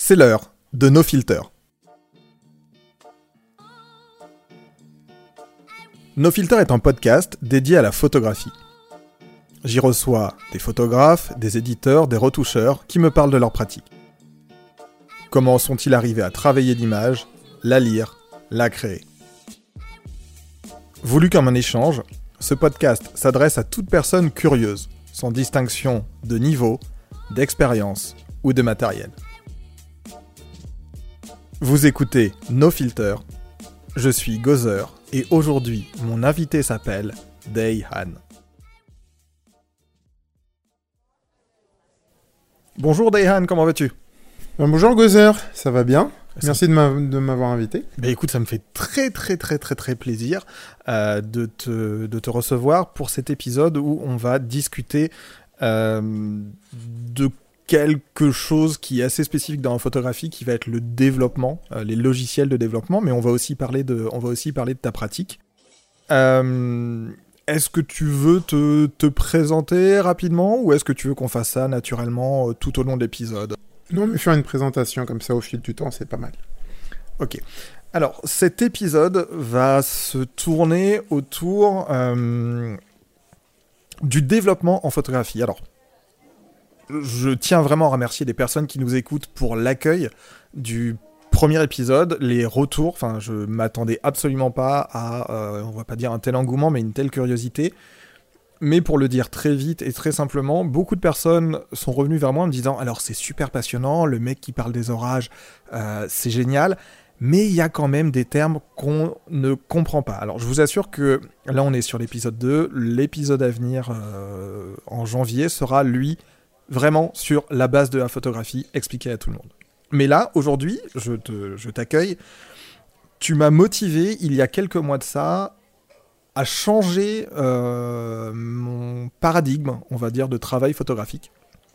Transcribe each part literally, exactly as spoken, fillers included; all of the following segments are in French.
C'est l'heure de No Filter. No Filter est un podcast dédié à la photographie. J'y reçois des photographes, des éditeurs, des retoucheurs qui me parlent de leur pratique. Comment sont-ils arrivés à travailler l'image, la lire, la créer ? Voulu comme un échange, ce podcast s'adresse à toute personne curieuse, sans distinction de niveau, d'expérience ou de matériel. Vous écoutez No Filter, je suis Gozer et aujourd'hui mon invité s'appelle Dae-Han. Bonjour Dae-Han, comment vas-tu ? Ben, bonjour Gozer, ça va bien ? Merci de, m'a... de m'avoir invité. Ben écoute, ça me fait très très très très très plaisir euh, de, te, de te recevoir pour cet épisode où on va discuter euh, de quelque chose qui est assez spécifique dans la photographie, qui va être le développement, euh, les logiciels de développement, mais on va aussi parler de, on va aussi parler de ta pratique. Euh, est-ce que tu veux te, te présenter rapidement ou est-ce que tu veux qu'on fasse ça naturellement euh, tout au long de l'épisode ? Non, mais faire une présentation comme ça au fil du temps, c'est pas mal. Ok. Alors, cet épisode va se tourner autour euh, du développement en photographie. Alors, je tiens vraiment à remercier les personnes qui nous écoutent pour l'accueil du premier épisode, les retours. Enfin, je m'attendais absolument pas à, euh, on va pas dire un tel engouement, mais une telle curiosité. Mais pour le dire très vite et très simplement, beaucoup de personnes sont revenues vers moi en me disant « Alors, c'est super passionnant, le mec qui parle des orages, euh, c'est génial, mais il y a quand même des termes qu'on ne comprend pas. » Alors, je vous assure que là, on est sur l'épisode deux. L'épisode à venir, euh, en janvier, sera, lui, vraiment sur la base de la photographie, expliquée à tout le monde. Mais là, aujourd'hui, je, te, je t'accueille. Tu m'as motivé, il y a quelques mois de ça, à changer euh, mon paradigme, on va dire, de travail photographique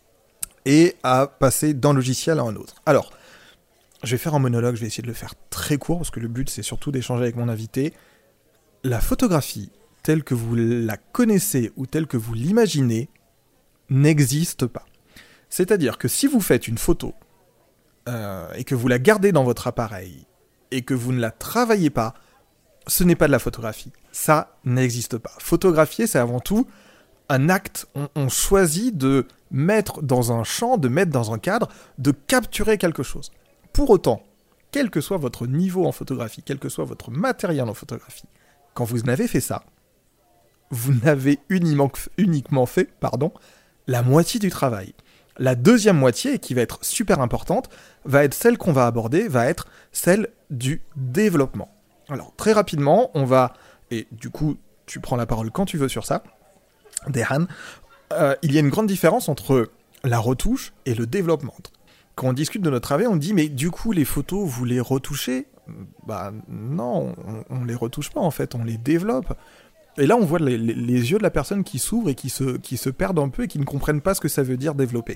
et à passer d'un logiciel à un autre. Alors, je vais faire un monologue, je vais essayer de le faire très court parce que le but, c'est surtout d'échanger avec mon invité. La photographie, telle que vous la connaissez ou telle que vous l'imaginez, n'existe pas. C'est-à-dire que si vous faites une photo euh, et que vous la gardez dans votre appareil et que vous ne la travaillez pas, ce n'est pas de la photographie. Ça n'existe pas. Photographier, c'est avant tout un acte. On, on choisit de mettre dans un champ, de mettre dans un cadre, de capturer quelque chose. Pour autant, quel que soit votre niveau en photographie, quel que soit votre matériel en photographie, quand vous n'avez fait ça, vous n'avez uniquement, uniquement fait, pardon, la moitié du travail. La deuxième moitié, qui va être super importante, va être celle qu'on va aborder, va être celle du développement. Alors, très rapidement, on va... Et du coup, tu prends la parole quand tu veux sur ça, Dae-Han. Euh, il y a une grande différence entre la retouche et le développement. Quand on discute de notre travail, on dit « Mais du coup, les photos, vous les retouchez ?» Bah non, on ne les retouche pas, en fait, on les développe. Et là, on voit les, les, les yeux de la personne qui s'ouvrent et qui se, qui se perdent un peu et qui ne comprennent pas ce que ça veut dire développer.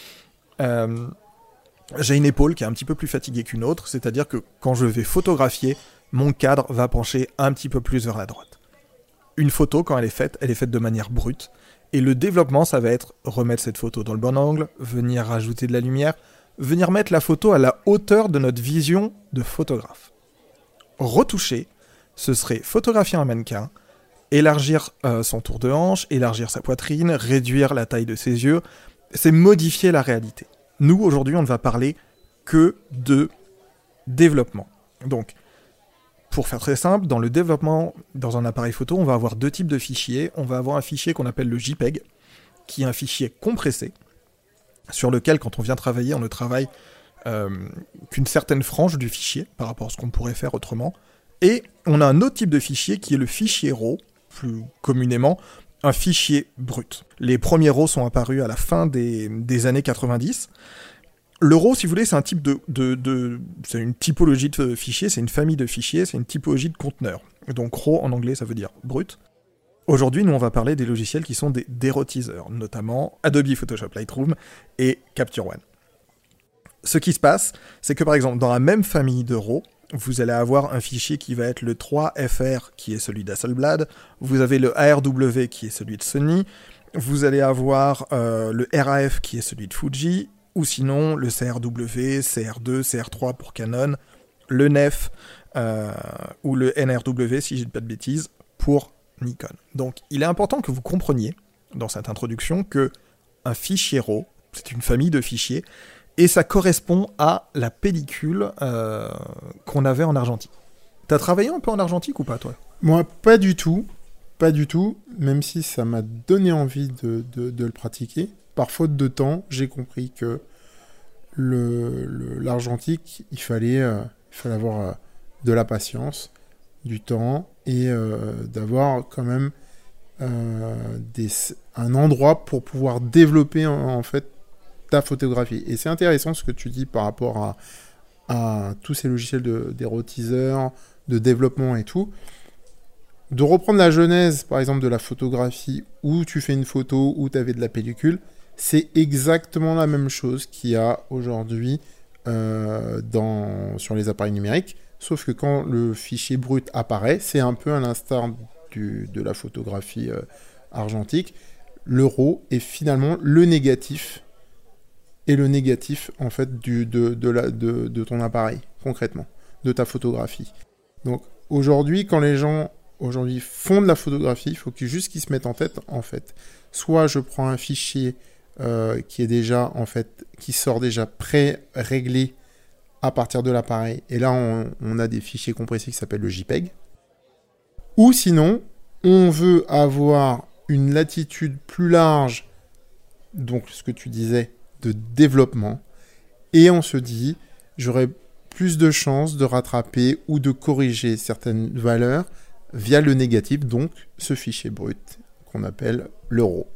Euh, j'ai une épaule qui est un petit peu plus fatiguée qu'une autre, c'est-à-dire que quand je vais photographier, mon cadre va pencher un petit peu plus vers la droite. Une photo, quand elle est faite, elle est faite de manière brute. Et le développement, ça va être remettre cette photo dans le bon angle, venir rajouter de la lumière, venir mettre la photo à la hauteur de notre vision de photographe. Retoucher, ce serait photographier un mannequin, élargir euh, son tour de hanche, élargir sa poitrine, réduire la taille de ses yeux, c'est modifier la réalité. Nous, aujourd'hui, on ne va parler que de développement. Donc, pour faire très simple, dans le développement, dans un appareil photo, on va avoir deux types de fichiers. On va avoir un fichier qu'on appelle le JPEG, qui est un fichier compressé, sur lequel, quand on vient travailler, on ne travaille euh, qu'une certaine frange du fichier, par rapport à ce qu'on pourrait faire autrement. Et on a un autre type de fichier qui est le fichier RAW, plus communément, un fichier brut. Les premiers RAW sont apparus à la fin des, des années quatre-vingt-dix. Le RAW, si vous voulez, c'est un type de, de, de... c'est une typologie de fichiers, c'est une famille de fichiers, c'est une typologie de conteneurs. Donc RAW, en anglais, ça veut dire brut. Aujourd'hui, nous, on va parler des logiciels qui sont des dérotiseurs, notamment Adobe Photoshop Lightroom et Capture One. Ce qui se passe, c'est que, par exemple, dans la même famille de RAW, vous allez avoir un fichier qui va être le trois F R, qui est celui d'Hasselblad, vous avez le A R W, qui est celui de Sony, vous allez avoir euh, le R A F, qui est celui de Fuji, ou sinon le C R W, C R deux, C R trois pour Canon, le N E F euh, ou le N R W, si je ne dis pas de bêtises, pour Nikon. Donc il est important que vous compreniez dans cette introduction que un fichier RAW, c'est une famille de fichiers, et ça correspond à la pellicule euh, qu'on avait en argentique. T'as travaillé un peu en argentique ou pas, toi ? Moi, pas du tout. Pas du tout, même si ça m'a donné envie de, de, de le pratiquer. Par faute de temps, j'ai compris que le, le, l'argentique, il fallait, euh, il fallait avoir euh, de la patience, du temps, et euh, d'avoir quand même euh, des, un endroit pour pouvoir développer en, en fait ta photographie. Et c'est intéressant ce que tu dis par rapport à, à tous ces logiciels de, d'érotiseurs, de développement et tout. De reprendre la genèse, par exemple, de la photographie, où tu fais une photo, où tu avais de la pellicule, c'est exactement la même chose qu'il y a aujourd'hui euh, dans, sur les appareils numériques, sauf que quand le fichier brut apparaît, c'est un peu à l'instar du, de la photographie euh, argentique, le RAW est finalement le négatif, et le négatif, en fait, du, de, de, la, de, de ton appareil, concrètement, de ta photographie. Donc, aujourd'hui, quand les gens aujourd'hui font de la photographie, il faut qu'ils juste qu'ils se mettent en tête, en fait, soit je prends un fichier euh, qui est déjà, en fait, qui sort déjà pré-réglé à partir de l'appareil, et là, on, on a des fichiers compressés qui s'appellent le JPEG, ou sinon, on veut avoir une latitude plus large, donc ce que tu disais, de développement, et on se dit, j'aurai plus de chances de rattraper ou de corriger certaines valeurs via le négatif, donc ce fichier brut qu'on appelle le RAW.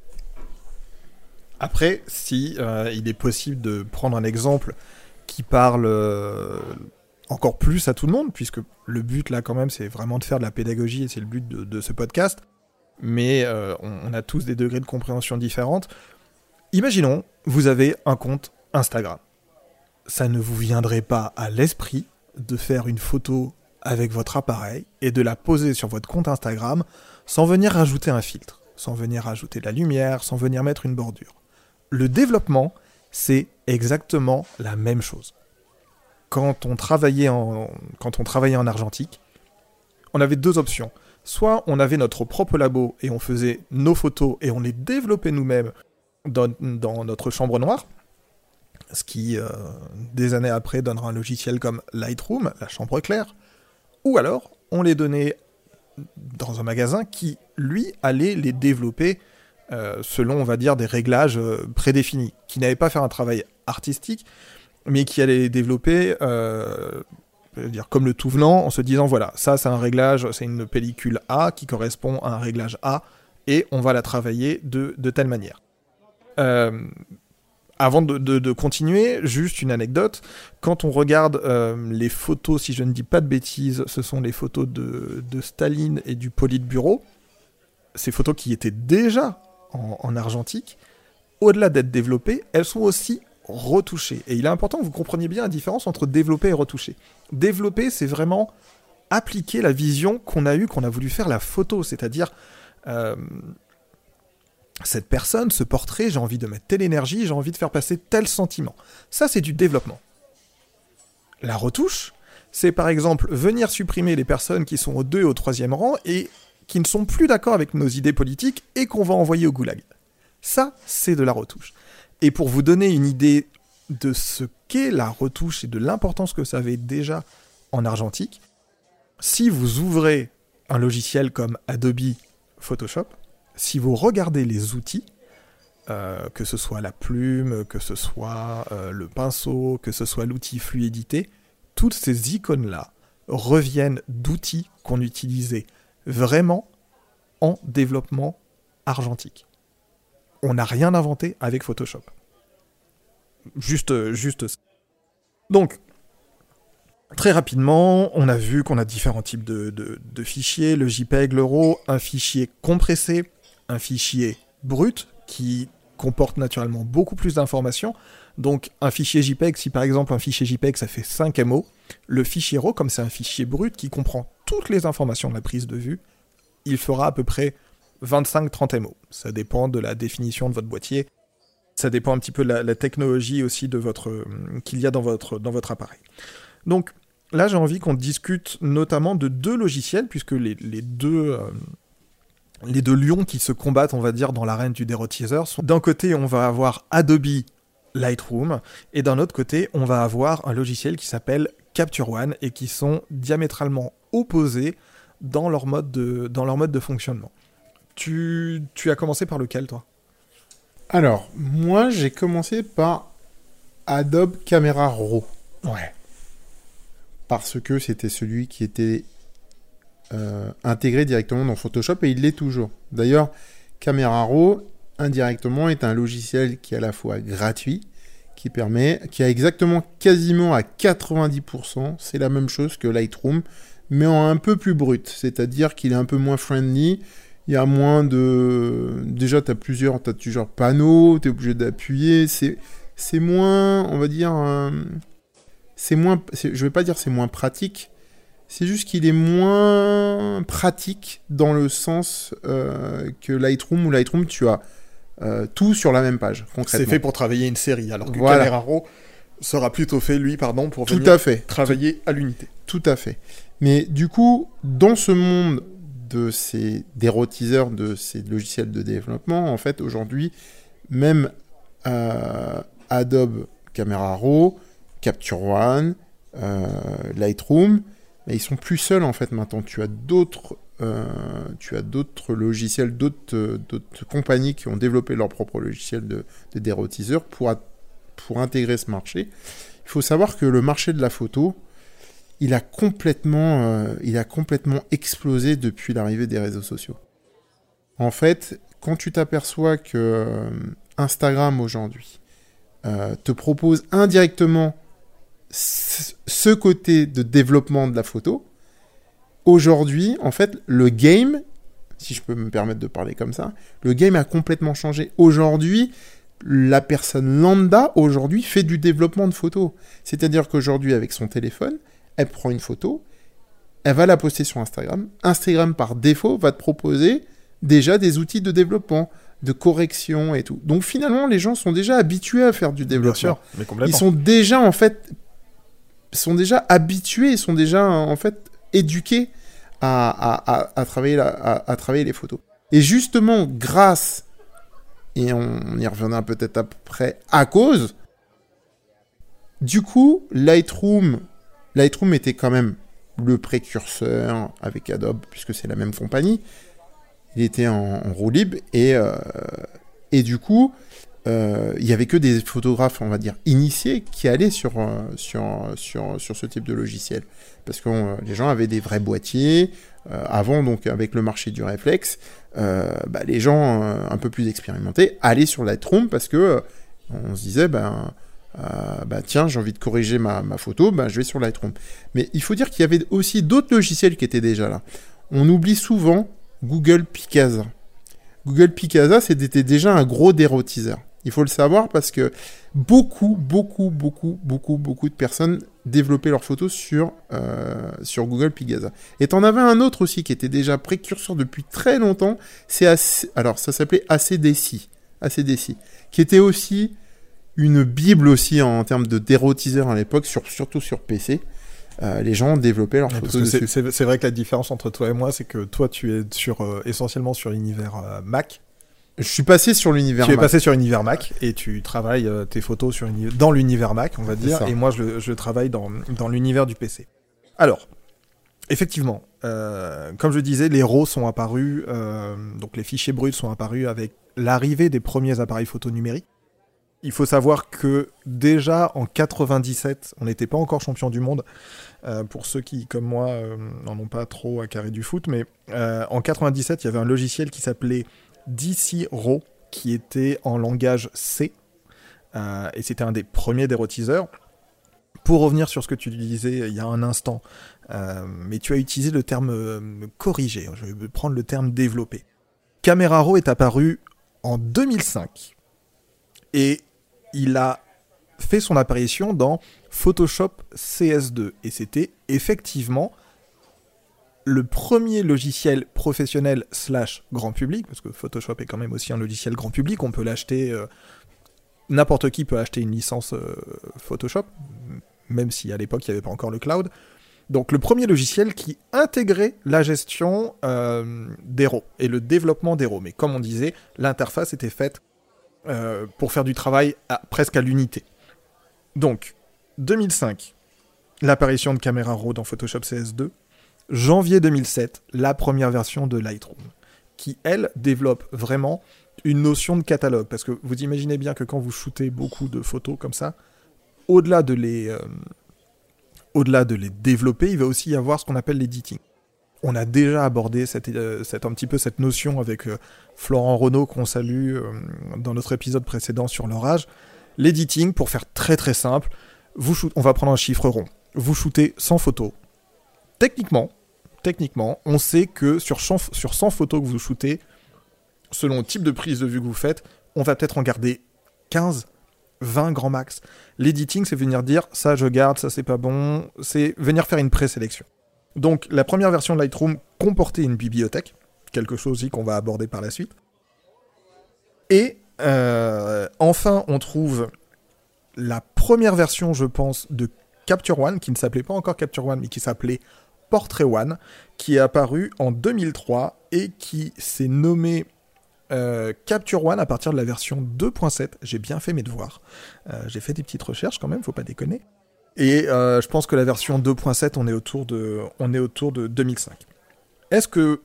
Après, si euh, il est possible de prendre un exemple qui parle euh, encore plus à tout le monde, puisque le but là quand même c'est vraiment de faire de la pédagogie et c'est le but de, de ce podcast, mais euh, on, on a tous des degrés de compréhension différentes. Imaginons, vous avez un compte Instagram. Ça ne vous viendrait pas à l'esprit de faire une photo avec votre appareil et de la poser sur votre compte Instagram sans venir rajouter un filtre, sans venir rajouter de la lumière, sans venir mettre une bordure. Le développement, c'est exactement la même chose. Quand on travaillait en, quand on travaillait en argentique, on avait deux options. Soit on avait notre propre labo et on faisait nos photos et on les développait nous-mêmes dans, dans notre chambre noire, ce qui, euh, des années après, donnera un logiciel comme Lightroom, la chambre claire, ou alors on les donnait dans un magasin qui, lui, allait les développer euh, selon, on va dire, des réglages euh, prédéfinis, qui n'avaient pas fait un travail artistique, mais qui allaient les développer, euh, je veux dire, comme le tout venant, en se disant, voilà, ça c'est un réglage, c'est une pellicule A qui correspond à un réglage A, et on va la travailler de, de telle manière. Euh, avant de, de, de continuer, juste une anecdote. Quand on regarde euh, les photos, si je ne dis pas de bêtises, ce sont les photos de, de Staline et du Politburo. Ces photos qui étaient déjà en, en argentique, au-delà d'être développées, elles sont aussi retouchées. Et il est important que vous compreniez bien la différence entre développer et retoucher. Développer, c'est vraiment appliquer la vision qu'on a eue, qu'on a voulu faire la photo, c'est-à-dire... Euh, cette personne, ce portrait, j'ai envie de mettre telle énergie, j'ai envie de faire passer tel sentiment. Ça, c'est du développement. La retouche, c'est par exemple venir supprimer les personnes qui sont au deux et au troisième rang et qui ne sont plus d'accord avec nos idées politiques et qu'on va envoyer au goulag. Ça, c'est de la retouche. Et pour vous donner une idée de ce qu'est la retouche et de l'importance que ça avait déjà en argentique, si vous ouvrez un logiciel comme Adobe Photoshop, si vous regardez les outils, euh, que ce soit la plume, que ce soit euh, le pinceau, que ce soit l'outil Fluidité, toutes ces icônes-là reviennent d'outils qu'on utilisait vraiment en développement argentique. On n'a rien inventé avec Photoshop. Juste, juste ça. Donc, très rapidement, on a vu qu'on a différents types de, de, de fichiers, le JPEG, le RAW, un fichier compressé, un fichier brut qui comporte naturellement beaucoup plus d'informations. Donc un fichier JPEG, si par exemple un fichier JPEG ça fait cinq M O, le fichier RAW, comme c'est un fichier brut qui comprend toutes les informations de la prise de vue, il fera à peu près vingt-cinq à trente M O. Ça dépend de la définition de votre boîtier. Ça dépend un petit peu de la, la technologie aussi de votre, euh, qu'il y a dans votre, dans votre appareil. Donc là, j'ai envie qu'on discute notamment de deux logiciels, puisque les, les deux... Euh, les deux lions qui se combattent, on va dire, dans l'arène du déroteaser sont... D'un côté, on va avoir Adobe Lightroom, et d'un autre côté, on va avoir un logiciel qui s'appelle Capture One, et qui sont diamétralement opposés dans leur mode de, dans leur mode de fonctionnement. Tu, tu as commencé par lequel, toi ? Alors, moi, j'ai commencé par Adobe Camera Raw. Ouais. Parce que c'était celui qui était euh, intégré directement dans Photoshop, et il l'est toujours. D'ailleurs, Camera Raw, indirectement, est un logiciel qui est à la fois gratuit, qui permet, qui a exactement quasiment à quatre-vingt-dix pour cent, c'est la même chose que Lightroom, mais en un peu plus brut, c'est-à-dire qu'il est un peu moins friendly, il y a moins de... Déjà, tu as plusieurs, t'as plusieurs panneaux, tu es obligé d'appuyer, c'est, c'est moins, on va dire, euh... c'est moins, c'est... je vais pas dire c'est moins pratique, c'est juste qu'il est moins pratique dans le sens euh, que Lightroom, ou Lightroom, tu as euh, tout sur la même page, concrètement. C'est fait pour travailler une série, alors que voilà. Camera Raw sera plutôt fait, lui, pardon, pour tout venir à fait. travailler tout... à l'unité. Tout à fait. Mais du coup, dans ce monde de ces dérotiseurs, de ces logiciels de développement, en fait, aujourd'hui, même euh, Adobe Camera Raw, Capture One, euh, Lightroom, mais ils sont plus seuls, en fait, maintenant. Tu as d'autres, euh, tu as d'autres logiciels, d'autres, euh, d'autres compagnies qui ont développé leur propre logiciel de, de dérotiseur pour, a, pour intégrer ce marché. Il faut savoir que le marché de la photo, il a complètement, euh, il a complètement explosé depuis l'arrivée des réseaux sociaux. En fait, quand tu t'aperçois que euh, Instagram aujourd'hui euh, te propose indirectement c- ce côté de développement de la photo, aujourd'hui, en fait, le game, si je peux me permettre de parler comme ça, le game a complètement changé. Aujourd'hui, la personne lambda, aujourd'hui, fait du développement de photos. C'est-à-dire qu'aujourd'hui, avec son téléphone, elle prend une photo, elle va la poster sur Instagram. Instagram, par défaut, va te proposer déjà des outils de développement, de correction et tout. Donc finalement, les gens sont déjà habitués à faire du développement. Bien sûr, mais complètement. Ils sont déjà, en fait, sont déjà habitués, ils sont déjà, en fait, éduqués à, à, à, à, travailler, la, à, à travailler les photos. Et justement, grâce, et on, on y reviendra peut-être après, à cause, du coup, Lightroom... Lightroom était quand même le précurseur avec Adobe, puisque c'est la même compagnie. Il était en, en roue libre, et, euh, et du coup, euh, il n'y avait que des photographes, on va dire, initiés qui allaient sur, euh, sur, sur, sur ce type de logiciel. Parce que euh, les gens avaient des vrais boîtiers. Euh, avant, donc, avec le marché du réflexe, euh, bah, les gens euh, un peu plus expérimentés allaient sur Lightroom parce que euh, on se disait, ben... Euh, bah tiens, j'ai envie de corriger ma, ma photo, bah, je vais sur Lightroom. Mais il faut dire qu'il y avait aussi d'autres logiciels qui étaient déjà là. On oublie souvent Google Picasa. Google Picasa, c'était déjà un gros dérotiseur. Il faut le savoir parce que beaucoup, beaucoup, beaucoup, beaucoup, beaucoup de personnes développaient leurs photos sur, euh, sur Google Picasa. Et t'en avais un autre aussi qui était déjà précurseur depuis très longtemps. C'est A C... Alors, ça s'appelait A C D C I. A C D C I. Qui était aussi une bible aussi en, en termes de dérotiseur à l'époque, sur, surtout sur P C. Euh, les gens développaient leurs ouais, photos dessus. C'est, c'est, c'est vrai que la différence entre toi et moi, c'est que toi, tu es sur, euh, essentiellement sur l'univers euh, Mac. Je suis passé sur l'univers tu Mac. Tu es passé sur l'univers Mac et tu travailles euh, tes photos sur uni... dans l'univers Mac, on va dire, et moi, je, je travaille dans, dans l'univers du P C. Alors, effectivement, euh, comme je disais, les R A W sont apparus, euh, donc les fichiers bruts sont apparus avec l'arrivée des premiers appareils photo numériques. Il faut savoir que déjà en quatre-vingt-dix-sept, on n'était pas encore champion du monde, euh, pour ceux qui, comme moi, euh, n'en ont pas trop à carrer du foot, mais euh, en quatre-vingt-dix-sept, il y avait un logiciel qui s'appelait D C R A W, qui était en langage C, euh, et c'était un des premiers dérotiseurs. Pour revenir sur ce que tu disais il y a un instant, euh, mais tu as utilisé le terme euh, corrigé, je vais prendre le terme développé. Camera Raw est apparu en deux mille cinq, et il a fait son apparition dans Photoshop C S deux. Et c'était effectivement le premier logiciel professionnel slash grand public, parce que Photoshop est quand même aussi un logiciel grand public, on peut l'acheter euh, n'importe qui peut acheter une licence euh, Photoshop, même si à l'époque il n'y avait pas encore le cloud. Donc le premier logiciel qui intégrait la gestion euh, des R A W et le développement des R A W. Mais comme on disait, l'interface était faite euh, pour faire du travail à, presque à l'unité. Donc, deux mille cinq, l'apparition de caméra R A W dans Photoshop C S deux. Janvier deux mille sept, la première version de Lightroom, qui, elle, développe vraiment une notion de catalogue. Parce que vous imaginez bien que quand vous shootez beaucoup de photos comme ça, au-delà de les... Euh, Au-delà de les développer, il va aussi y avoir ce qu'on appelle l'editing. On a déjà abordé cette, euh, cette, un petit peu cette notion avec euh, Florent Renaud, qu'on salue euh, dans notre épisode précédent sur l'orage. L'editing, pour faire très très simple, vous shoot, on va prendre un chiffre rond. Vous shootez cent photos. Techniquement, techniquement, on sait que sur cent, sur cent photos que vous shootez, selon le type de prise de vue que vous faites, on va peut-être en garder quinze, vingt grand max. L'editing, c'est venir dire ça je garde, ça c'est pas bon, c'est venir faire une présélection. Donc la première version de Lightroom comportait une bibliothèque, quelque chose aussi qu'on va aborder par la suite. Et euh, enfin, on trouve la première version, je pense, de Capture One, qui ne s'appelait pas encore Capture One, mais qui s'appelait Portrait One, qui est apparu en deux mille trois et qui s'est nommé Euh, Capture One à partir de la version deux point sept. J'ai bien fait mes devoirs. Euh, j'ai fait des petites recherches quand même, faut pas déconner. Et euh, je pense que la version deux point sept, on est autour de, on est autour de deux mille cinq. Est-ce que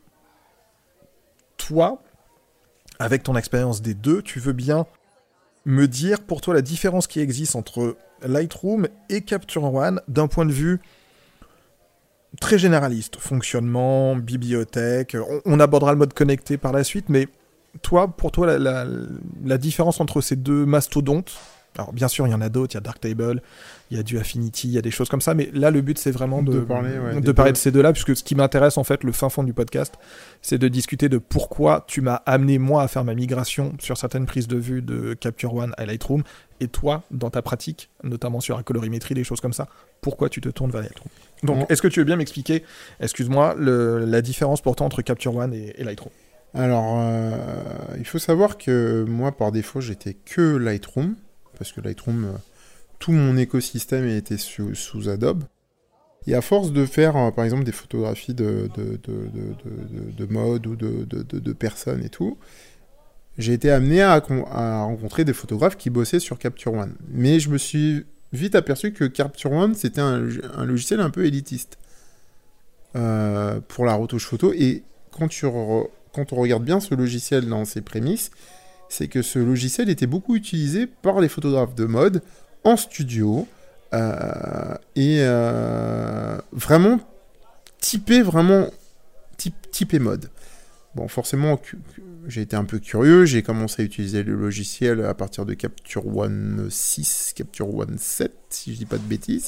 toi, avec ton expérience des deux, tu veux bien me dire pour toi la différence qui existe entre Lightroom et Capture One d'un point de vue très généraliste, fonctionnement, bibliothèque, on, on abordera le mode connecté par la suite, mais toi, pour toi, la, la, la différence entre ces deux mastodontes, alors bien sûr, il y en a d'autres, il y a Darktable, il y a du Affinity, il y a des choses comme ça, mais là, le but, c'est vraiment de, de parler, ouais, de, parler de ces deux-là, puisque ce qui m'intéresse, en fait, le fin fond du podcast, c'est de discuter de pourquoi tu m'as amené, moi, à faire ma migration sur certaines prises de vue de Capture One à Lightroom, et toi, dans ta pratique, notamment sur la colorimétrie, des choses comme ça, pourquoi tu te tournes vers Lightroom. Donc, bon. Est-ce que tu veux bien m'expliquer, excuse-moi, le, la différence pourtant entre Capture One et, et Lightroom ? Alors, euh, il faut savoir que moi, par défaut, j'étais que Lightroom, parce que Lightroom, euh, tout mon écosystème était sous, sous Adobe. Et à force de faire, euh, par exemple, des photographies de, de, de, de, de, de mode ou de, de, de, de personnes et tout, j'ai été amené à, à rencontrer des photographes qui bossaient sur Capture One. Mais je me suis vite aperçu que Capture One, c'était un, un logiciel un peu élitiste euh, pour la retouche photo. Et quand tu... Re- Quand on regarde bien ce logiciel dans ses prémices, c'est que ce logiciel était beaucoup utilisé par les photographes de mode en studio euh, et euh, vraiment typé, vraiment type, typé mode. Bon, forcément, cu- j'ai été un peu curieux, j'ai commencé à utiliser le logiciel à partir de Capture One six, Capture One sept, si je dis pas de bêtises.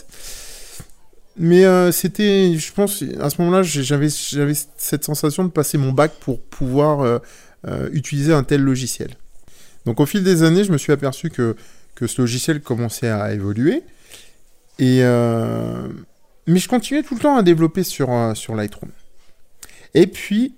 Mais euh, c'était, je pense, à ce moment-là, j'avais, j'avais cette sensation de passer mon bac pour pouvoir euh, euh, utiliser un tel logiciel. Donc au fil des années, je me suis aperçu que, que ce logiciel commençait à évoluer. Et, euh... Mais je continuais tout le temps à développer sur, euh, sur Lightroom. Et puis,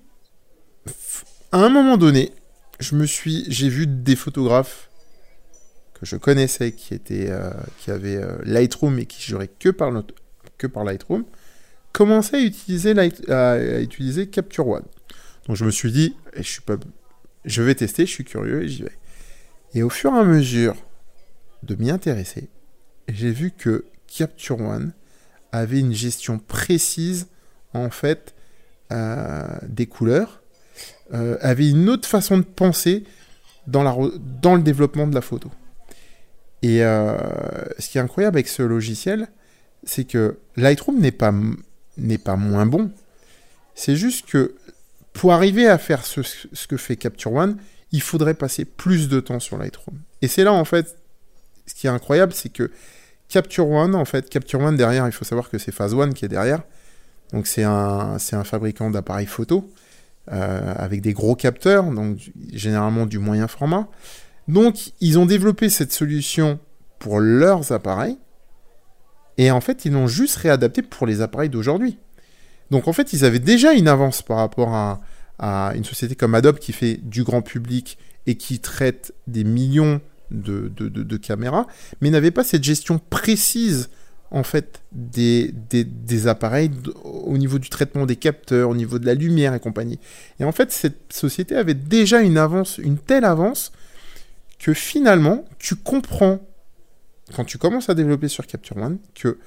à un moment donné, je me suis, j'ai vu des photographes que je connaissais qui, étaient, euh, qui avaient euh, Lightroom et qui juraient que par notre que par Lightroom, commençait à utiliser, Light, à, à utiliser Capture One. Donc je me suis dit, je, suis pas, je vais tester, je suis curieux et j'y vais. Et au fur et à mesure de m'y intéresser, j'ai vu que Capture One avait une gestion précise, en fait, euh, des couleurs, euh, avait une autre façon de penser dans, la, dans le développement de la photo. Et euh, ce qui est incroyable avec ce logiciel, c'est que Lightroom n'est pas, n'est pas moins bon. C'est juste que pour arriver à faire ce, ce que fait Capture One, il faudrait passer plus de temps sur Lightroom. Et c'est là, en fait, ce qui est incroyable, c'est que Capture One, en fait, Capture One, derrière, il faut savoir que c'est Phase One qui est derrière. Donc, c'est un, c'est un fabricant d'appareils photo euh, avec des gros capteurs, donc généralement du moyen format. Donc, ils ont développé cette solution pour leurs appareils. Et en fait, ils l'ont juste réadapté pour les appareils d'aujourd'hui. Donc en fait, ils avaient déjà une avance par rapport à, à une société comme Adobe qui fait du grand public et qui traite des millions de, de, de, de caméra, mais n'avait pas cette gestion précise en fait des, des, des appareils au niveau du traitement des capteurs, au niveau de la lumière et compagnie. Et en fait, cette société avait déjà une avance, une telle avance que finalement, tu comprends quand tu commences à développer sur Capture One que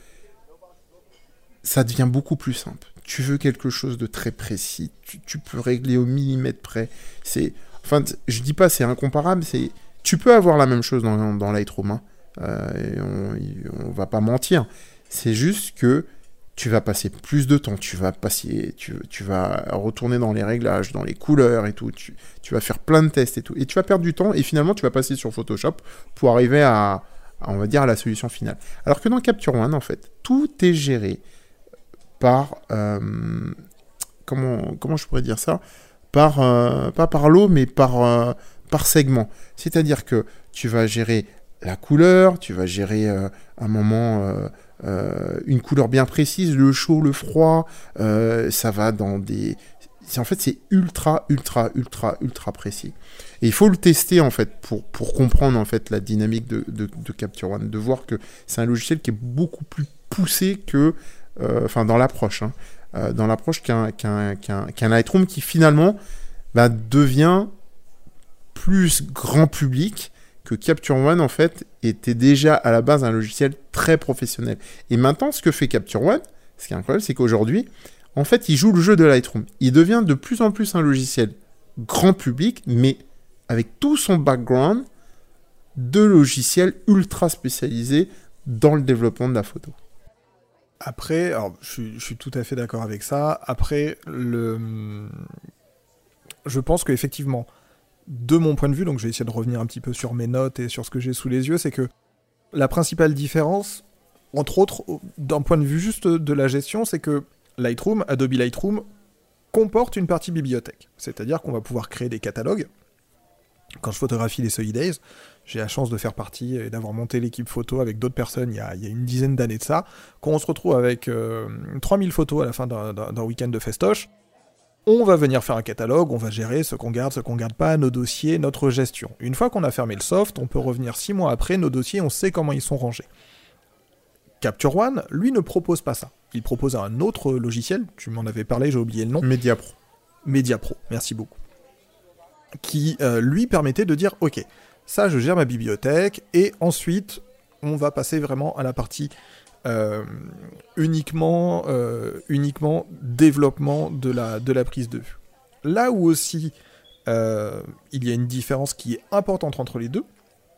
ça devient beaucoup plus simple. Tu veux quelque chose de très précis, tu, tu peux régler au millimètre près. C'est, enfin, je dis pas c'est incomparable, c'est, tu peux avoir la même chose dans, dans Lightroom, hein. Euh, et on, on va pas mentir. C'est juste que tu vas passer plus de temps, tu vas passer, tu, tu vas retourner dans les réglages, dans les couleurs et tout. Tu, tu vas faire plein de tests et tout, et tu vas perdre du temps. Et finalement, tu vas passer sur Photoshop pour arriver à, à on va dire, à la solution finale. Alors que dans Capture One, en fait, tout est géré par euh, comment comment je pourrais dire ça, par euh, pas par lot, mais par euh, par segment. C'est-à-dire que tu vas gérer la couleur, tu vas gérer euh, un moment euh, euh, une couleur bien précise, le chaud, le froid, euh, ça va dans des... C'est, en fait, c'est ultra, ultra, ultra, ultra précis. Et il faut le tester, en fait, pour, pour comprendre, en fait, la dynamique de, de, de Capture One, de voir que c'est un logiciel qui est beaucoup plus poussé que... Euh, enfin, dans l'approche, hein, euh, dans l'approche qu'un, qu'un, qu'un, qu'un Lightroom qui, finalement, bah, devient plus grand public, que Capture One, en fait, était déjà à la base un logiciel très professionnel. Et maintenant, ce que fait Capture One, ce qui est incroyable, c'est qu'aujourd'hui, en fait, il joue le jeu de Lightroom. Il devient de plus en plus un logiciel grand public, mais avec tout son background de logiciels ultra spécialisés dans le développement de la photo. Après, alors, je, suis, je suis tout à fait d'accord avec ça. Après, le... je pense qu'effectivement, de mon point de vue, donc je vais essayer de revenir un petit peu sur mes notes et sur ce que j'ai sous les yeux, c'est que la principale différence, entre autres, d'un point de vue juste de la gestion, c'est que Lightroom, Adobe Lightroom, comporte une partie bibliothèque. C'est-à-dire qu'on va pouvoir créer des catalogues. Quand je photographie les Sunny Days, j'ai la chance de faire partie et d'avoir monté l'équipe photo avec d'autres personnes il y a, il y a une dizaine d'années de ça. Quand on se retrouve avec euh, trois mille photos à la fin d'un, d'un, d'un week-end de festoche, on va venir faire un catalogue, on va gérer ce qu'on garde, ce qu'on garde pas, nos dossiers, notre gestion. Une fois qu'on a fermé le soft, on peut revenir six mois après, nos dossiers, on sait comment ils sont rangés. Capture One, lui, ne propose pas ça. Il propose un autre logiciel, tu m'en avais parlé, j'ai oublié le nom. MediaPro. MediaPro, merci beaucoup. Qui, euh, lui, permettait de dire, ok, ça, je gère ma bibliothèque, et ensuite, on va passer vraiment à la partie euh, uniquement, euh, uniquement développement de la, de la prise de vue. Là où aussi, euh, il y a une différence qui est importante entre les deux,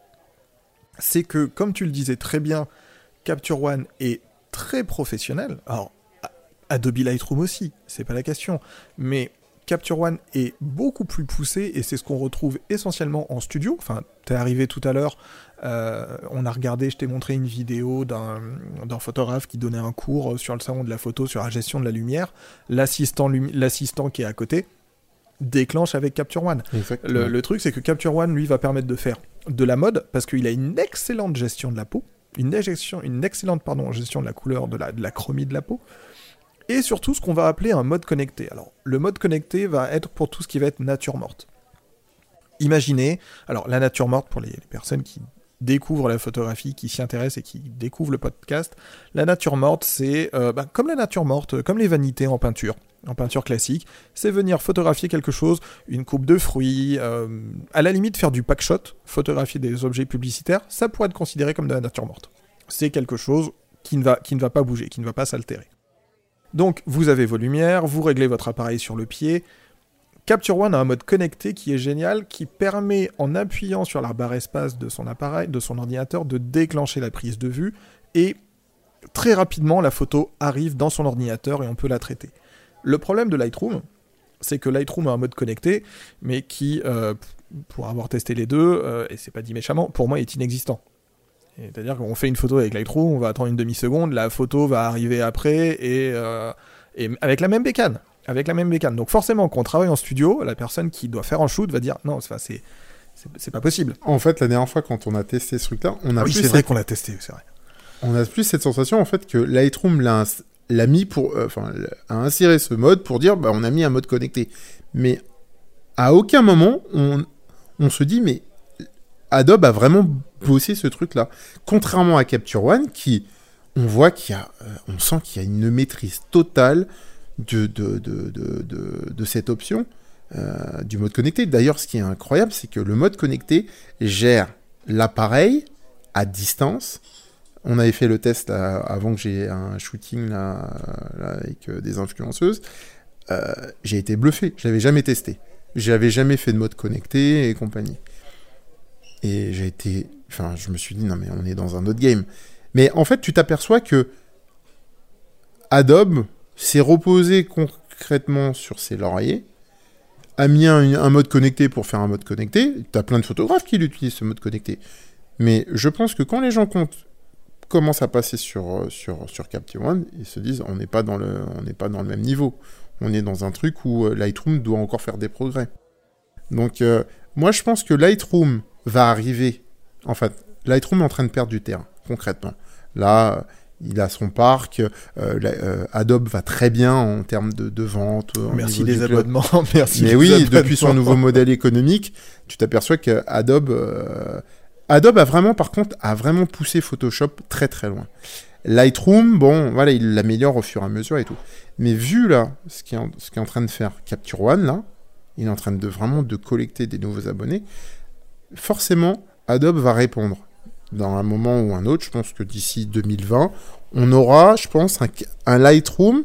c'est que, comme tu le disais très bien, Capture One est très professionnel. Alors, Adobe Lightroom aussi, c'est pas la question, mais Capture One est beaucoup plus poussé, et c'est ce qu'on retrouve essentiellement en studio. Enfin, t'es arrivé tout à l'heure, euh, on a regardé, je t'ai montré une vidéo d'un, d'un photographe qui donnait un cours sur le salon de la photo, sur la gestion de la lumière. L'assistant, lumi- l'assistant qui est à côté déclenche avec Capture One. Le, le truc, c'est que Capture One, lui, va permettre de faire de la mode, parce qu'il a une excellente gestion de la peau, une, gestion, une excellente pardon, gestion de la couleur, de la, de la chromie de la peau, et surtout ce qu'on va appeler un mode connecté. Alors, le mode connecté va être pour tout ce qui va être nature morte. Imaginez, alors la nature morte, pour les, les personnes qui découvrent la photographie, qui s'y intéressent et qui découvrent le podcast, la nature morte, c'est euh, bah, comme la nature morte, comme les vanités en peinture, en peinture classique, c'est venir photographier quelque chose, une coupe de fruits, euh, à la limite faire du packshot, photographier des objets publicitaires, ça pourrait être considéré comme de la nature morte. C'est quelque chose qui ne va, qui ne va pas bouger, qui ne va pas s'altérer. Donc, vous avez vos lumières, vous réglez votre appareil sur le pied. Capture One a un mode connecté qui est génial, qui permet, en appuyant sur la barre espace de son appareil, de son ordinateur, de déclencher la prise de vue, et très rapidement, la photo arrive dans son ordinateur et on peut la traiter. Le problème de Lightroom, c'est que Lightroom a un mode connecté, mais qui, euh, pour avoir testé les deux, euh, et c'est pas dit méchamment, pour moi est inexistant. C'est-à-dire qu'on fait une photo avec Lightroom, on va attendre une demi-seconde, la photo va arriver après, et, euh, et avec la même bécane. Avec la même bécane. Donc forcément, quand on travaille en studio, la personne qui doit faire un shoot va dire non, c'est, c'est, c'est, c'est pas possible. En fait, la dernière fois, quand on a testé ce truc-là, on a ah oui, plus c'est cette... vrai qu'on l'a testé, c'est vrai. On a plus cette sensation, en fait, que Lightroom l'a, ins... l'a mis pour... Euh, enfin, a inséré ce mode pour dire, bah, on a mis un mode connecté. Mais à aucun moment, on, on se dit, mais... Adobe a vraiment bossé ce truc-là. Contrairement à Capture One, qui, on voit qu'il y a, euh, on sent qu'il y a une maîtrise totale de, de, de, de, de, de cette option, euh, du mode connecté. D'ailleurs, ce qui est incroyable, c'est que le mode connecté gère l'appareil à distance. On avait fait le test là, avant que j'ai un shooting là, là, avec euh, des influenceuses. Euh, j'ai été bluffé. Je l'avais jamais testé. J'avais jamais fait de mode connecté et compagnie. Et j'ai été... Enfin, je me suis dit, non mais on est dans un autre game. Mais en fait, tu t'aperçois que Adobe s'est reposé concrètement sur ses lauriers, a mis un, un mode connecté pour faire un mode connecté. Tu as plein de photographes qui l'utilisent, ce mode connecté. Mais je pense que quand les gens comptent, commencent à passer sur, sur, sur Capture One, ils se disent, on n'est pas dans le, on n'est pas dans le même niveau. On est dans un truc où Lightroom doit encore faire des progrès. Donc, euh, moi, je pense que Lightroom va arriver. En fait, Lightroom est en train de perdre du terrain, concrètement. Là, il a son parc. Euh, euh, Adobe va très bien en termes de, de vente. Merci des abonnements. Merci. Mais oui, abonnements. Depuis son nouveau modèle économique, tu t'aperçois que Adobe, euh, Adobe a vraiment, par contre, a vraiment poussé Photoshop très très loin. Lightroom, bon, voilà, il l'améliore au fur et à mesure et tout. Mais vu là, ce qui est en, ce qui est en train de faire Capture One, là, il est en train de vraiment de collecter des nouveaux abonnés. Forcément, Adobe va répondre. Dans un moment ou un autre, je pense que d'ici deux mille vingt, on aura, je pense, un, un Lightroom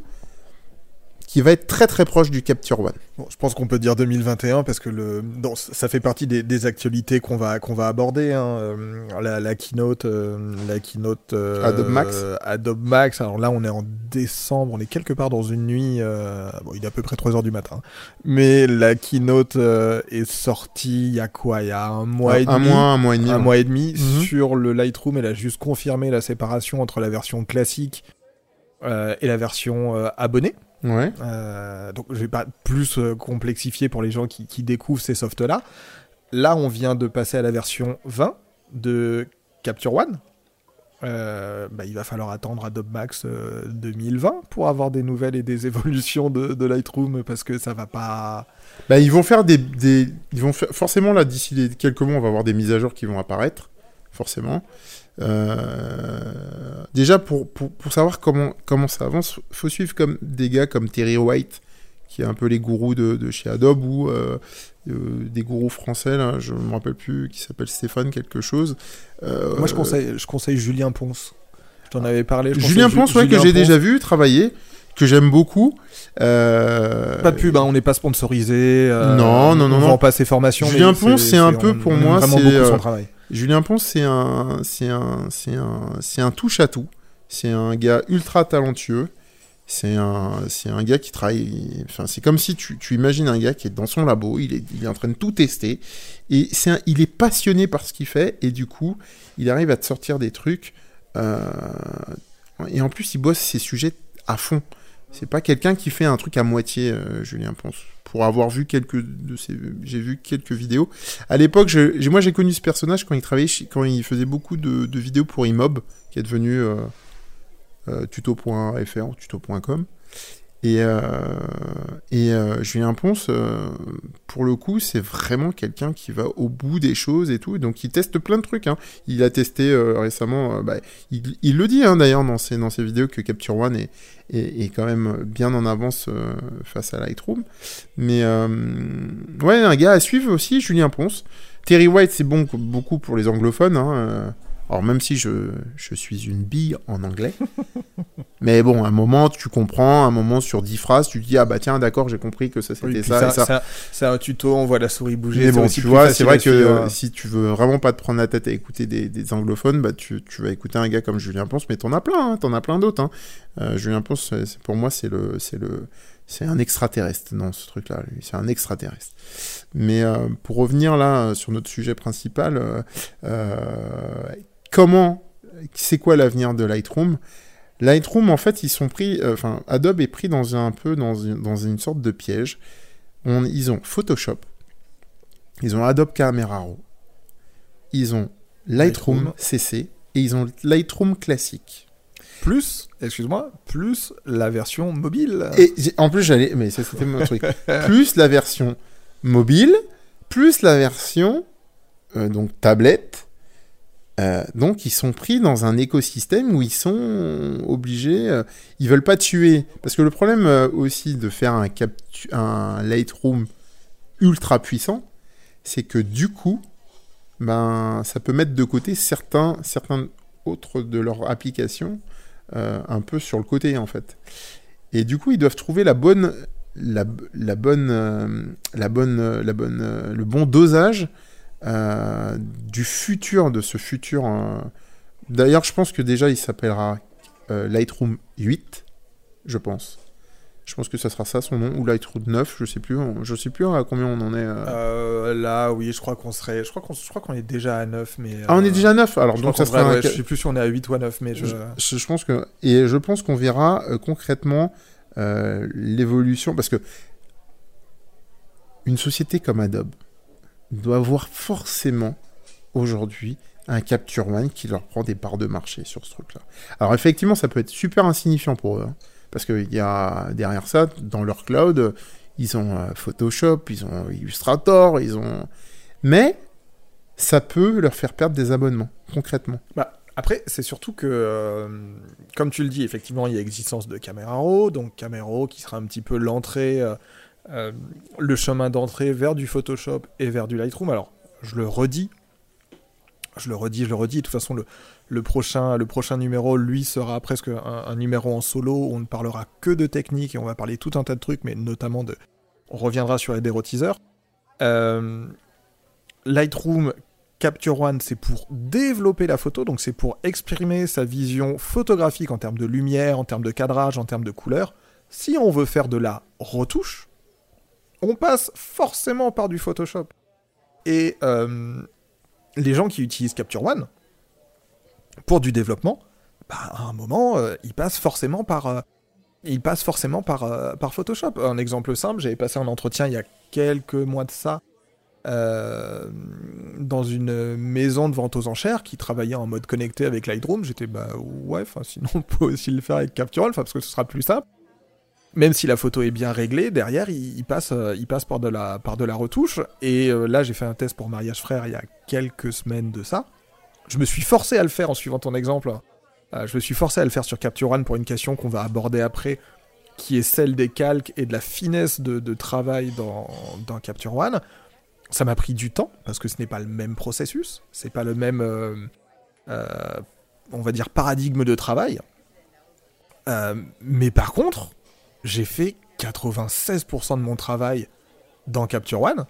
qui va être très très proche du Capture One. Bon, je pense qu'on peut dire deux mille vingt et un parce que le, non, ça fait partie des, des actualités qu'on va, qu'on va aborder. Hein. Euh, la, la keynote, euh, la keynote euh, Adobe Max. Euh, Adobe Max. Alors là, on est en décembre, on est quelque part dans une nuit. Euh, bon, il est à peu près trois heures du matin. Mais la keynote euh, est sortie il y a quoi? Il y a un mois un, et demi. Un mois, un mois et demi. Un ouais. mois et demi Mm-hmm. sur le Lightroom. Elle a juste confirmé la séparation entre la version classique euh, et la version euh, abonnée. Ouais. Euh, donc je vais pas plus euh, complexifier pour les gens qui, qui découvrent ces softs là. Là on vient de passer à la version vingt de Capture One. Euh, bah, il va falloir attendre Adobe Max euh, deux mille vingt pour avoir des nouvelles et des évolutions de, de Lightroom parce que ça va pas. Bah, ils vont faire des, des... ils vont faire... forcément là d'ici les quelques mois on va avoir des mises à jour qui vont apparaître forcément. Euh... Déjà, pour, pour, pour savoir comment, comment ça avance, il faut suivre comme des gars comme Terry White, qui est un peu les gourous de, de chez Adobe, ou euh, euh, des gourous français, là, je ne me rappelle plus, qui s'appelle Stéphane quelque chose. Euh, Moi, je conseille, je conseille Julien Ponce. Je t'en avais parlé. Je Julien Ponce, ouais, que j'ai Ponce. déjà vu travailler, que j'aime beaucoup. Euh... Pas de pub, hein, on n'est pas sponsorisé. Euh, non, non, non. On ne non. vend pas ses formations. Julien Ponce, c'est, c'est un peu, pour moi, c'est... beaucoup son travail. Julien Ponce, c'est un, c'est un, c'est un, c'est un touche-à-tout. C'est un gars ultra talentueux. C'est un, c'est un gars qui travaille. Enfin, c'est comme si tu, tu imagines un gars qui est dans son labo, il est, il est en train de tout tester, et c'est un, il est passionné par ce qu'il fait, et du coup, il arrive à te sortir des trucs. Euh, et en plus, il bosse ses sujets à fond. C'est pas quelqu'un qui fait un truc à moitié, euh, Julien Ponce. Pour avoir vu quelques de ses, j'ai vu quelques vidéos. À l'époque, je, j'ai, moi j'ai connu ce personnage quand il travaillait, chez, quand il faisait beaucoup de, de vidéos pour Imob, qui est devenu euh, euh, tuto point f r ou tuto point com. Et, euh, et euh, Julien Ponce, euh, pour le coup, c'est vraiment quelqu'un qui va au bout des choses et tout. Donc, il teste plein de trucs. Hein. Il a testé euh, récemment, euh, bah, il, il le dit hein, d'ailleurs dans ses, dans ses vidéos que Capture One est, est, est quand même bien en avance euh, face à Lightroom. Mais euh, ouais, un gars à suivre aussi, Julien Ponce. Terry White, c'est bon beaucoup pour les anglophones. Hein, euh, Alors, même si je, je suis une bille en anglais, mais bon, à un moment, tu comprends, à un moment, sur dix phrases, tu te dis, ah bah tiens, d'accord, j'ai compris que ça, c'était oui, ça, ça, et ça. ça. C'est un tuto, on voit la souris bouger. Mais bon, tu vois, c'est vrai que suivre. si tu veux vraiment pas te prendre la tête à écouter des, des anglophones, bah tu, tu vas écouter un gars comme Julien Ponce, mais t'en as plein, hein, t'en as plein d'autres. Hein. Euh, Julien Ponce, c'est, c'est, pour moi, c'est le... C'est le C'est un extraterrestre, non, ce truc-là, lui. C'est un extraterrestre. Mais euh, pour revenir là sur notre sujet principal, euh, euh, comment, c'est quoi l'avenir de Lightroom ? Lightroom, en fait, ils sont pris, enfin, euh, Adobe est pris dans un, un peu dans une, dans une sorte de piège. On, ils ont Photoshop, ils ont Adobe Camera Raw, ils ont Lightroom, Lightroom C C et ils ont Lightroom classique. Plus, excuse-moi, plus la version mobile. Et en plus, j'allais, mais ça c'était mon truc. Plus la version mobile, plus la version euh, donc tablette. Euh, donc ils sont pris dans un écosystème où ils sont obligés, euh, ils veulent pas tuer. Parce que le problème euh, aussi de faire un, captu- un Lightroom ultra puissant, c'est que du coup, ben, ça peut mettre de côté certains, certains autres de leurs applications euh, un peu sur le côté en fait. Et du coup, ils doivent trouver la bonne, la, la bonne, euh, la bonne, euh, la bonne, euh, le bon dosage euh, du futur, de ce futur. Euh... D'ailleurs, je pense que déjà, il s'appellera euh, Lightroom huit, je pense. Je pense que ça sera ça son nom, ou Lightroom neuf, je sais plus, je sais plus à combien on en est. Euh... Euh, là, oui, je crois qu'on serait, je crois qu'on, je crois qu'on est déjà à neuf, mais. Ah, on est euh, déjà à neuf, alors je donc ça crois sera. qu'on Un... devrait- ouais, je sais plus si on est à huit ou à neuf, mais je. Je, je pense que et je pense qu'on verra euh, concrètement euh, l'évolution, parce que une société comme Adobe doit avoir forcément aujourd'hui un Capture One qui leur prend des parts de marché sur ce truc-là. Alors effectivement, ça peut être super insignifiant pour eux. Hein. Parce qu'il y a derrière ça, dans leur cloud, ils ont euh, Photoshop, ils ont Illustrator, ils ont... Mais ça peut leur faire perdre des abonnements, concrètement. Bah, après, c'est surtout que, euh, comme tu le dis, effectivement, il y a existence de Camera Raw, donc Camera Raw qui sera un petit peu l'entrée, euh, euh, le chemin d'entrée vers du Photoshop et vers du Lightroom. Alors, je le redis, je le redis, je le redis, de toute façon, le... Le prochain, le prochain numéro, lui, sera presque un, un numéro en solo où on ne parlera que de technique et on va parler tout un tas de trucs, mais notamment de... On reviendra sur les déro teasers. Euh, Lightroom Capture One, c'est pour développer la photo, donc c'est pour exprimer sa vision photographique en termes de lumière, en termes de cadrage, en termes de couleur. Si on veut faire de la retouche, on passe forcément par du Photoshop. Et euh, les gens qui utilisent Capture One, pour du développement, bah, à un moment, euh, il passe forcément par, euh, il passe forcément par, euh, par Photoshop. Un exemple simple, j'avais passé un entretien il y a quelques mois de ça euh, dans une maison de vente aux enchères qui travaillait en mode connecté avec Lightroom. J'étais bah ouais, sinon on peut aussi le faire avec Capture One, parce que ce sera plus simple. Même si la photo est bien réglée, derrière il, il passe, euh, il passe par de la, par de la retouche. Et euh, là, j'ai fait un test pour Mariage Frère il y a quelques semaines de ça. Je me suis forcé à le faire en suivant ton exemple. Euh, je me suis forcé à le faire sur Capture One pour une question qu'on va aborder après, qui est celle des calques et de la finesse de, de travail dans, dans Capture One. Ça m'a pris du temps, parce que ce n'est pas le même processus, c'est pas le même, euh, euh, on va dire, paradigme de travail. Euh, mais par contre, j'ai fait quatre-vingt-seize pour cent de mon travail dans Capture One.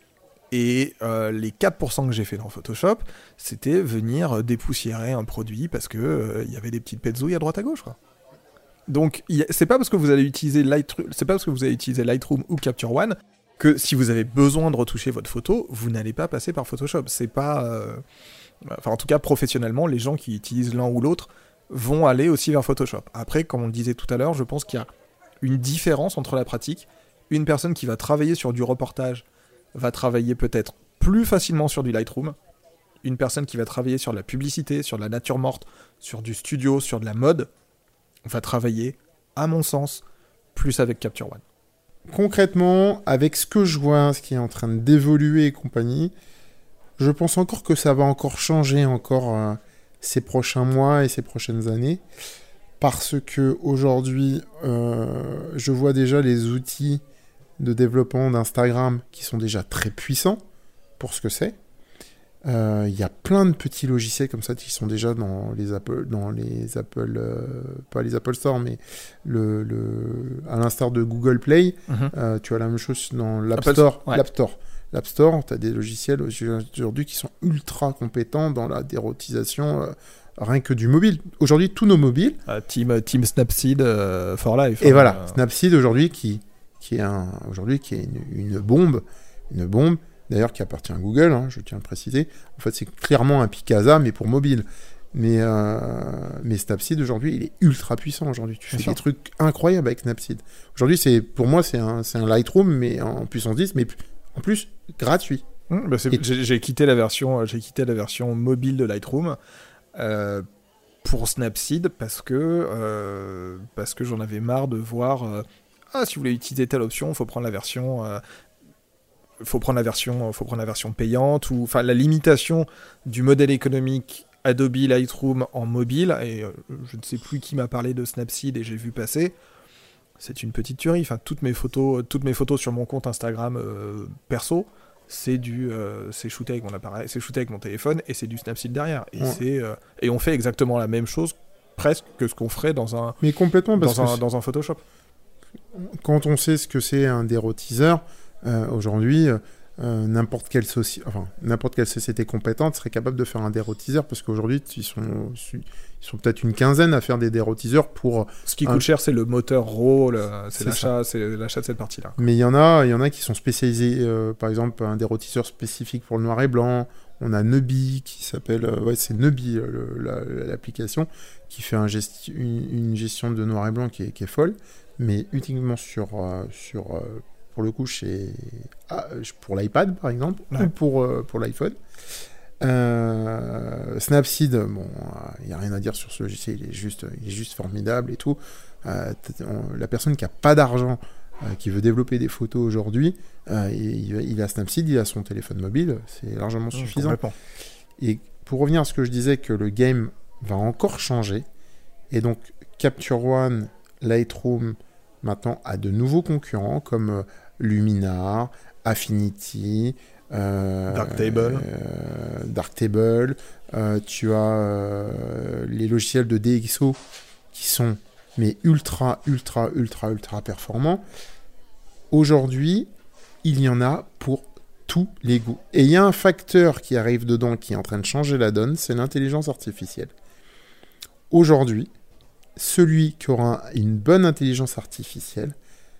Et euh, les quatre pour cent que j'ai fait dans Photoshop, c'était venir dépoussiérer un produit parce que euh, y avait des petites petzouilles à droite à gauche, quoi. Donc y a, c'est pas parce que vous allez utiliser Lightroom, c'est pas parce que vous allez utiliser Lightroom ou Capture One que si vous avez besoin de retoucher votre photo, vous n'allez pas passer par Photoshop. C'est pas, euh... enfin en tout cas professionnellement, les gens qui utilisent l'un ou l'autre vont aller aussi vers Photoshop. Après, comme on le disait tout à l'heure, je pense qu'il y a une différence entre la pratique. Une personne qui va travailler sur du reportage va travailler peut-être plus facilement sur du Lightroom. Une personne qui va travailler sur de la publicité, sur de la nature morte, sur du studio, sur de la mode, va travailler, à mon sens, plus avec Capture One. Concrètement, avec ce que je vois, ce qui est en train d'évoluer et compagnie, je pense encore que ça va encore changer encore euh, ces prochains mois et ces prochaines années. Parce que aujourd'hui, euh, je vois déjà les outils de développement d'Instagram qui sont déjà très puissants pour ce que c'est. Il euh, y a plein de petits logiciels comme ça qui sont déjà dans les Apple, dans les Apple, euh, pas les Apple Store, mais le, le, à l'instar de Google Play, mm-hmm. euh, tu as la même chose dans l'App Apple, Store. Ouais. L'App Store, l'App Store, tu as des logiciels aujourd'hui qui sont ultra compétents dans la dérotisation. Euh, Rien que du mobile. Aujourd'hui, tous nos mobiles. Uh, team, team Snapseed uh, for life. Et hein, voilà, euh... Snapseed aujourd'hui qui, qui est un, aujourd'hui qui est une, une bombe, une bombe. D'ailleurs, qui appartient à Google. Hein, je tiens à le préciser. En fait, c'est clairement un Picasa, mais pour mobile. Mais, euh, mais Snapseed aujourd'hui, il est ultra puissant aujourd'hui. Tu fais des trucs incroyables avec Snapseed. Aujourd'hui, c'est pour moi, c'est un, c'est un Lightroom, mais en puissance dix, mais en plus gratuit. Mmh, bah c'est, Et... j'ai, j'ai quitté la version, j'ai quitté la version mobile de Lightroom. Euh, pour Snapseed parce que euh, parce que j'en avais marre de voir euh, ah si vous voulez utiliser telle option il faut prendre la version euh, faut prendre la version, faut prendre la version payante, ou enfin la limitation du modèle économique Adobe Lightroom en mobile, et euh, je ne sais plus qui m'a parlé de Snapseed et j'ai vu passer, c'est une petite tuerie. Enfin, toutes mes photos, toutes mes photos sur mon compte Instagram euh, perso, c'est du, euh, c'est shooté avec mon appareil, c'est shooté avec mon téléphone et c'est du Snapseed derrière. Et Ouais. c'est, euh, et on fait exactement la même chose presque que ce qu'on ferait dans un, Mais complètement, parce dans que un, dans un Photoshop. quand on sait ce que c'est un dérotiseur, euh, aujourd'hui, euh, n'importe quelle, soci... enfin, n'importe quelle société compétente serait capable de faire un dérotiseur, parce qu'aujourd'hui, ils sont, ils sont peut-être une quinzaine à faire des dérotiseurs pour... Ce qui un... coûte cher, c'est le moteur RAW, le... c'est, c'est l'achat, c'est l'achat de cette partie-là. Mais il y en a, il y en a qui sont spécialisés, euh, par exemple, un dérotiseur spécifique pour le noir et blanc. On a Nubi qui s'appelle, euh, ouais, c'est Nubi euh, le, la, l'application qui fait un gesti... une, une gestion de noir et blanc qui est, qui est folle, mais uniquement sur, euh, sur euh, pour le coup, chez ah, pour l'iPad par exemple, ouais. ou pour euh, pour l'iPhone. Euh, Snapseed, bon, il euh, n'y a rien à dire sur ce logiciel, il est juste, il est juste formidable et tout. Euh, on, la personne qui a pas d'argent, euh, qui veut développer des photos aujourd'hui, euh, il, il a Snapseed, il a son téléphone mobile, c'est largement suffisant. Mmh, et pour revenir à ce que je disais, que le game va encore changer, et donc Capture One, Lightroom, maintenant a de nouveaux concurrents comme euh, Luminar, Affinity, euh, Darktable, euh, Darktable. Euh, tu as euh, les logiciels de D X O qui sont mais ultra, ultra, ultra, ultra performants. Aujourd'hui, il y en a pour tous les goûts. Et il y a un facteur qui arrive dedans qui est en train de changer la donne, c'est l'intelligence artificielle. Aujourd'hui, celui qui aura une bonne intelligence artificielle,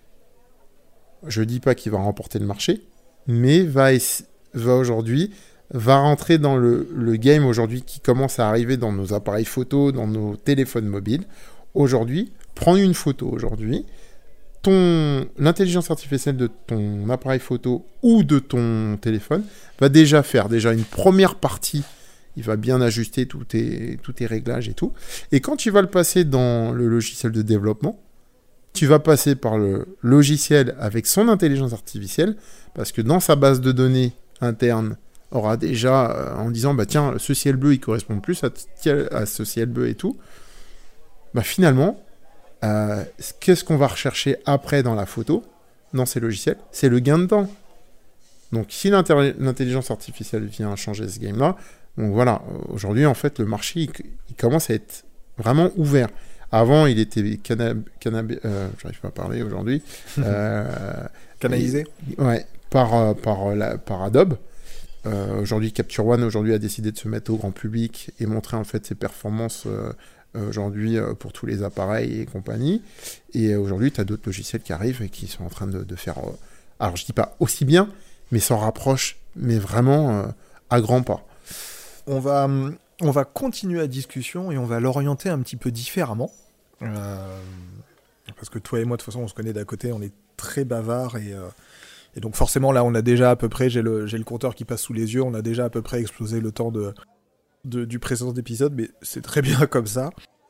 je ne dis pas qu'il va remporter le marché, mais va, va aujourd'hui, va rentrer dans le, le game aujourd'hui qui commence à arriver dans nos appareils photo, dans nos téléphones mobiles. Aujourd'hui, prendre une photo aujourd'hui, ton, l'intelligence artificielle de ton appareil photo ou de ton téléphone va déjà faire déjà une première partie. Il va bien ajuster tous tes, tous tes réglages et tout. Et quand tu vas le passer dans le logiciel de développement, tu vas passer par le logiciel avec son intelligence artificielle, parce que dans sa base de données interne, aura déjà, euh, en disant, bah tiens, ce ciel bleu, il correspond plus à, à ce ciel bleu et tout. Bah finalement, euh, qu'est-ce qu'on va rechercher après dans la photo, dans ces logiciels ? C'est le gain de temps. Donc si l'intelligence artificielle vient changer ce game-là, donc voilà, aujourd'hui, en fait, le marché, il, il commence à être vraiment ouvert. Avant, il était canab... canab... Euh, j'arrive pas à parler aujourd'hui. Euh, Canalisé et, Ouais, par, par, la, par Adobe. Euh, aujourd'hui, Capture One aujourd'hui, a décidé de se mettre au grand public et montrer en fait ses performances euh, aujourd'hui euh, pour tous les appareils et compagnie. Et euh, aujourd'hui, tu as d'autres logiciels qui arrivent et qui sont en train de, de faire... Euh, alors, je dis pas aussi bien, mais s'en rapprochent, mais vraiment euh, à grands pas. On va, on va continuer la discussion et on va l'orienter un petit peu différemment. Euh, parce que toi et moi, de toute façon, on se connaît d'à côté, on est très bavards. Et, euh, et donc forcément, là, on a déjà à peu près, j'ai le, j'ai le compteur qui passe sous les yeux, on a déjà à peu près explosé le temps de, de, du précédent épisode, mais c'est très bien comme ça.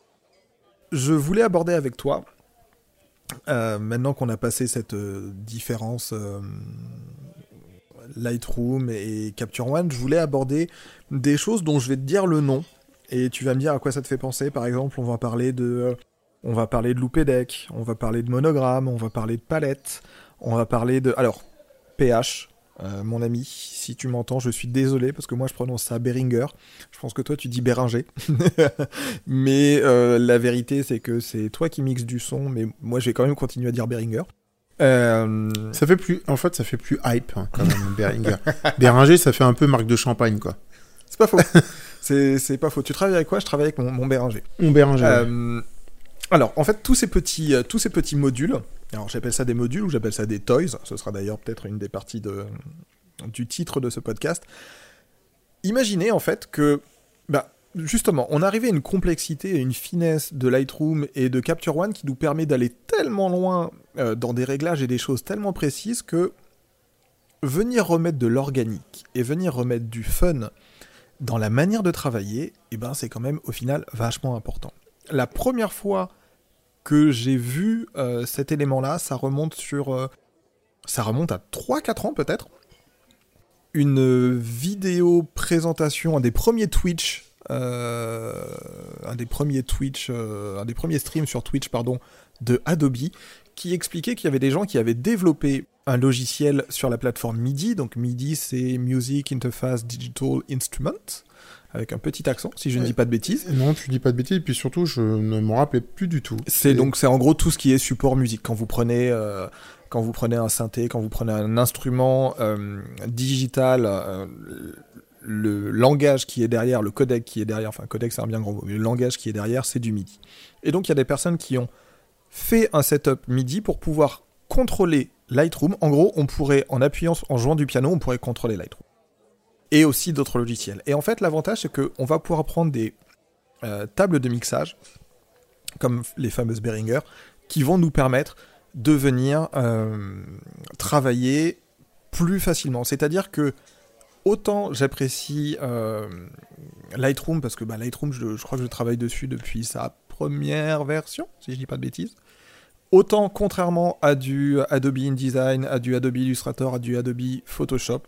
Je voulais aborder avec toi, euh, maintenant qu'on a passé cette euh, différence... Euh, Lightroom et Capture One, je voulais aborder des choses dont je vais te dire le nom et tu vas me dire à quoi ça te fait penser. Par exemple, on va parler de euh, on va parler de Loopédec, on va parler de monogramme, on va parler de palette, on va parler de alors P H, euh, mon ami, si tu m'entends, je suis désolé parce que moi je prononce ça Behringer. Je pense que toi tu dis Béringer. Mais euh, la vérité c'est que c'est toi qui mixes du son, mais moi je vais quand même continuer à dire Behringer. Euh... Ça fait plus, en fait, ça fait plus hype hein, quand même, Behringer. Béringer, ça fait un peu marque de champagne, quoi. C'est pas faux. c'est, c'est pas faux. Tu travailles avec quoi ? Je travaille avec mon, mon Behringer. Mon Behringer. Euh... Alors, en fait, tous ces petits, euh, tous ces petits modules. Alors, j'appelle ça des modules ou j'appelle ça des toys. Ce sera d'ailleurs peut-être une des parties de du titre de ce podcast. Imaginez en fait que, bah, justement, on arrivait à une complexité et une finesse de Lightroom et de Capture One qui nous permet d'aller tellement loin euh, dans des réglages et des choses tellement précises que venir remettre de l'organique et venir remettre du fun dans la manière de travailler, eh ben, c'est quand même au final vachement important. La première fois que j'ai vu euh, cet élément-là, ça remonte sur, euh, ça remonte à trois quatre ans peut-être. une vidéo présentation, un des premiers Twitch, euh, un des premiers Twitch, euh, un des premiers streams sur Twitch, pardon, de Adobe, qui expliquait qu'il y avait des gens qui avaient développé un logiciel sur la plateforme MIDI. Donc MIDI, c'est Music Interface Digital Instrument, avec un petit accent, si je ne dis pas de bêtises. Non, tu dis pas de bêtises, et puis surtout, je ne me rappelais plus du tout. C'est et... donc c'est en gros tout ce qui est support musique. Quand vous prenez, euh, quand vous prenez un synthé, quand vous prenez un instrument euh, digital, euh, le langage qui est derrière, le codec qui est derrière, enfin codec c'est un bien grand mot, mais le langage qui est derrière, c'est du MIDI. Et donc il y a des personnes qui ont fait un setup MIDI pour pouvoir contrôler Lightroom. En gros, on pourrait, en appuyant, en jouant du piano, on pourrait contrôler Lightroom. Et aussi d'autres logiciels. Et en fait, l'avantage, c'est qu'on va pouvoir prendre des euh, tables de mixage, comme les fameuses Behringer, qui vont nous permettre de venir euh, travailler plus facilement. C'est-à-dire que, autant j'apprécie euh, Lightroom, parce que bah, Lightroom, je, je crois que je travaille dessus depuis sa première version, si je dis pas de bêtises. Autant, contrairement à du Adobe InDesign, à du Adobe Illustrator, à du Adobe Photoshop,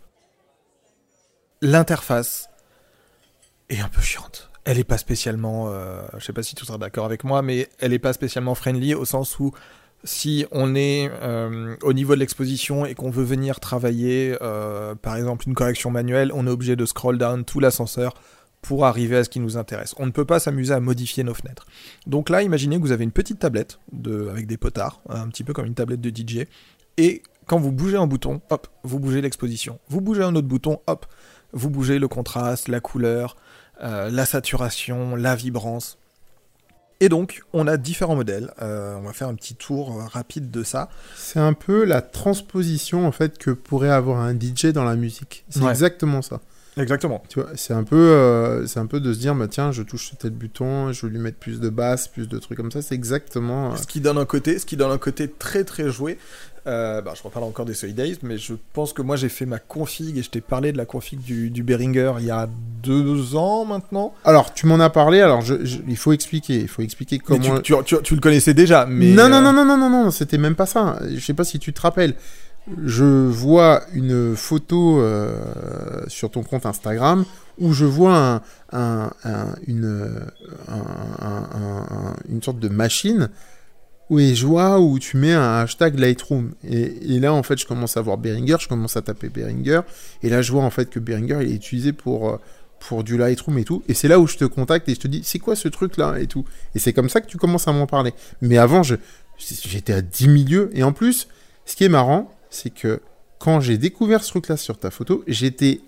l'interface est un peu chiante. Elle n'est pas spécialement, euh, je sais pas si tu seras d'accord avec moi, mais elle n'est pas spécialement friendly au sens où si on est euh, au niveau de l'exposition et qu'on veut venir travailler, euh, par exemple, une correction manuelle, on est obligé de scroll down tout l'ascenseur pour arriver à ce qui nous intéresse. On ne peut pas s'amuser à modifier nos fenêtres. Donc là, imaginez que vous avez une petite tablette de, avec des potards, un petit peu comme une tablette de D J, et quand vous bougez un bouton, hop, vous bougez l'exposition. Vous bougez un autre bouton, hop, vous bougez le contraste, la couleur, euh, la saturation, la vibrance. Et donc, on a différents modèles. Euh, on va faire un petit tour euh, rapide de ça. C'est un peu la transposition, en fait, que pourrait avoir un D J dans la musique. C'est ouais. exactement ça. Exactement. Tu vois, c'est un peu, euh, c'est un peu de se dire, bah tiens, je touche tel bouton, je vais lui mettre plus de basse, plus de trucs comme ça. C'est exactement. Euh... Ce qui donne un côté, ce qui donne un côté très très joué. Euh, bah, je reparle encore des Solid Days, mais je pense que moi j'ai fait ma config et je t'ai parlé de la config du, du Behringer il y a deux ans maintenant. Alors tu m'en as parlé. Alors je, je, il faut expliquer, il faut expliquer comment. Tu, tu, tu, tu le connaissais déjà, mais. Non non non non non non non, c'était même pas ça. Je sais pas si tu te rappelles. Je vois une photo euh, sur ton compte Instagram où je vois un, un, un, une, un, un, un, une sorte de machine où je vois où tu mets un hashtag Lightroom. Et, et là, en fait, je commence à voir Behringer, je commence à taper Behringer. Et là, je vois en fait que Behringer il est utilisé pour, pour du Lightroom et tout. Et c'est là où je te contacte et je te dis, c'est quoi ce truc-là et tout. Et c'est comme ça que tu commences à m'en parler. Mais avant, je, j'étais à dix milieux. Et en plus, ce qui est marrant, c'est que quand j'ai découvert ce truc-là sur ta photo, j'étais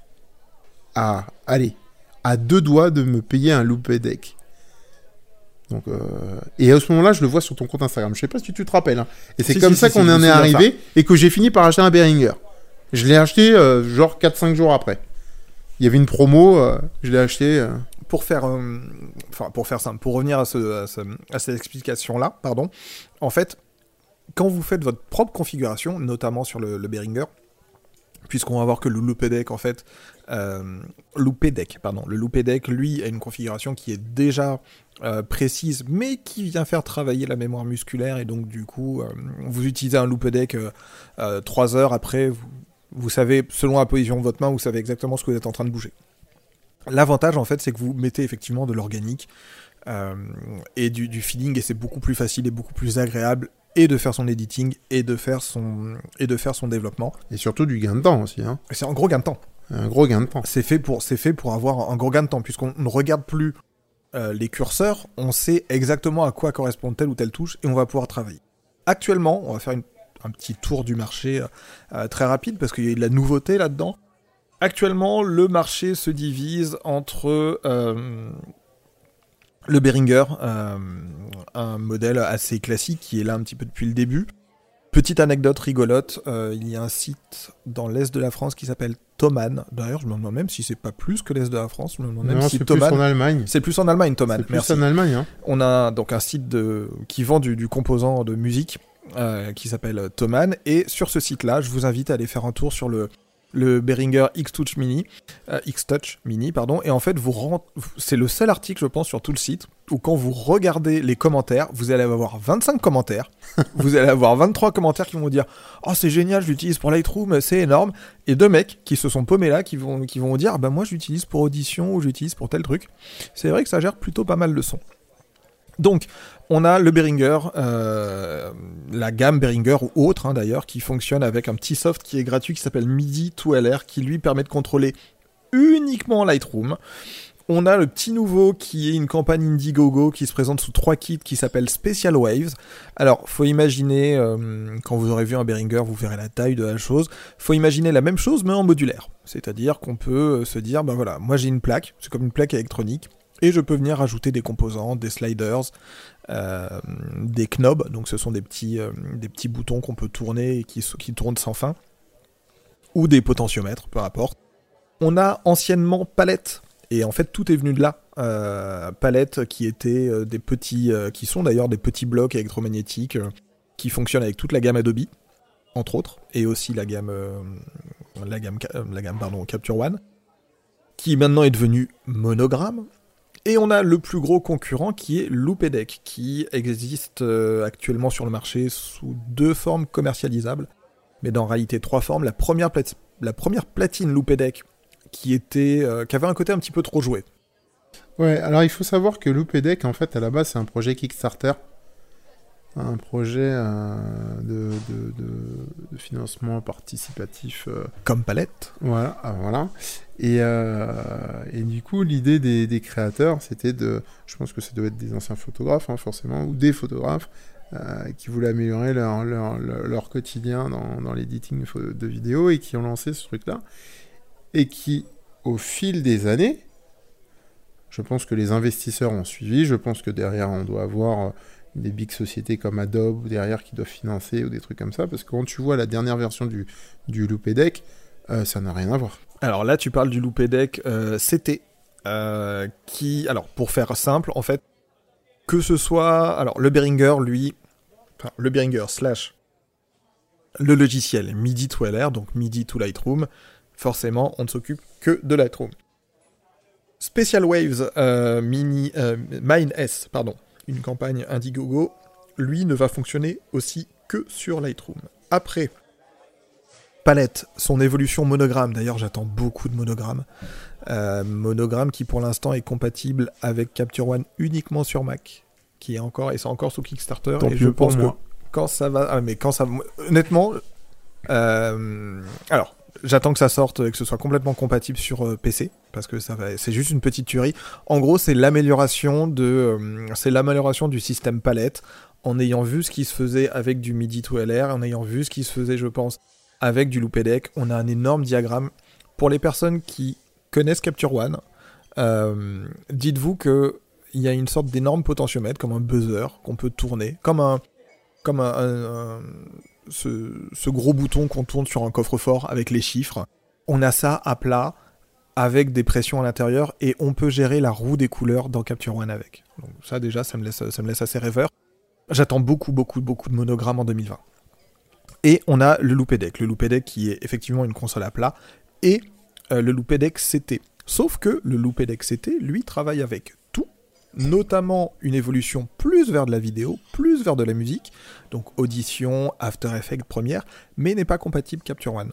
à, allez, à deux doigts de me payer un loopé deck. Donc, euh... et à ce moment-là, je le vois sur ton compte Instagram. Je sais pas si tu te rappelles. Hein. Et c'est si, comme si, ça si, qu'on si, en est arrivé ça. Et que j'ai fini par acheter un Behringer. Je l'ai acheté euh, genre quatre cinq jours après. Il y avait une promo, euh, je l'ai acheté. Euh... Pour faire, euh... enfin, pour faire simple, pour revenir à, ce, à, ce, à cette explication-là, pardon. En fait, quand vous faites votre propre configuration, notamment sur le, le Behringer, puisqu'on va voir que le loopé deck, en fait, euh, loopé deck, pardon, le loopé deck, lui, a une configuration qui est déjà euh, précise, mais qui vient faire travailler la mémoire musculaire, et donc du coup, euh, vous utilisez un loopé deck euh, euh, trois heures après, vous, vous savez, selon la position de votre main, vous savez exactement ce que vous êtes en train de bouger. L'avantage, en fait, c'est que vous mettez effectivement de l'organique euh, et du, du feeling, et c'est beaucoup plus facile et beaucoup plus agréable, et de faire son editing, et de faire son, et de faire son développement. Et surtout du gain de temps aussi. Hein. C'est un gros gain de temps. Un gros gain de temps. C'est fait pour, c'est fait pour avoir un gros gain de temps, puisqu'on ne regarde plus euh, les curseurs, on sait exactement à quoi correspond telle ou telle touche, et on va pouvoir travailler. Actuellement, on va faire une, un petit tour du marché euh, très rapide, parce qu'il y a eu de la nouveauté là-dedans. Actuellement, le marché se divise entre... Euh, le Behringer, euh, un modèle assez classique qui est là un petit peu depuis le début. Petite anecdote rigolote, euh, il y a un site dans l'est de la France qui s'appelle Thomann. D'ailleurs, je me demande même si c'est pas plus que l'est de la France. Je me demande même non, si c'est Thomann... plus en Allemagne. C'est plus en Allemagne, Thomann. C'est plus Merci. en Allemagne. Hein. On a donc un site de... qui vend du, du composant de musique euh, qui s'appelle Thomann. Et sur ce site-là, je vous invite à aller faire un tour sur le... le Behringer X-Touch Mini, euh, X-Touch Mini, pardon, et en fait, vous rend... c'est le seul article, je pense, sur tout le site où quand vous regardez les commentaires, vous allez avoir vingt-cinq commentaires, vous allez avoir vingt-trois commentaires qui vont vous dire « Oh, c'est génial, je l'utilise pour Lightroom, c'est énorme », et deux mecs qui se sont paumés là, qui vont, qui vont vous dire « Bah moi, je l'utilise pour Audition ou je l'utilise pour tel truc ». C'est vrai que ça gère plutôt pas mal le son. Donc, on a le Behringer, euh, la gamme Behringer ou autre hein, d'ailleurs, qui fonctionne avec un petit soft qui est gratuit qui s'appelle MIDI to L R, qui lui permet de contrôler uniquement Lightroom. On a le petit nouveau qui est une campagne Indiegogo qui se présente sous trois kits qui s'appelle Special Waves. Alors, faut imaginer, euh, quand vous aurez vu un Behringer, vous verrez la taille de la chose. Faut imaginer la même chose mais en modulaire. C'est-à-dire qu'on peut se dire, ben voilà, moi j'ai une plaque, c'est comme une plaque électronique, et je peux venir rajouter des composants, des sliders, euh, des knobs, donc ce sont des petits, euh, des petits boutons qu'on peut tourner et qui, qui tournent sans fin, ou des potentiomètres, peu importe. On a anciennement Palette. Et en fait, tout est venu de là. Euh, Palette, qui étaient euh, des petits, euh, qui sont d'ailleurs des petits blocs électromagnétiques euh, qui fonctionnent avec toute la gamme Adobe, entre autres, et aussi la gamme, euh, la gamme, euh, la gamme, pardon, Capture One, qui maintenant est devenue Monogram. Et on a le plus gros concurrent qui est Loupedeck, qui existe euh, actuellement sur le marché sous deux formes commercialisables, mais dans réalité trois formes. La première, plat- la première platine Loupedeck, qui était, euh, qui avait un côté un petit peu trop joué. Ouais, alors il faut savoir que Loupedeck, en fait, à la base, c'est un projet Kickstarter, un projet euh, de, de, de, de financement participatif. Euh, Comme Palette. Voilà, ah, voilà. Et, euh, et du coup, l'idée des, des créateurs, c'était de, je pense que ça doit être des anciens photographes, hein, forcément, ou des photographes, euh, qui voulaient améliorer leur, leur, leur, leur quotidien dans, dans l'editing de vidéos et qui ont lancé ce truc-là. Et qui, au fil des années, je pense que les investisseurs ont suivi, je pense que derrière, on doit avoir des big sociétés comme Adobe derrière qui doivent financer ou des trucs comme ça, parce que quand tu vois la dernière version du, du Loupedeck, euh, ça n'a rien à voir. Alors là, tu parles du Loupedeck euh, C T, euh, qui, alors pour faire simple, en fait, que ce soit, alors le Behringer, lui, enfin le Behringer slash le logiciel MIDI to L R, donc MIDI to Lightroom, forcément, on ne s'occupe que de Lightroom. Special Waves euh, Mini euh, Mine S, pardon, une campagne Indiegogo, lui ne va fonctionner aussi que sur Lightroom. Après, Palette, son évolution Monogram, d'ailleurs j'attends beaucoup de Monogram, euh, Monogram qui pour l'instant est compatible avec Capture One uniquement sur Mac, qui est encore, et c'est encore sous Kickstarter, Tant et mieux je pour pense moi. que quand ça va, ah, mais quand ça, honnêtement, euh, alors, j'attends que ça sorte et que ce soit complètement compatible sur euh, P C, parce que ça va, c'est juste une petite tuerie. En gros, c'est l'amélioration de, euh, c'est l'amélioration du système palette, en ayant vu ce qui se faisait avec du MIDI to L R, en ayant vu ce qui se faisait, je pense, avec du Loupedeck. On a un énorme diagramme. Pour les personnes qui connaissent Capture One, euh, dites-vous que il y a une sorte d'énorme potentiomètre, comme un buzzer, qu'on peut tourner, comme un, comme un, un, un Ce, ce gros bouton qu'on tourne sur un coffre-fort avec les chiffres. On a ça à plat, avec des pressions à l'intérieur, et on peut gérer la roue des couleurs dans Capture One avec. Donc ça déjà, ça me laisse, ça me laisse assez rêveur. J'attends beaucoup, beaucoup, beaucoup de monogrammes en deux mille vingt. Et on a le Loupedeck. Le Loupedeck qui est effectivement une console à plat, et euh, le Loupedeck C T. Sauf que le Loupedeck C T, lui, travaille avec tout, notamment une évolution plus vers de la vidéo, plus vers de la musique, donc Audition, After Effects, Premiere, mais n'est pas compatible Capture One.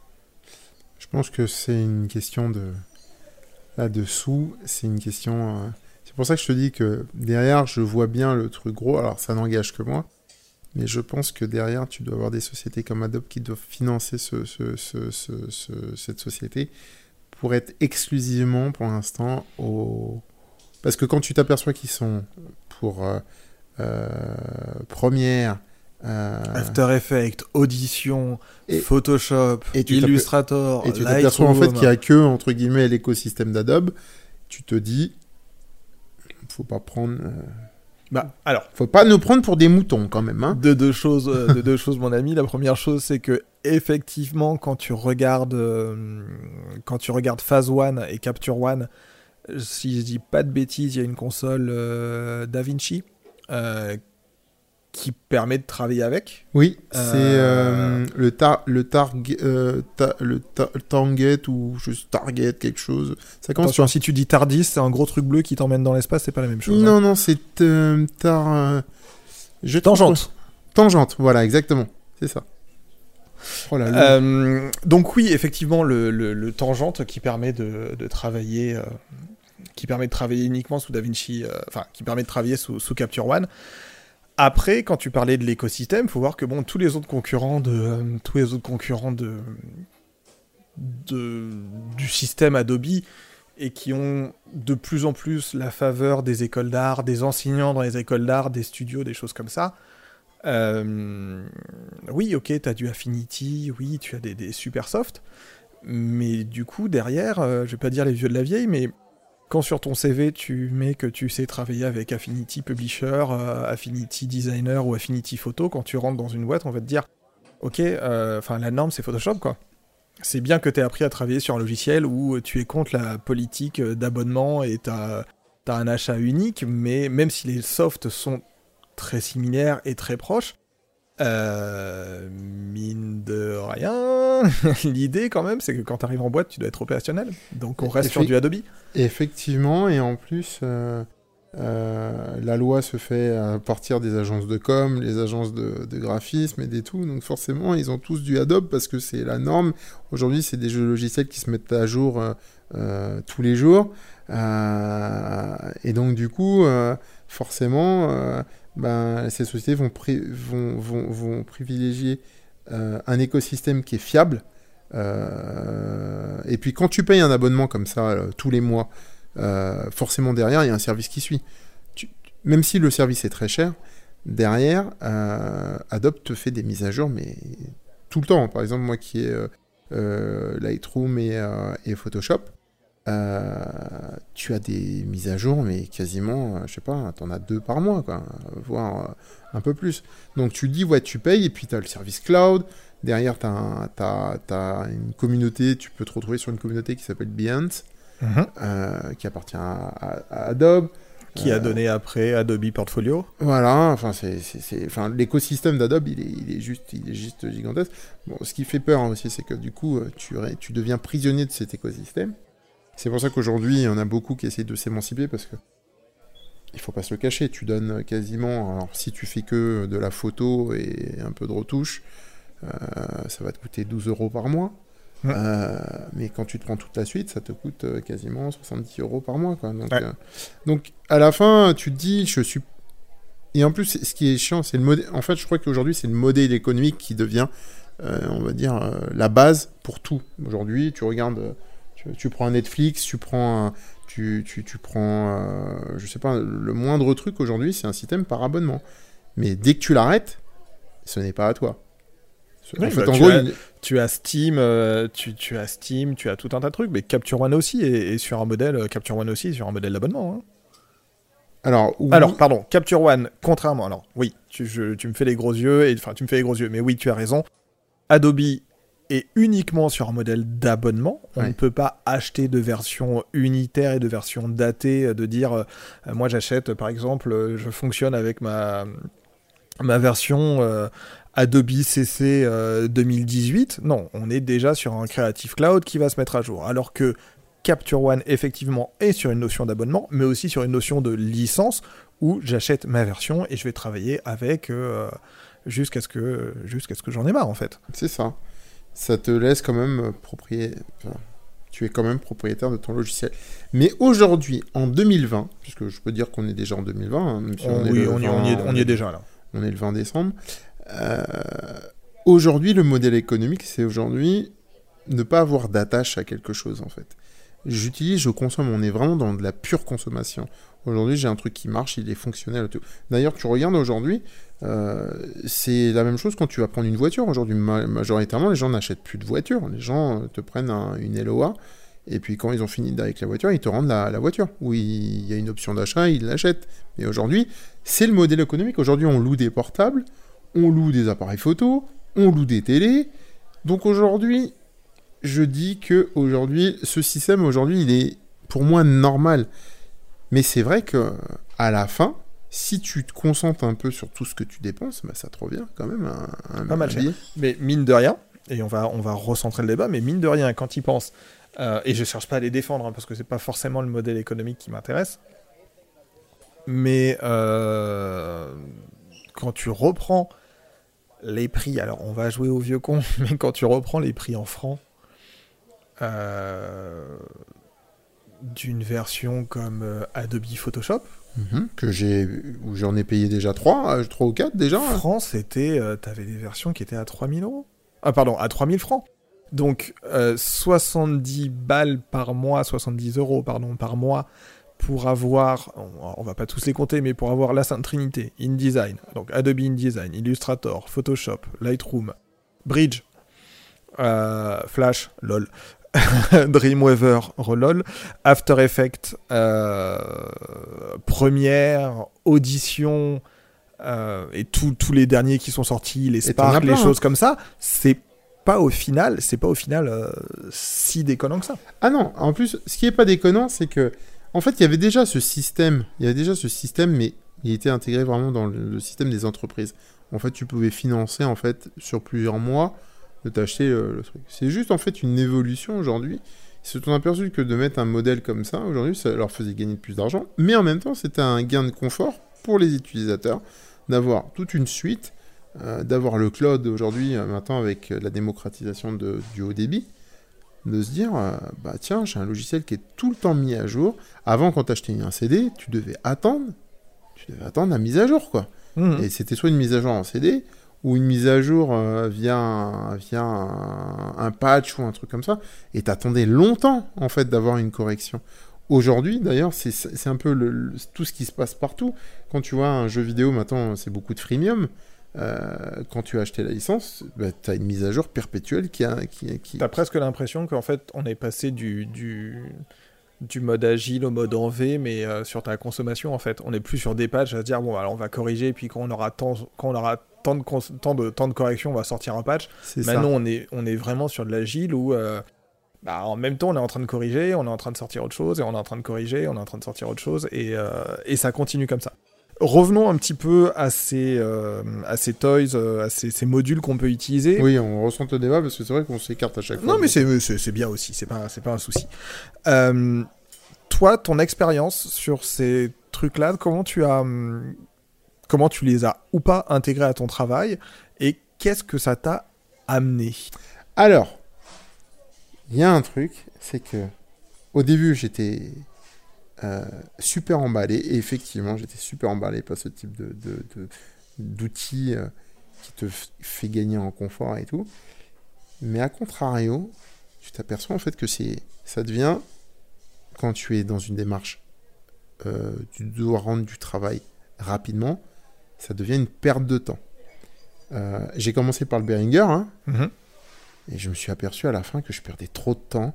Je pense que c'est une question de... Là-dessous, c'est une question... Euh... C'est pour ça que je te dis que derrière, je vois bien le truc gros, alors ça n'engage que moi, mais je pense que derrière, tu dois avoir des sociétés comme Adobe qui doivent financer ce, ce, ce, ce, ce, cette société pour être exclusivement, pour l'instant, au... Parce que quand tu t'aperçois qu'ils sont pour euh, euh, Premiere, euh, After Effects, Audition, et, Photoshop, et Illustrator, et tu t'aperçois en fait qu'il n'y a que, entre guillemets, l'écosystème d'Adobe, tu te dis, faut pas prendre... Euh... Bah, alors, faut pas nous prendre pour des moutons quand même. Hein. De deux choses, euh, de deux choses, mon ami. La première chose, c'est que effectivement, quand tu regardes, euh, quand tu regardes Phase One et Capture One, si je dis pas de bêtises, il y a une console euh, DaVinci euh, qui permet de travailler avec. Oui, c'est Euh, euh, le, tar le, targ euh, ta le ta Target ou juste Target, quelque chose. Ça commence Attention, sur... si tu dis TARDIS, c'est un gros truc bleu qui t'emmène dans l'espace, c'est pas la même chose. hein. Non, non, c'est euh, tar... euh, je trouve- Tangente. Tangente, voilà, exactement. C'est ça. Oh là là. Euh, donc oui, effectivement, le, le, le tangente qui permet de, de travailler, euh, qui permet de travailler uniquement sous DaVinci, euh, enfin, qui permet de travailler sous, sous Capture One. Après, quand tu parlais de l'écosystème, faut voir que bon, tous les autres concurrents de, euh, tous les autres concurrents de, de du système Adobe et qui ont de plus en plus la faveur des écoles d'art, des enseignants dans les écoles d'art, des studios, des choses comme ça. Euh, oui, ok, tu as du Affinity, oui, tu as des, des super softs, mais du coup, derrière, euh, je vais pas dire les vieux de la vieille, mais quand sur ton C V, tu mets que tu sais travailler avec Affinity Publisher, euh, Affinity Designer ou Affinity Photo, quand tu rentres dans une boîte, on va te dire, ok, enfin euh, la norme, c'est Photoshop, quoi. C'est bien que tu aies appris à travailler sur un logiciel où tu es contre la politique d'abonnement et tu as un achat unique, mais même si les softs sont très similaires et très proches, euh, mine de rien, l'idée quand même, c'est que quand tu arrives en boîte, tu dois être opérationnel. Donc on reste Effe- sur du Adobe. Effectivement, et en plus, euh, euh, la loi se fait à partir des agences de com, les agences de, de graphisme et des tout. Donc forcément, ils ont tous du Adobe parce que c'est la norme. Aujourd'hui, c'est des jeux logiciels qui se mettent à jour euh, euh, tous les jours. Euh, et donc du coup, euh, forcément, euh, ben, ces sociétés vont, pri vont, vont, vont privilégier euh, un écosystème qui est fiable. Euh, et puis quand tu payes un abonnement comme ça euh, tous les mois, euh, forcément derrière il y a un service qui suit. Tu, même si le service est très cher, derrière euh, Adobe te fait des mises à jour, mais tout le temps. Par exemple, moi qui ai euh, euh, Lightroom et, euh, et Photoshop, euh, tu as des mises à jour, mais quasiment, euh, je sais pas, t'en as deux par mois, quoi, voire euh, un peu plus. Donc tu dis, ouais, tu payes, et puis tu as le service cloud. Derrière, tu as une communauté, tu peux te retrouver sur une communauté qui s'appelle Behance, Mm-hmm. euh, qui appartient à, à, à Adobe. Qui euh, a donné après Adobe Portfolio. Voilà, enfin, c'est, c'est, c'est, enfin, l'écosystème d'Adobe, il est, il, est juste, il est juste gigantesque. Bon, ce qui fait peur hein, aussi, c'est que du coup, tu, tu deviens prisonnier de cet écosystème. C'est pour ça qu'aujourd'hui, il y en a beaucoup qui essayent de s'émanciper, parce que il faut pas se le cacher, tu donnes quasiment, alors si tu fais que de la photo et un peu de retouche, euh, ça va te coûter douze euros par mois. Mmh. Euh, mais quand tu te prends toute la suite, ça te coûte euh, quasiment soixante-dix euros par mois, quoi. Donc, ouais. euh, donc, à la fin, tu te dis, je suis... Et en plus, ce qui est chiant, c'est le modèle... En fait, je crois qu'aujourd'hui, c'est le modèle économique qui devient, euh, on va dire, euh, la base pour tout. Aujourd'hui, tu regardes... Tu, tu prends un Netflix, tu prends... Un... Tu, tu, tu prends... Euh, je sais pas, le moindre truc aujourd'hui, c'est un système par abonnement. Mais dès que tu l'arrêtes, ce n'est pas à toi. Oui, en fait, bah, en tu, gros, as, il... tu as Steam, euh, tu, tu as Steam, tu as tout un tas de trucs, mais Capture One aussi est, est sur un modèle, euh, Capture One aussi est sur un modèle d'abonnement. Hein. Alors, oui. alors, pardon, Capture One, contrairement, alors oui, tu, je, tu me fais les gros yeux, et enfin tu me fais les gros yeux, mais oui, tu as raison. Adobe est uniquement sur un modèle d'abonnement. On ouais. ne peut pas acheter de version unitaire et de version datée, de dire, euh, moi j'achète, par exemple, euh, je fonctionne avec ma ma version euh, Adobe C C euh, deux mille dix-huit, non, on est déjà sur un Creative Cloud qui va se mettre à jour. Alors que Capture One, effectivement, est sur une notion d'abonnement, mais aussi sur une notion de licence, où j'achète ma version et je vais travailler avec euh, jusqu'à ce que, jusqu'à ce que j'en ai marre, en fait. C'est ça. Ça te laisse quand même propriétaire... Enfin, tu es quand même propriétaire de ton logiciel. Mais aujourd'hui, en deux mille vingt, puisque je peux dire qu'on est déjà en deux mille vingt, hein, même si on, on, est oui, le on, y, vingt, on, y est, on y est déjà, là. On est le vingt décembre. Euh, aujourd'hui, le modèle économique, c'est aujourd'hui ne pas avoir d'attache à quelque chose, en fait. J'utilise, je consomme, on est vraiment dans de la pure consommation. Aujourd'hui, j'ai un truc qui marche, il est fonctionnel. Tout. D'ailleurs, tu regardes aujourd'hui, euh, c'est la même chose quand tu vas prendre une voiture. Aujourd'hui, ma majoritairement, les gens n'achètent plus de voiture. Les gens te prennent un, une L O A, et puis quand ils ont fini avec la voiture, ils te rendent la, la voiture. Où il y a une option d'achat, ils l'achètent. Mais aujourd'hui, c'est le modèle économique. Aujourd'hui, on loue des portables, on loue des appareils photo, on loue des télés. Donc aujourd'hui, je dis que aujourd'hui, ce système, aujourd'hui, il est pour moi normal. Mais c'est vrai que à la fin, si tu te concentres un peu sur tout ce que tu dépenses, bah, ça te revient quand même un, un, Pas mal un cher. billet. Mais mine de rien, et on va, on va recentrer le débat, mais mine de rien, quand ils pensent, euh, et je cherche pas à les défendre, hein, parce que c'est pas forcément le modèle économique qui m'intéresse, mais euh, quand tu reprends les prix, alors on va jouer au vieux con, mais quand tu reprends les prix en francs, euh, d'une version comme euh, Adobe Photoshop, Mm-hmm. Que j'ai, où j'en ai payé déjà trois, trois ou quatre déjà. en France, c'était, euh, t'avais des versions qui étaient à trois mille euros. Ah pardon, à trois mille francs. Donc euh, soixante-dix balles par mois, soixante-dix euros pardon, par mois pour avoir, on, on va pas tous les compter, mais pour avoir la Sainte Trinité, InDesign, donc Adobe InDesign, Illustrator, Photoshop, Lightroom, Bridge, euh, Flash, lol, Dreamweaver, relol, After Effects, euh, Premiere, Audition, euh, et tous les derniers qui sont sortis, les Spark, les choses hein. comme ça, c'est pas au final, c'est pas au final euh, si déconnant que ça. Ah non, en plus, ce qui est pas déconnant, c'est que en fait, il y avait déjà ce système, il y avait déjà ce système, mais il était intégré vraiment dans le, le système des entreprises. En fait, tu pouvais financer en fait sur plusieurs mois de t'acheter le, le truc. C'est juste en fait une évolution aujourd'hui. Ils se sont aperçus que de mettre un modèle comme ça aujourd'hui, ça leur faisait gagner plus d'argent, mais en même temps, c'était un gain de confort pour les utilisateurs d'avoir toute une suite, euh, d'avoir le cloud aujourd'hui euh, maintenant avec la démocratisation de, du haut débit. De se dire, euh, bah tiens, j'ai un logiciel qui est tout le temps mis à jour. Avant, quand tu achetais un C D, tu devais attendre, tu devais attendre la mise à jour, quoi. Mmh. Et c'était soit une mise à jour en C D, ou une mise à jour euh, via, un, via un, un patch ou un truc comme ça. Et t'attendais longtemps, en fait, d'avoir une correction. Aujourd'hui, d'ailleurs, c'est, c'est un peu le, le, tout ce qui se passe partout. Quand tu vois un jeu vidéo, maintenant, c'est beaucoup de freemium. Euh, quand tu as acheté la licence, bah, tu as une mise à jour perpétuelle qui a... Qui, qui... Tu as presque l'impression qu'en fait, on est passé du, du, du mode agile au mode en V, mais euh, sur ta consommation, en fait. On n'est plus sur des patchs à se dire, bon, alors on va corriger, puis quand on aura tant, quand on aura tant, de, cons- tant, de, tant de corrections, on va sortir un patch. C'est Maintenant, ça. on est, on est vraiment sur de l'agile où... Euh, bah, en même temps, on est en train de corriger, on est en train de sortir autre chose, et on est en train de corriger, on est en train de sortir autre chose, et, euh, et ça continue comme ça. Revenons un petit peu à ces, euh, à ces toys, euh, à ces, ces modules qu'on peut utiliser. Oui, on ressent le débat parce que c'est vrai qu'on s'écarte à chaque fois. Non, mais c'est, c'est, c'est bien aussi, c'est pas, c'est pas un souci. Euh, toi, ton expérience sur ces trucs-là, comment tu as, comment tu les as ou pas intégrés à ton travail et qu'est-ce que ça t'a amené ? Alors, il y a un truc, c'est que au début, j'étais Euh, super emballé, et effectivement j'étais super emballé par ce type de, de, de, d'outils euh, qui te f- fait gagner en confort et tout, mais à contrario tu t'aperçois en fait que c'est, ça devient, quand tu es dans une démarche euh, tu dois rendre du travail rapidement, ça devient une perte de temps. Euh, j'ai commencé par le Behringer hein, mm-hmm. et je me suis aperçu à la fin que je perdais trop de temps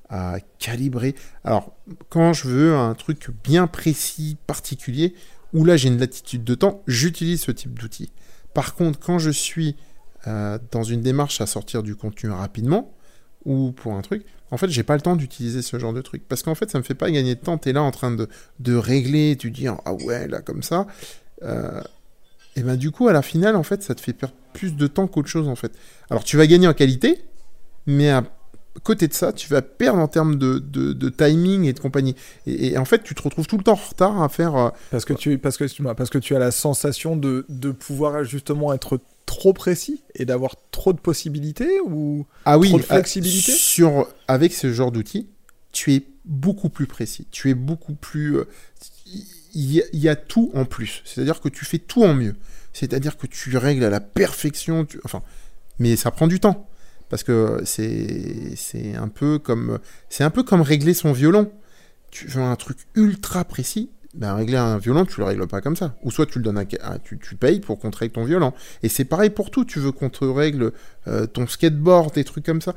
à calibrer. Alors, quand je veux un truc bien précis, particulier, où là j'ai une latitude de temps, j'utilise ce type d'outil. Par contre, quand je suis euh, dans une démarche à sortir du contenu rapidement, ou pour un truc, en fait, j'ai pas le temps d'utiliser ce genre de truc. Parce qu'en fait, ça me fait pas gagner de temps. T'es là en train de, de régler, tu dis, ah ouais, là, comme ça. Euh, et ben du coup, à la finale, en fait, ça te fait perdre plus de temps qu'autre chose, en fait. Alors, tu vas gagner en qualité, mais à côté de ça, tu vas perdre en termes de, de, de timing et de compagnie. Et, et en fait, tu te retrouves tout le temps en retard à faire... Euh... Parce que tu, parce que, excuse-moi, parce que tu as la sensation de, de pouvoir justement être trop précis et d'avoir trop de possibilités ou ah oui, trop de flexibilité euh, sur, avec ce genre d'outils, tu es beaucoup plus précis. Tu es beaucoup plus... Il euh, y, y a tout en plus. C'est-à-dire que tu fais tout en mieux. C'est-à-dire que tu règles à la perfection. Tu... Enfin, mais ça prend du temps. Parce que c'est, c'est, un peu comme, c'est un peu comme régler son violon. Tu veux un truc ultra précis, ben régler un violon, tu le règles pas comme ça. Ou soit tu le donnes à, à tu, tu payes pour qu'on te règle ton violon. Et c'est pareil pour tout. Tu veux qu'on te règle euh, ton skateboard, des trucs comme ça.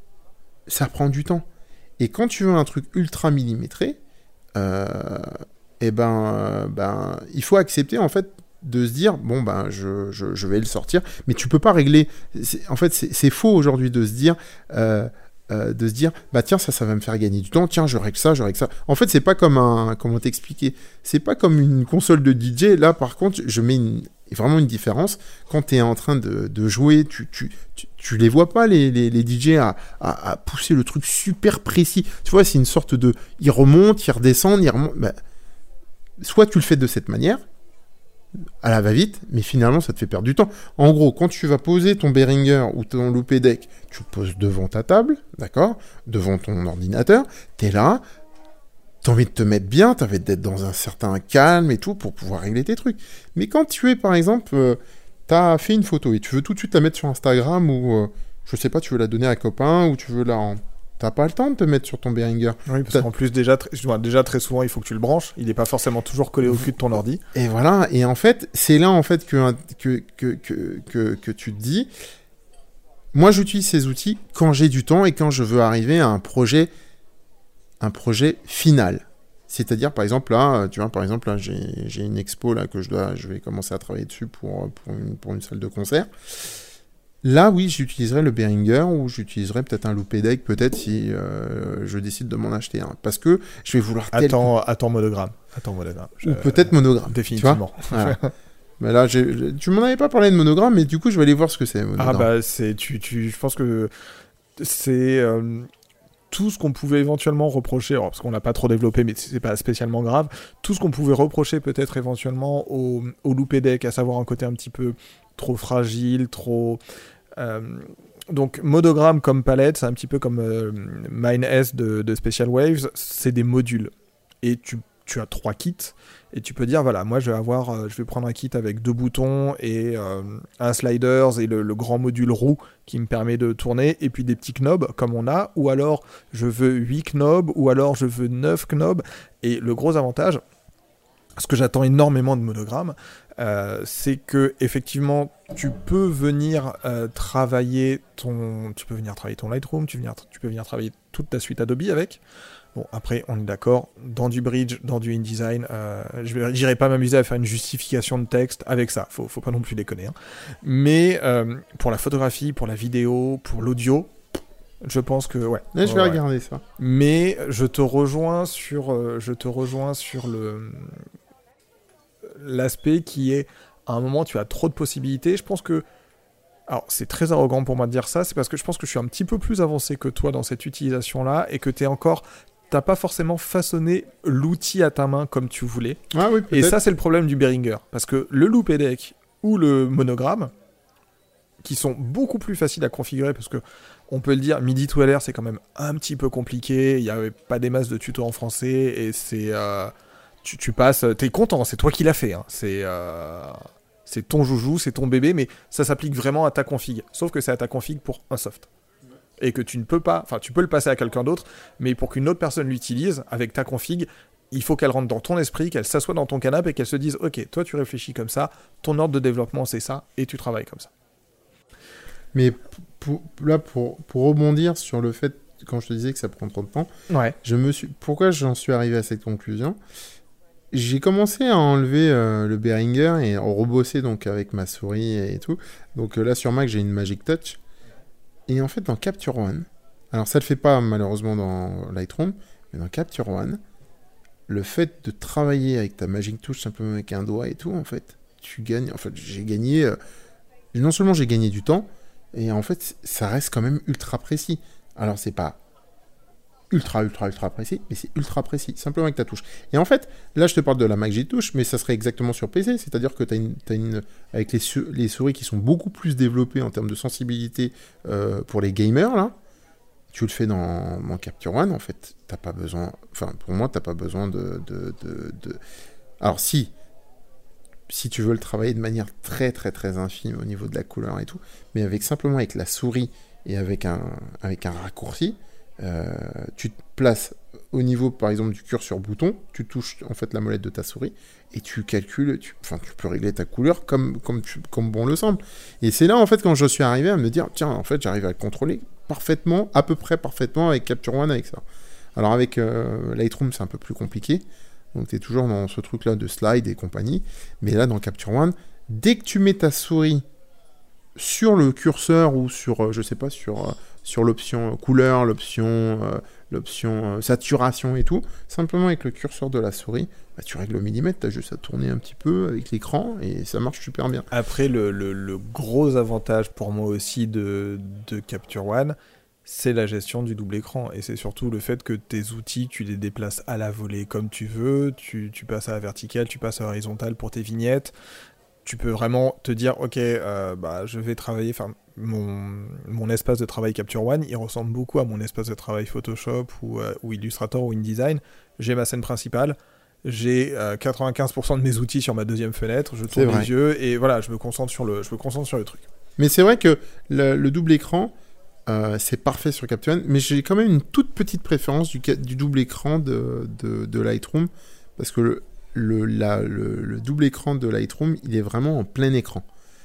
Ça prend du temps. Et quand tu veux un truc ultra millimétré, euh, et ben, euh, ben, il faut accepter en fait de se dire, bon, ben, je, je, je vais le sortir, mais tu peux pas régler... C'est, en fait, c'est, c'est faux aujourd'hui de se dire, euh, euh, de se dire, bah tiens, ça, ça va me faire gagner du temps, tiens, je règle ça, je règle ça. En fait, c'est pas comme un, comment t'expliquer, c'est pas comme une console de D J. Là, par contre, je mets une, vraiment une différence. Quand tu es en train de, de jouer, tu, tu, tu, tu les vois pas, les, les, les D J, à, à, à pousser le truc super précis. Tu vois, c'est une sorte de, ils remontent, ils redescendent, ils remontent. Bah, soit tu le fais de cette manière, à la va-vite, mais finalement ça te fait perdre du temps. En gros, quand tu vas poser ton Behringer ou ton loopé deck, tu le poses devant ta table, d'accord, devant ton ordinateur, t'es là, t'as envie de te mettre bien, t'as envie d'être dans un certain calme et tout pour pouvoir régler tes trucs. Mais quand tu es, par exemple, euh, t'as fait une photo et tu veux tout de suite la mettre sur Instagram ou, euh, je sais pas, tu veux la donner à un copain ou tu veux la... T'as pas le temps de te mettre sur ton Behringer. Oui, parce qu'en plus, déjà, tr- déjà, très souvent, il faut que tu le branches. Il n'est pas forcément toujours collé au cul de ton ordi. Et voilà. Et en fait, c'est là, en fait, que, que, que, que, que, que tu te dis, moi, j'utilise ces outils quand j'ai du temps et quand je veux arriver à un projet, un projet final. C'est-à-dire, par exemple, là, tu vois, par exemple, là, j'ai, j'ai une expo, là, que je dois, je vais commencer à travailler dessus pour, pour, une, pour une salle de concert. Là, oui, j'utiliserai le Behringer ou j'utiliserai peut-être un loopé deck, peut-être si euh, je décide de m'en acheter un. Parce que je vais vouloir... Tel... Attends, attends monogramme. Attends monogramme. Je... Ou peut-être monogramme. Définitivement. Voilà. Mais là, j'ai... tu m'en avais pas parlé de monogramme, mais du coup, je vais aller voir ce que c'est, monogramme. Ah bah, c'est... Tu, tu... Je pense que c'est... Euh... Tout ce qu'on pouvait éventuellement reprocher, alors, parce qu'on l'a pas trop développé, mais c'est pas spécialement grave, tout ce qu'on pouvait reprocher peut-être éventuellement au, au loopé deck, à savoir un côté un petit peu trop fragile, trop... Euh, donc monogramme comme palette, c'est un petit peu comme euh, MineS de, de Special Waves, c'est des modules. Et tu, tu as trois kits, et tu peux dire, voilà, moi je vais avoir, euh, je vais prendre un kit avec deux boutons, et euh, un sliders, et le, le grand module roue qui me permet de tourner, et puis des petits knobs, comme on a, ou alors je veux huit knobs, ou alors je veux neuf knobs, et le gros avantage, ce que j'attends énormément de monogrammes, euh, c'est que effectivement tu peux venir euh, travailler ton, tu peux venir travailler ton Lightroom, tu, venir, tu peux venir travailler toute ta suite Adobe avec. Bon, après on est d'accord, dans du bridge, dans du InDesign, euh, je n'irai pas m'amuser à faire une justification de texte avec ça, faut, faut pas non plus déconner. Hein. Mais euh, pour la photographie, pour la vidéo, pour l'audio, je pense que ouais. Là, je vais ouais. regarder ça. Mais je te rejoins sur, euh, je te rejoins sur le l'aspect qui est, à un moment, tu as trop de possibilités. Je pense que, alors c'est très arrogant pour moi de dire ça, c'est parce que je pense que je suis un petit peu plus avancé que toi dans cette utilisation-là et que t'es encore, t'as pas forcément façonné l'outil à ta main comme tu voulais. Ah oui, et ça, c'est le problème du Behringer, parce que le loopé deck ou le monogramme, qui sont beaucoup plus faciles à configurer, parce que on peut le dire, MIDI to L R, c'est quand même un petit peu compliqué. Il y avait pas des masses de tutos en français et c'est euh, Tu, tu passes, t'es content, c'est toi qui l'as fait, hein. c'est, euh, c'est ton joujou, c'est ton bébé, mais ça s'applique vraiment à ta config, sauf que c'est à ta config pour un soft. Et que tu ne peux pas, enfin tu peux le passer à quelqu'un d'autre, mais pour qu'une autre personne l'utilise, avec ta config, il faut qu'elle rentre dans ton esprit, qu'elle s'assoie dans ton canapé et qu'elle se dise, ok, toi tu réfléchis comme ça, ton ordre de développement c'est ça, et tu travailles comme ça. Mais pour, là, pour, pour rebondir sur le fait, quand je te disais que ça prend trop de temps, ouais. je me suis, pourquoi j'en suis arrivé à cette conclusion ? J'ai commencé à enlever euh, le Behringer et à rebosser donc avec ma souris et tout. Donc euh, là sur Mac j'ai une Magic Touch. Et en fait dans Capture One, alors ça le fait pas malheureusement dans Lightroom, mais dans Capture One, le fait de travailler avec ta Magic Touch simplement avec un doigt et tout, en fait, tu gagnes. En fait j'ai gagné. Euh, non seulement j'ai gagné du temps, et en fait ça reste quand même ultra précis. Alors c'est pas ultra, ultra, ultra précis, mais c'est ultra précis, simplement avec ta touche. Et en fait, là, je te parle de la Magic Touch, mais ça serait exactement sur P C, c'est-à-dire que tu as une, t'as une... avec les, su... les souris qui sont beaucoup plus développées en termes de sensibilité euh, pour les gamers, là, tu le fais dans, dans Capture One, en fait, t'as pas besoin, enfin, pour moi, t'as pas besoin de... de, de, de... Alors, si, si tu veux le travailler de manière très, très, très infime au niveau de la couleur et tout, mais avec simplement avec la souris et avec un, avec un raccourci, Euh, tu te places au niveau par exemple du curseur bouton, tu touches en fait la molette de ta souris et tu calcules, tu, enfin, tu peux régler ta couleur comme, comme, tu, comme bon le semble. Et c'est là en fait quand je suis arrivé à me dire tiens en fait j'arrive à le contrôler parfaitement, à peu près parfaitement avec Capture One avec ça. Alors avec euh, Lightroom c'est un peu plus compliqué, donc tu es toujours dans ce truc là de slide et compagnie, mais là dans Capture One, dès que tu mets ta souris sur le curseur ou sur, euh, je sais pas, sur, euh, sur l'option couleur, l'option, euh, l'option euh, saturation et tout, simplement avec le curseur de la souris, bah, tu règles au millimètre, tu as juste à tourner un petit peu avec l'écran et ça marche super bien. Après, le, le, le gros avantage pour moi aussi de, de Capture One, c'est la gestion du double écran. Et c'est surtout le fait que tes outils, tu les déplaces à la volée comme tu veux, tu, tu passes à la verticale, tu passes à la horizontale pour tes vignettes. Tu peux vraiment te dire, ok, euh, bah, je vais travailler, enfin, mon, mon espace de travail Capture One, il ressemble beaucoup à mon espace de travail Photoshop ou, euh, ou Illustrator ou InDesign. J'ai ma scène principale, j'ai euh, quatre-vingt-quinze pour cent de mes outils sur ma deuxième fenêtre, je tourne les yeux et voilà, je me concentre sur le, je me concentre sur le truc. Mais c'est vrai que le, le double écran, euh, c'est parfait sur Capture One, mais j'ai quand même une toute petite préférence du, du double écran de, de, de Lightroom, parce que le, le, la, le, le double écran de Lightroom, il est vraiment en plein écran.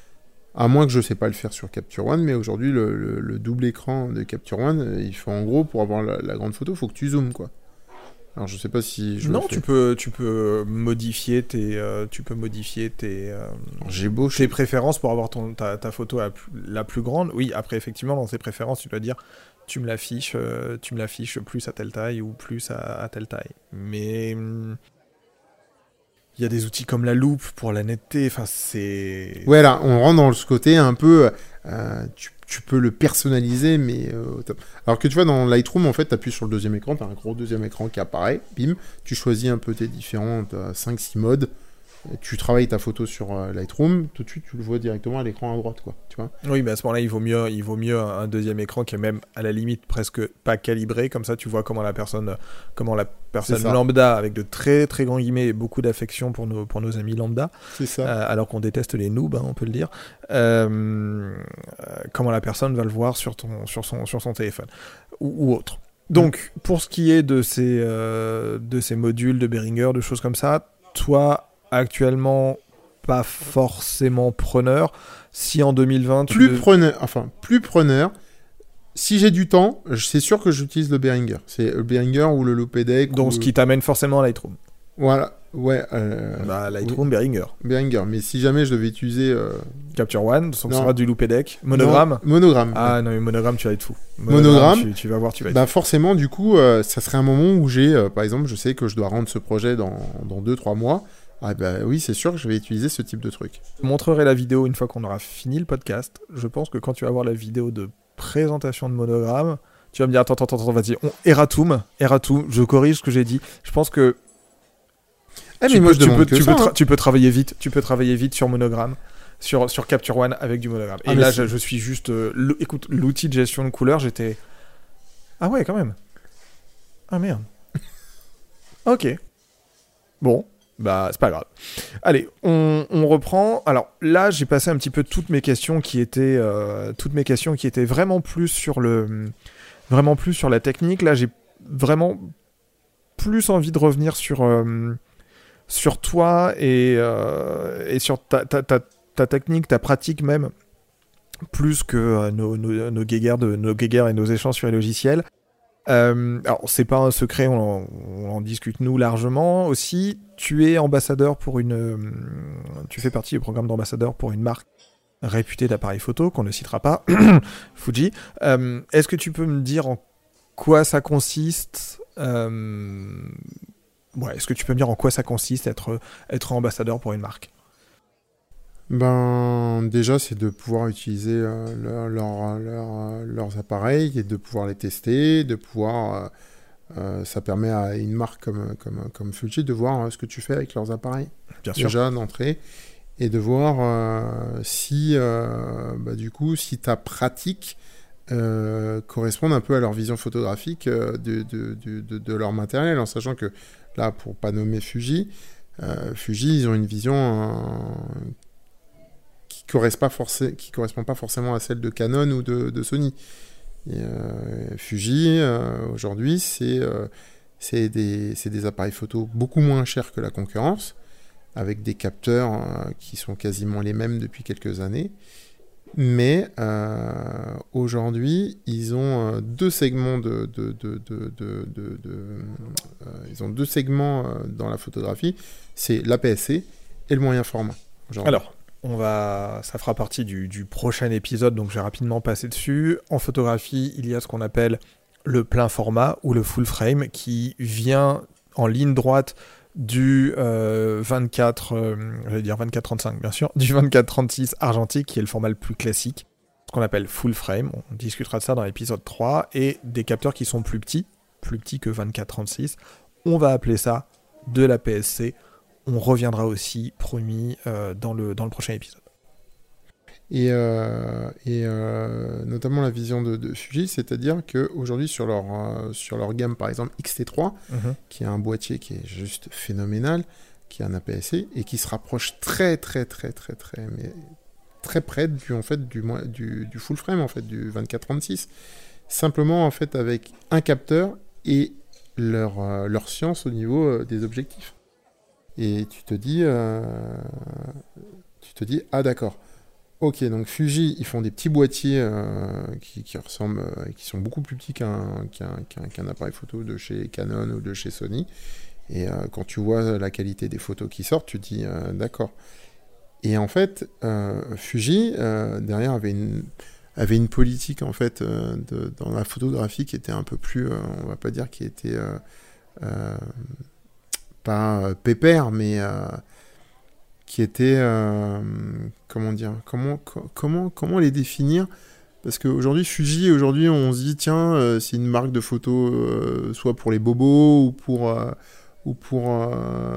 À moins que je ne sais pas le faire sur Capture One, mais aujourd'hui, le, le, le double écran de Capture One, il faut en gros, pour avoir la, la grande photo, il faut que tu zoomes, quoi. Alors je sais pas si je non tu peux tu peux modifier tes euh, tu peux modifier tes euh, j'ai beau tes préférences pour avoir ton ta, ta photo la plus, la plus grande. Oui, après effectivement dans tes préférences tu dois dire tu me l'affiches euh, tu me l'affiches plus à telle taille ou plus à, à telle taille. Mais il hum, y a des outils comme la loupe pour la netteté, enfin c'est ouais là on rentre dans ce côté un peu euh, tu tu peux le personnaliser, mais... Euh, alors que tu vois, dans Lightroom, en fait, tu appuies sur le deuxième écran, tu as un gros deuxième écran qui apparaît, bim, tu choisis un peu tes différents cinq six modes, tu travailles ta photo sur euh, Lightroom, tout de suite, tu le vois directement à l'écran à droite, quoi, tu vois. Oui, mais à ce moment-là, il vaut mieux, il vaut mieux un deuxième écran qui est même, à la limite, presque pas calibré, comme ça, tu vois comment la personne, comment la personne lambda, avec de très, très grands guillemets et beaucoup d'affection pour nos, pour nos amis lambda, c'est ça. Euh, alors qu'on déteste les noobs, hein, on peut le dire, euh, euh, comment la personne va le voir sur, ton, sur, son, sur son téléphone, ou, ou autre. Donc, mmh. pour ce qui est de ces, euh, de ces modules de Behringer, de choses comme ça, toi, actuellement... pas forcément preneur. Si en deux mille vingt... Plus de... preneur, enfin, plus preneur. Si j'ai du temps, c'est sûr que j'utilise le Behringer. C'est le Behringer ou le Loopedec. Donc, ou... ce qui t'amène forcément à Lightroom. Voilà, ouais. Euh... Bah, Lightroom, oui. Behringer. Behringer, mais si jamais je devais utiliser... Euh... Capture One, donc ce sera du Loopedec. Monogramme. Non, monogramme. Ah ouais. non, mais monogramme, tu vas être fou. Monogramme, tu, tu vas voir, tu vas être bah fou. Forcément, du coup, euh, ça serait un moment où j'ai, euh, par exemple, je sais que je dois rendre ce projet dans deux trois mois. Ah bah oui, c'est sûr que je vais utiliser ce type de truc. Je te montrerai la vidéo une fois qu'on aura fini le podcast. Je pense que quand tu vas voir la vidéo de présentation de Monogramme, tu vas me dire attends, attends, attends, vas-y, on... Eratum, Eratum, je corrige ce que j'ai dit. Je pense que eh tu, mais peux, moi, je tu, peux, que tu, ça, peux tra- hein. tu peux travailler vite, tu peux travailler vite sur Monogramme, sur, sur Capture One avec du Monogramme. Et ah, là, je, je suis juste... Euh, l- écoute, l'outil de gestion de couleurs, j'étais... Ah ouais, quand même. Ah merde. Ok. Bon. Bah, c'est pas grave. Allez, on, on reprend. Alors là, j'ai passé un petit peu toutes mes questions qui étaient, euh, toutes mes questions qui étaient vraiment plus sur le, vraiment plus sur la technique. Là, j'ai vraiment plus envie de revenir sur, euh, sur toi et, euh, et sur ta, ta, ta, ta technique, ta pratique même, plus que euh, nos, nos, nos guéguerres de nos guéguerres et nos échanges sur les logiciels. Euh, alors c'est pas un secret, on en, on en discute nous largement aussi. Tu es ambassadeur pour une, euh, tu fais partie du programme d'ambassadeur pour une marque réputée d'appareils photo qu'on ne citera pas, Fuji. Euh, est-ce que tu peux me dire en quoi ça consiste euh, ouais, est-ce que tu peux me dire en quoi ça consiste être être ambassadeur pour une marque? Ben, déjà, c'est de pouvoir utiliser euh, leur, leur, leur, leurs appareils et de pouvoir les tester, de pouvoir... Euh, euh, ça permet à une marque comme, comme, comme Fuji de voir euh, ce que tu fais avec leurs appareils. Bien sûr. Déjà, d'entrée. Et de voir euh, si, euh, bah, du coup, si ta pratique euh, correspond un peu à leur vision photographique euh, de, de, de, de, de leur matériel, en sachant que, là, pour pas nommer Fuji, euh, Fuji, ils ont une vision... Euh, qui correspond pas forcément, qui correspond pas forcément à celle de Canon ou de, de Sony. Et, euh, Fuji euh, aujourd'hui, c'est euh, c'est des, c'est des appareils photo beaucoup moins chers que la concurrence, avec des capteurs euh, qui sont quasiment les mêmes depuis quelques années. Mais euh, aujourd'hui, ils ont euh, deux segments de, de, de, de, de, de, de euh, ils ont deux segments euh, dans la photographie. C'est l'A P S C et le moyen format. Alors. on va, ça fera partie du, du prochain épisode, donc je vais rapidement passer dessus. En photographie, il y a ce qu'on appelle le plein format ou le full frame qui vient en ligne droite du euh, vingt-quatre, euh, je vais dire vingt-quatre trente-cinq bien sûr, du vingt-quatre trente-six argentique qui est le format le plus classique, ce qu'on appelle full frame. On discutera de ça dans l'épisode trois, et des capteurs qui sont plus petits, plus petits que vingt-quatre trente-six. On va appeler ça de la P S C. On reviendra aussi, promis, euh, dans, le, dans le prochain épisode. Et, euh, et euh, notamment la vision de, de Fuji, c'est-à-dire qu'aujourd'hui, sur leur, euh, sur leur gamme, par exemple, X T trois, mm-hmm. qui a un boîtier qui est juste phénoménal, qui a un A P S C, et qui se rapproche très, très, très, très, très, mais très près du, en fait, du, du, du full frame, en fait, du vingt-quatre trente-six. Simplement, en fait, avec un capteur et leur, euh, leur science au niveau euh, des objectifs. Et tu te dis, euh, tu te dis, ah d'accord, ok, donc Fuji, ils font des petits boîtiers euh, qui, qui ressemblent, euh, qui sont beaucoup plus petits qu'un, qu'un, qu'un, qu'un appareil photo de chez Canon ou de chez Sony. Et euh, quand tu vois la qualité des photos qui sortent, tu te dis, euh, d'accord. Et en fait, euh, Fuji, euh, derrière, avait une, avait une politique, en fait, euh, de, dans la photographie qui était un peu plus, euh, on va pas dire qui était... Euh, euh, pas euh, pépère, mais euh, qui était, euh, comment dire, comment, co- comment, comment les définir ? Parce qu'aujourd'hui, Fuji, aujourd'hui, on se dit, tiens, euh, c'est une marque de photos, euh, soit pour les bobos, ou pour, euh, ou pour, euh,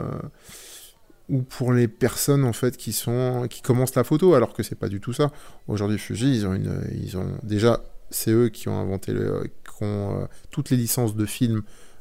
ou pour les personnes, en fait, qui sont, qui commencent la photo, alors que c'est pas du tout ça. Aujourd'hui, Fuji, ils ont une, ils ont, déjà, c'est eux qui ont inventé, le, qui ont, euh, toutes les licences de films,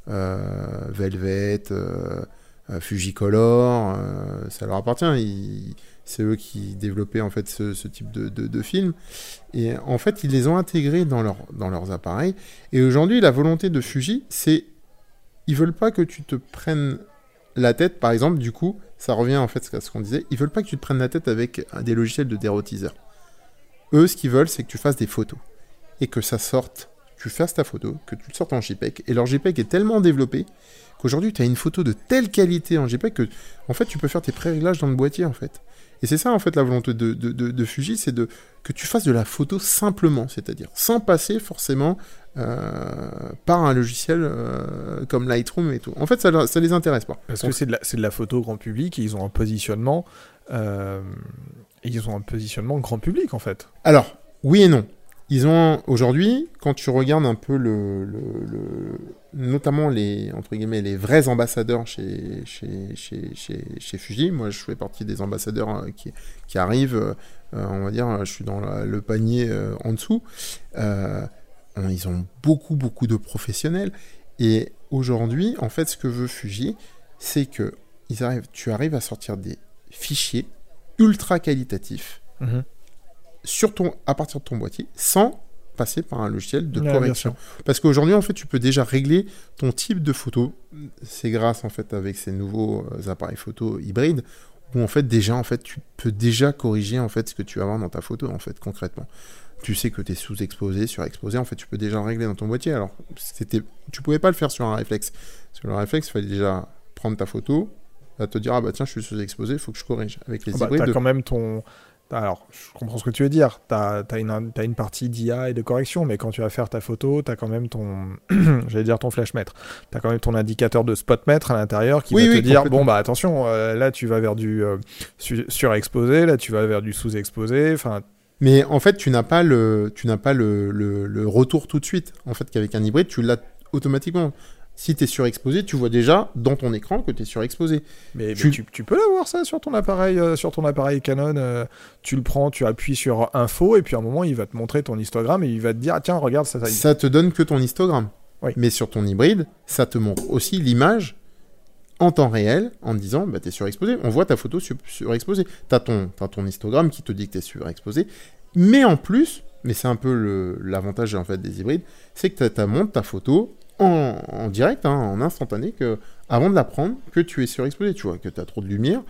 Euh, Velvet, euh, euh, Fujicolor, euh, ça leur appartient. Ils, c'est eux qui développaient en fait ce, ce type de, de, de film. Et en fait, ils les ont intégrés dans, leur, dans leurs appareils. Et aujourd'hui, la volonté de Fuji, c'est ils veulent pas que tu te prennes la tête. Par exemple, du coup, ça revient en fait à ce qu'on disait. Ils veulent pas que tu te prennes la tête avec des logiciels de dérotiseur. Eux, ce qu'ils veulent, c'est que tu fasses des photos et que ça sorte. Tu fasses ta photo, que tu le sortes en JPEG, et leur JPEG est tellement développé qu'aujourd'hui tu as une photo de telle qualité en JPEG que en fait tu peux faire tes pré-réglages dans le boîtier en fait. Et c'est ça en fait la volonté de, de, de, de Fuji, c'est de, que tu fasses de la photo simplement, c'est-à-dire sans passer forcément euh, par un logiciel euh, comme Lightroom et tout. En fait ça, ça les intéresse pas. Parce Donc, que c'est de, la, c'est de la photo grand public, et ils ont un positionnement, euh, ils ont un positionnement grand public en fait. Alors, oui et non. Ils ont, aujourd'hui, quand tu regardes un peu le, le, le notamment les, entre guillemets, les vrais ambassadeurs chez, chez, chez, chez, chez Fuji, moi je fais partie des ambassadeurs euh, qui, qui arrivent, euh, on va dire, je suis dans la, le panier euh, en dessous, euh, ils ont beaucoup, beaucoup de professionnels, et aujourd'hui, en fait, ce que veut Fuji, c'est que ils arrivent, tu arrives à sortir des fichiers ultra qualitatifs, mmh. Sur ton, à partir de ton boîtier, sans passer par un logiciel de ouais, correction. Parce qu'aujourd'hui, en fait, tu peux déjà régler ton type de photo. C'est grâce, en fait, avec ces nouveaux appareils photo hybrides, où, en fait, déjà, en fait, tu peux déjà corriger, en fait, ce que tu vas avoir dans ta photo, en fait, concrètement. Tu sais que tu es sous-exposé, surexposé, en fait, tu peux déjà le régler dans ton boîtier. Alors, c'était, tu pouvais pas le faire sur un réflexe. Sur le réflexe, il fallait déjà prendre ta photo, à te dire, ah bah tiens, je suis sous-exposé, il faut que je corrige. Avec les ah bah, hybrides... T'as de... quand même ton... Alors, je comprends ce que tu veux dire. Tu as une, une partie d'I A et de correction, mais quand tu vas faire ta photo, tu as quand même ton, j'allais dire ton flashmètre. Tu as quand même ton indicateur de spotmètre à l'intérieur qui oui, va oui, te dire, bon, bah attention, euh, là tu vas vers du euh, su- surexposé, là tu vas vers du sous-exposé, enfin... Mais en fait, tu n'as pas, le, tu n'as pas le, le, le retour tout de suite. En fait, qu'avec un hybride, tu l'as automatiquement. Si tu es surexposé, tu vois déjà dans ton écran que tu es surexposé. Mais, tu... mais tu, tu peux l'avoir ça sur ton appareil, euh, sur ton appareil Canon. Euh, tu le prends, tu appuies sur info, et puis à un moment, il va te montrer ton histogramme et il va te dire, ah, tiens, regarde ça. Ça, ça te donne que ton histogramme. Oui. Mais sur ton hybride, ça te montre aussi l'image en temps réel en te disant, bah, tu es surexposé. On voit ta photo sur, surexposée. Tu as ton, t'as ton histogramme qui te dit que tu es surexposé. Mais en plus, mais c'est un peu le, l'avantage en fait, des hybrides, c'est que tu montres ta photo En, en direct, hein, en instantané, que, avant de la prendre, que tu es surexposé, tu vois, que tu as trop de lumière,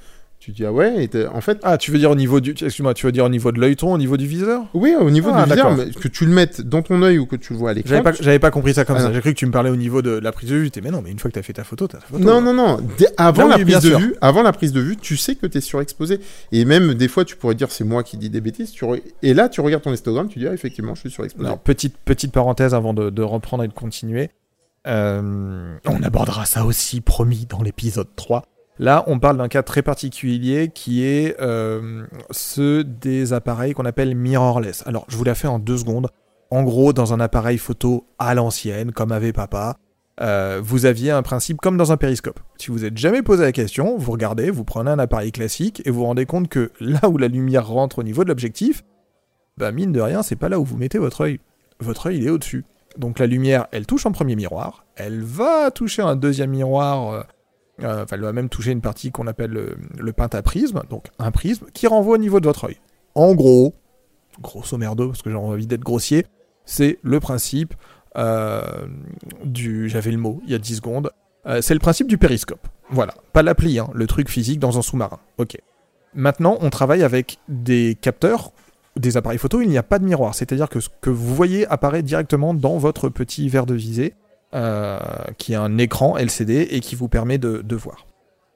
Tu dis ah ouais, et en fait. Ah, tu veux dire au niveau du, excuse-moi, tu veux dire au niveau de l'œilleton, au niveau du viseur? Oui, au niveau ah, du viseur, mais que tu le mettes dans ton œil ou que tu le vois à l'écran. J'avais pas, j'avais pas compris ça comme ah, ça. Non. J'ai cru que tu me parlais au niveau de la prise de vue. T'es, mais non, mais une fois que t'as fait ta photo, t'as ta photo. Non, non, non. Dès, avant Là, la oui, prise de sûr. vue, avant la prise de vue, tu sais que t'es surexposé. Et même des fois, tu pourrais dire c'est moi qui dis des bêtises. Tu re... Et là, tu regardes ton histogramme, tu dis ah, effectivement, je suis surexposé. Alors, petite petite parenthèse avant de, de reprendre et de continuer. Euh, on abordera ça aussi, promis, dans l'épisode trois. Là, on parle d'un cas très particulier qui est euh, ceux des appareils qu'on appelle mirrorless. Alors, je vous la fais en deux secondes. En gros, dans un appareil photo à l'ancienne, comme avait papa, euh, vous aviez un principe comme dans un périscope. Si vous n'êtes jamais posé la question, vous regardez, vous prenez un appareil classique et vous vous rendez compte que là où la lumière rentre au niveau de l'objectif, bah mine de rien, c'est pas là où vous mettez votre œil. Votre œil, il est au-dessus. Donc la lumière, elle touche un premier miroir, elle va toucher un deuxième miroir... Euh, Euh, enfin, elle va même toucher une partie qu'on appelle le, le pentaprisme, donc un prisme, qui renvoie au niveau de votre œil. En gros, grosso merdo, parce que j'ai envie d'être grossier, c'est le principe euh, du... J'avais le mot il y a dix secondes. Euh, c'est le principe du périscope. Voilà. Pas l'appli, hein, le truc physique dans un sous-marin. Ok. Maintenant, on travaille avec des capteurs, des appareils photo, il n'y a pas de miroir. C'est-à-dire que ce que vous voyez apparaît directement dans votre petit verre de visée. Euh, qui a un écran L C D et qui vous permet de, de voir.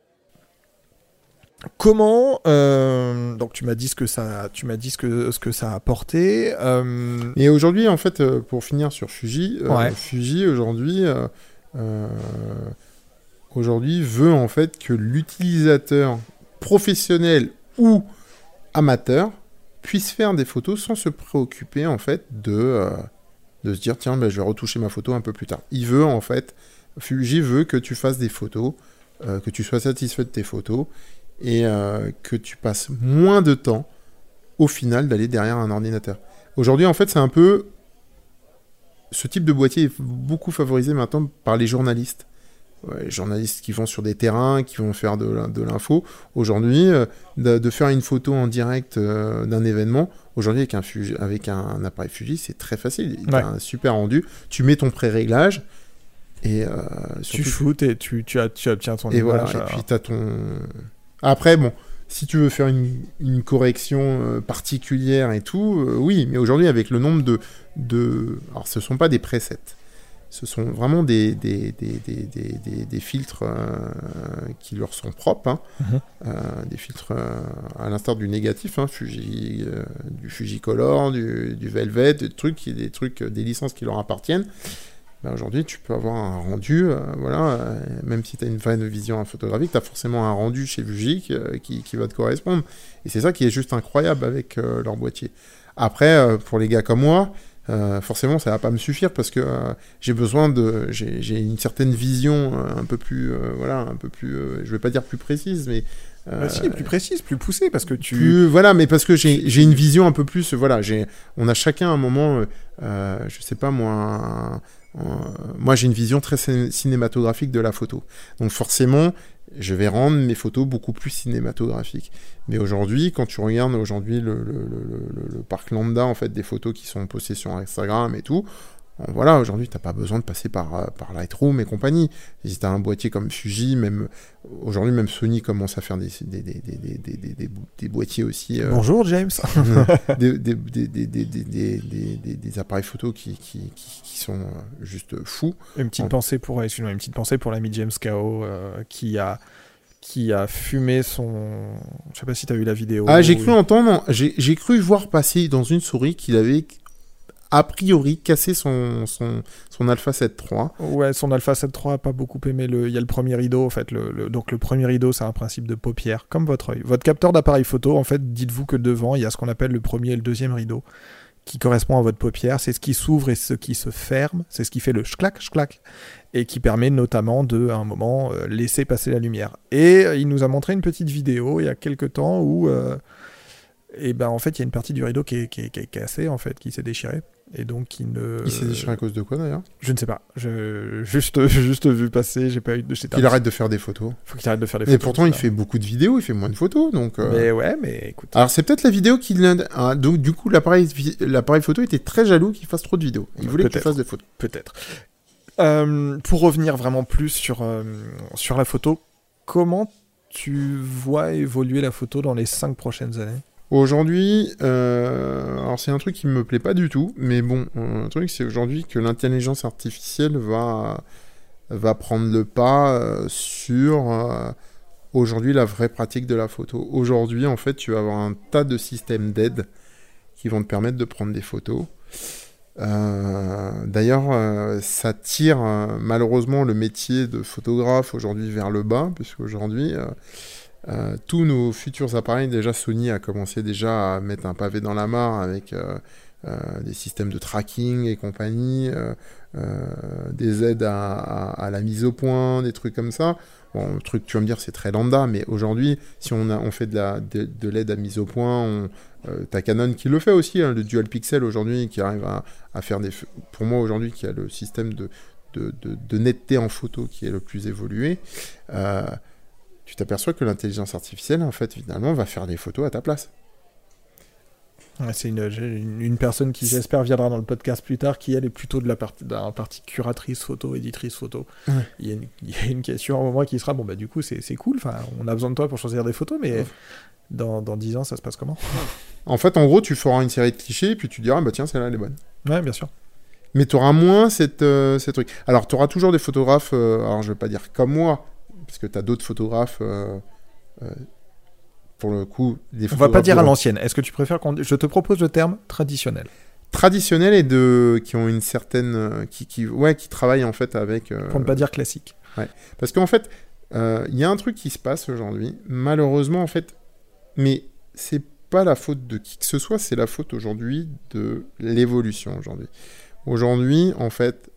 Comment euh, donc tu m'as dit ce que ça, tu m'as dit ce que ce que ça a apporté. Euh... Et aujourd'hui, en fait, pour finir sur Fuji, euh, ouais. Fuji aujourd'hui, euh, euh, aujourd'hui veut en fait que l'utilisateur professionnel ou amateur puisse faire des photos sans se préoccuper en fait de euh, de se dire tiens ben, je vais retoucher ma photo un peu plus tard. Il veut en fait, Fuji veut que tu fasses des photos, euh, que tu sois satisfait de tes photos et euh, que tu passes moins de temps au final d'aller derrière un ordinateur. Aujourd'hui en fait c'est un peu, ce type de boîtier est beaucoup favorisé maintenant par les journalistes. Ouais, les journalistes qui vont sur des terrains, qui vont faire de, de l'info. Aujourd'hui, euh, de, de faire une photo en direct euh, d'un événement, aujourd'hui avec un, Fuji, avec un, un appareil Fuji, c'est très facile. Il ouais. a un super rendu. Tu mets ton pré-réglage et euh, tu shootes et tu, tu, as, tu obtiens ton et image. Voilà, alors. Et puis tu as ton... Après, bon, si tu veux faire une, une correction euh, particulière et tout, euh, oui, mais aujourd'hui, avec le nombre de... de... Alors, ce ne sont pas des presets. Ce sont vraiment des, des, des, des, des, des, des filtres euh, qui leur sont propres, hein. mm-hmm. euh, des filtres euh, à l'instar du négatif, hein, Fuji, euh, du Fujicolor, du, du Velvet, des trucs, des trucs, des licences qui leur appartiennent. Ben aujourd'hui, tu peux avoir un rendu, euh, voilà, euh, même si tu as une vraie vision photographique, tu as forcément un rendu chez Fuji euh, qui, qui va te correspondre. Et c'est ça qui est juste incroyable avec euh, leur boîtier. Après, euh, pour les gars comme moi, Euh, forcément ça va pas me suffire parce que euh, j'ai besoin de j'ai, j'ai une certaine vision euh, un peu plus euh, voilà un peu plus euh, je vais pas dire plus précise mais euh, bah si, plus précise, plus poussée parce que tu plus, voilà mais parce que j'ai j'ai une vision un peu plus voilà j'ai on a chacun un moment euh, je sais pas moi un, un, moi j'ai une vision très cinématographique de la photo donc forcément je vais rendre mes photos beaucoup plus cinématographiques. Mais aujourd'hui, quand tu regardes aujourd'hui le, le, le, le, le parc lambda en fait, des photos qui sont postées sur Instagram et tout, bon, voilà, aujourd'hui, tu n'as pas besoin de passer par, par Lightroom et compagnie. Si tu as un boîtier comme Fuji, même aujourd'hui, même Sony commence à faire des, des, des, des, des, des, des, des boîtiers aussi. Euh, Bonjour, James. des, des, des, des, des, des, des, des, des appareils photo qui, qui, qui, qui sont juste fous. Une petite, en... pensée pour, excuse-moi, une petite pensée pour l'ami James Kao euh, qui a... qui a fumé son... Je sais pas si t'as vu la vidéo. Ah, j'ai cru entendre, j'ai, j'ai cru voir passer dans une souris qu'il avait a priori cassé son, son, son Alpha sept trois. Ouais, son Alpha sept trois a pas beaucoup aimé. Le... Il y a le premier rideau, en fait. Le, le... Donc le premier rideau, c'est un principe de paupière, comme votre œil. Votre capteur d'appareil photo, en fait, dites-vous que devant, il y a ce qu'on appelle le premier et le deuxième rideau, qui correspond à votre paupière. C'est ce qui s'ouvre et ce qui se ferme. C'est ce qui fait le schclac, schclac. Et qui permet notamment de, à un moment, euh, laisser passer la lumière. Et euh, il nous a montré une petite vidéo il y a quelques temps où, euh, et ben, en fait, il y a une partie du rideau qui est, qui est, qui est cassée, en fait, qui s'est déchirée. Et donc, qui ne... Il s'est déchiré à cause de quoi, d'ailleurs ? Je ne sais pas. Je juste, juste vu passer, j'ai pas eu de... Il arrête de faire des photos. Faut qu'il arrête de faire des mais photos. Et pourtant, il fait beaucoup de vidéos, il fait moins de photos, donc... Euh... Mais ouais, mais écoute... Alors, c'est peut-être la vidéo qu'il... Ah, donc, du coup, l'appareil, l'appareil photo était très jaloux qu'il fasse trop de vidéos. Il voulait peut-être. qu'il fasse des photos. Peut-être. Euh, pour revenir vraiment plus sur, euh, sur la photo, comment tu vois évoluer la photo dans les cinq prochaines années? Aujourd'hui, euh, alors c'est un truc qui me plaît pas du tout, mais bon, un truc c'est aujourd'hui que l'intelligence artificielle va, va prendre le pas euh, sur euh, aujourd'hui la vraie pratique de la photo. Aujourd'hui, en fait, tu vas avoir un tas de systèmes d'aide qui vont te permettre de prendre des photos. Euh, d'ailleurs, euh, ça tire euh, malheureusement le métier de photographe aujourd'hui vers le bas, puisqu'aujourd'hui... Euh, Euh, tous nos futurs appareils, déjà Sony a commencé déjà à mettre un pavé dans la mare avec euh, euh, des systèmes de tracking et compagnie, euh, euh, des aides à, à, à la mise au point, des trucs comme ça. Bon, le truc, tu vas me dire, c'est très lambda, mais aujourd'hui, si on, a, on fait de, la, de, de l'aide à mise au point, on, euh, t'as Canon qui le fait aussi, hein, le Dual Pixel aujourd'hui, qui arrive à, à faire des... Pour moi, aujourd'hui, qui a le système de, de, de, de netteté en photo qui est le plus évolué, euh, tu t'aperçois que l'intelligence artificielle, en fait, finalement, va faire des photos à ta place. Ouais, c'est une, une, une personne qui, j'espère, viendra dans le podcast plus tard, qui, elle, est plutôt de la partie, de la partie curatrice photo, éditrice photo. Ouais. Il, y a une, il y a une question à un moment qui sera, bon, bah, du coup, c'est, c'est cool, enfin, on a besoin de toi pour choisir des photos, mais ouais. dans, dans dix ans, ça se passe comment? En fait, en gros, tu feras une série de clichés, puis tu diras, bah, tiens, celle-là, elle est bonne. Ouais, bien sûr. Mais tu auras moins cette, euh, ces trucs. Alors, tu auras toujours des photographes, euh, alors, je vais pas dire comme moi, parce que tu as d'autres photographes, euh, euh, pour le coup... Des On va pas dire à l'ancienne. Est-ce que tu préfères qu'on... Je te propose le terme traditionnel. Traditionnel et de... qui ont une certaine... Euh, qui, qui... Ouais, qui travaillent en fait avec... Euh... Pour ne pas dire classique. Ouais. Parce qu'en fait, il euh, y a un truc qui se passe aujourd'hui. Malheureusement, en fait... Mais c'est pas la faute de qui que ce soit, c'est la faute aujourd'hui de l'évolution aujourd'hui. Aujourd'hui, en fait...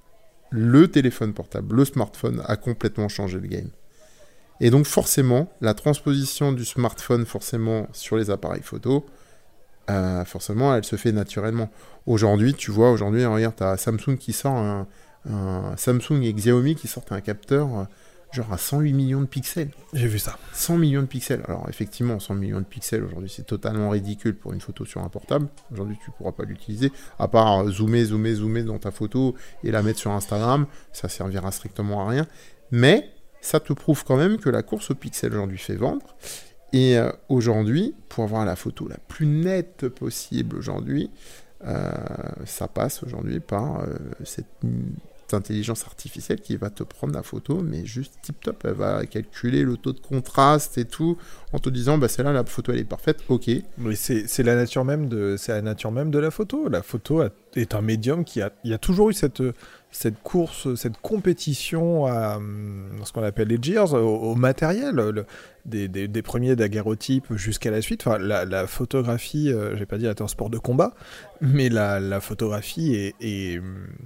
Le téléphone portable, le smartphone a complètement changé le game. Et donc forcément, la transposition du smartphone forcément sur les appareils photo, euh, forcément, elle se fait naturellement. Aujourd'hui, tu vois, aujourd'hui, regarde, tu as Samsung qui sort un, un Samsung et Xiaomi qui sortent un capteur euh, genre à cent huit millions de pixels. J'ai vu ça. cent millions de pixels. Alors effectivement, cent millions de pixels aujourd'hui, c'est totalement ridicule pour une photo sur un portable. Aujourd'hui, tu ne pourras pas l'utiliser, à part euh, zoomer, zoomer, zoomer dans ta photo et la mettre sur Instagram. Ça servira strictement à rien. Mais ça te prouve quand même que la course au pixel aujourd'hui fait vendre. Et euh, aujourd'hui, pour avoir la photo la plus nette possible aujourd'hui, euh, ça passe aujourd'hui par euh, cette... intelligence artificielle qui va te prendre la photo, mais juste tip top. Elle va calculer le taux de contraste et tout en te disant bah celle-là la photo elle est parfaite, ok. Mais c'est, c'est la nature même de c'est la nature même de la photo. La photo a, est un médium qui a il y a toujours eu cette cette course, cette compétition à ce qu'on appelle les gears, au, au matériel, le, des, des, des premiers daguerreotypes jusqu'à la suite. Enfin, la, la photographie, euh, je vais pas dire c'est un sport de combat, mais la, la photographie est, est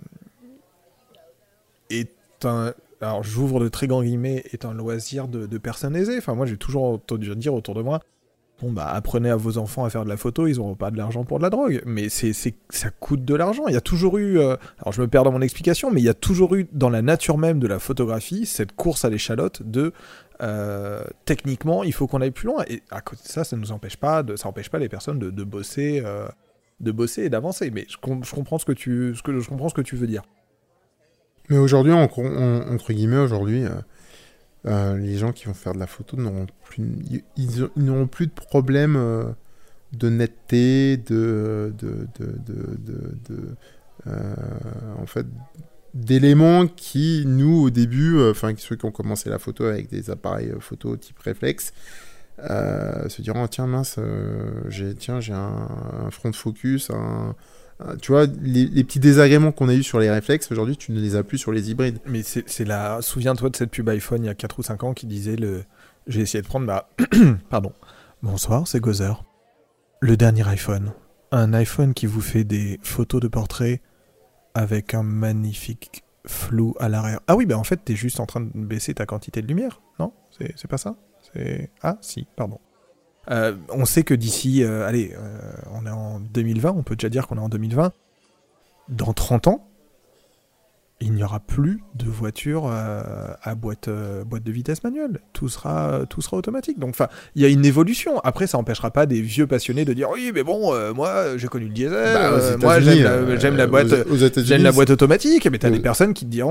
est un, alors j'ouvre de très grands guillemets, est un loisir de, de personnes aisées. Enfin, moi, j'ai toujours entendu dire autour de moi, bon, bah, apprenez à vos enfants à faire de la photo, ils n'auront pas de l'argent pour de la drogue. Mais c'est, c'est, ça coûte de l'argent. Il y a toujours eu, euh, alors je me perds dans mon explication, mais il y a toujours eu, dans la nature même de la photographie, cette course à l'échalote de, euh, techniquement, il faut qu'on aille plus loin. Et à côté de ça, ça nous empêche pas, de, ça empêche pas les personnes de, de bosser, euh, de bosser et d'avancer. Mais je, je comprends ce que tu, ce que, je comprends ce que tu veux dire. Mais aujourd'hui, on, on, entre guillemets, aujourd'hui, euh, euh, les gens qui vont faire de la photo n'auront plus, ils, ils, ils n'auront plus de problème euh, de netteté, de, de, de, de, de, de euh, en fait, d'éléments qui, nous, au début, enfin, euh, ceux qui ont commencé la photo avec des appareils photo type réflexe, euh, se diront, ah, tiens, mince, euh, j'ai, tiens, j'ai un, un front de focus, un... Tu vois, les, les petits désagréments qu'on a eu sur les réflexes, aujourd'hui, tu ne les as plus sur les hybrides. Mais c'est, c'est la... Souviens-toi de cette pub iPhone il y a quatre ou cinq ans qui disait le... J'ai essayé de prendre ma... Pardon. Bonsoir, c'est Gozer. Le dernier iPhone. Un iPhone qui vous fait des photos de portrait avec un magnifique flou à l'arrière. Ah oui, bah en fait, t'es juste en train de baisser ta quantité de lumière, non ? C'est, c'est pas ça ? C'est... Ah, si, pardon. Euh, on sait que d'ici, euh, allez, euh, on est en deux mille vingt, on peut déjà dire qu'on est en deux mille vingt. Dans trente ans, il n'y aura plus de voitures euh, à boîte, euh, boîte de vitesse manuelle. Tout sera, tout sera automatique. Donc, enfin, il y a une évolution. Après, ça n'empêchera pas des vieux passionnés de dire oui, mais bon, euh, moi, j'ai connu le diesel. Bah, euh, moi, j'aime la, j'aime la boîte, aux, aux j'aime la boîte automatique. Mais t'as mmh. des personnes qui te diront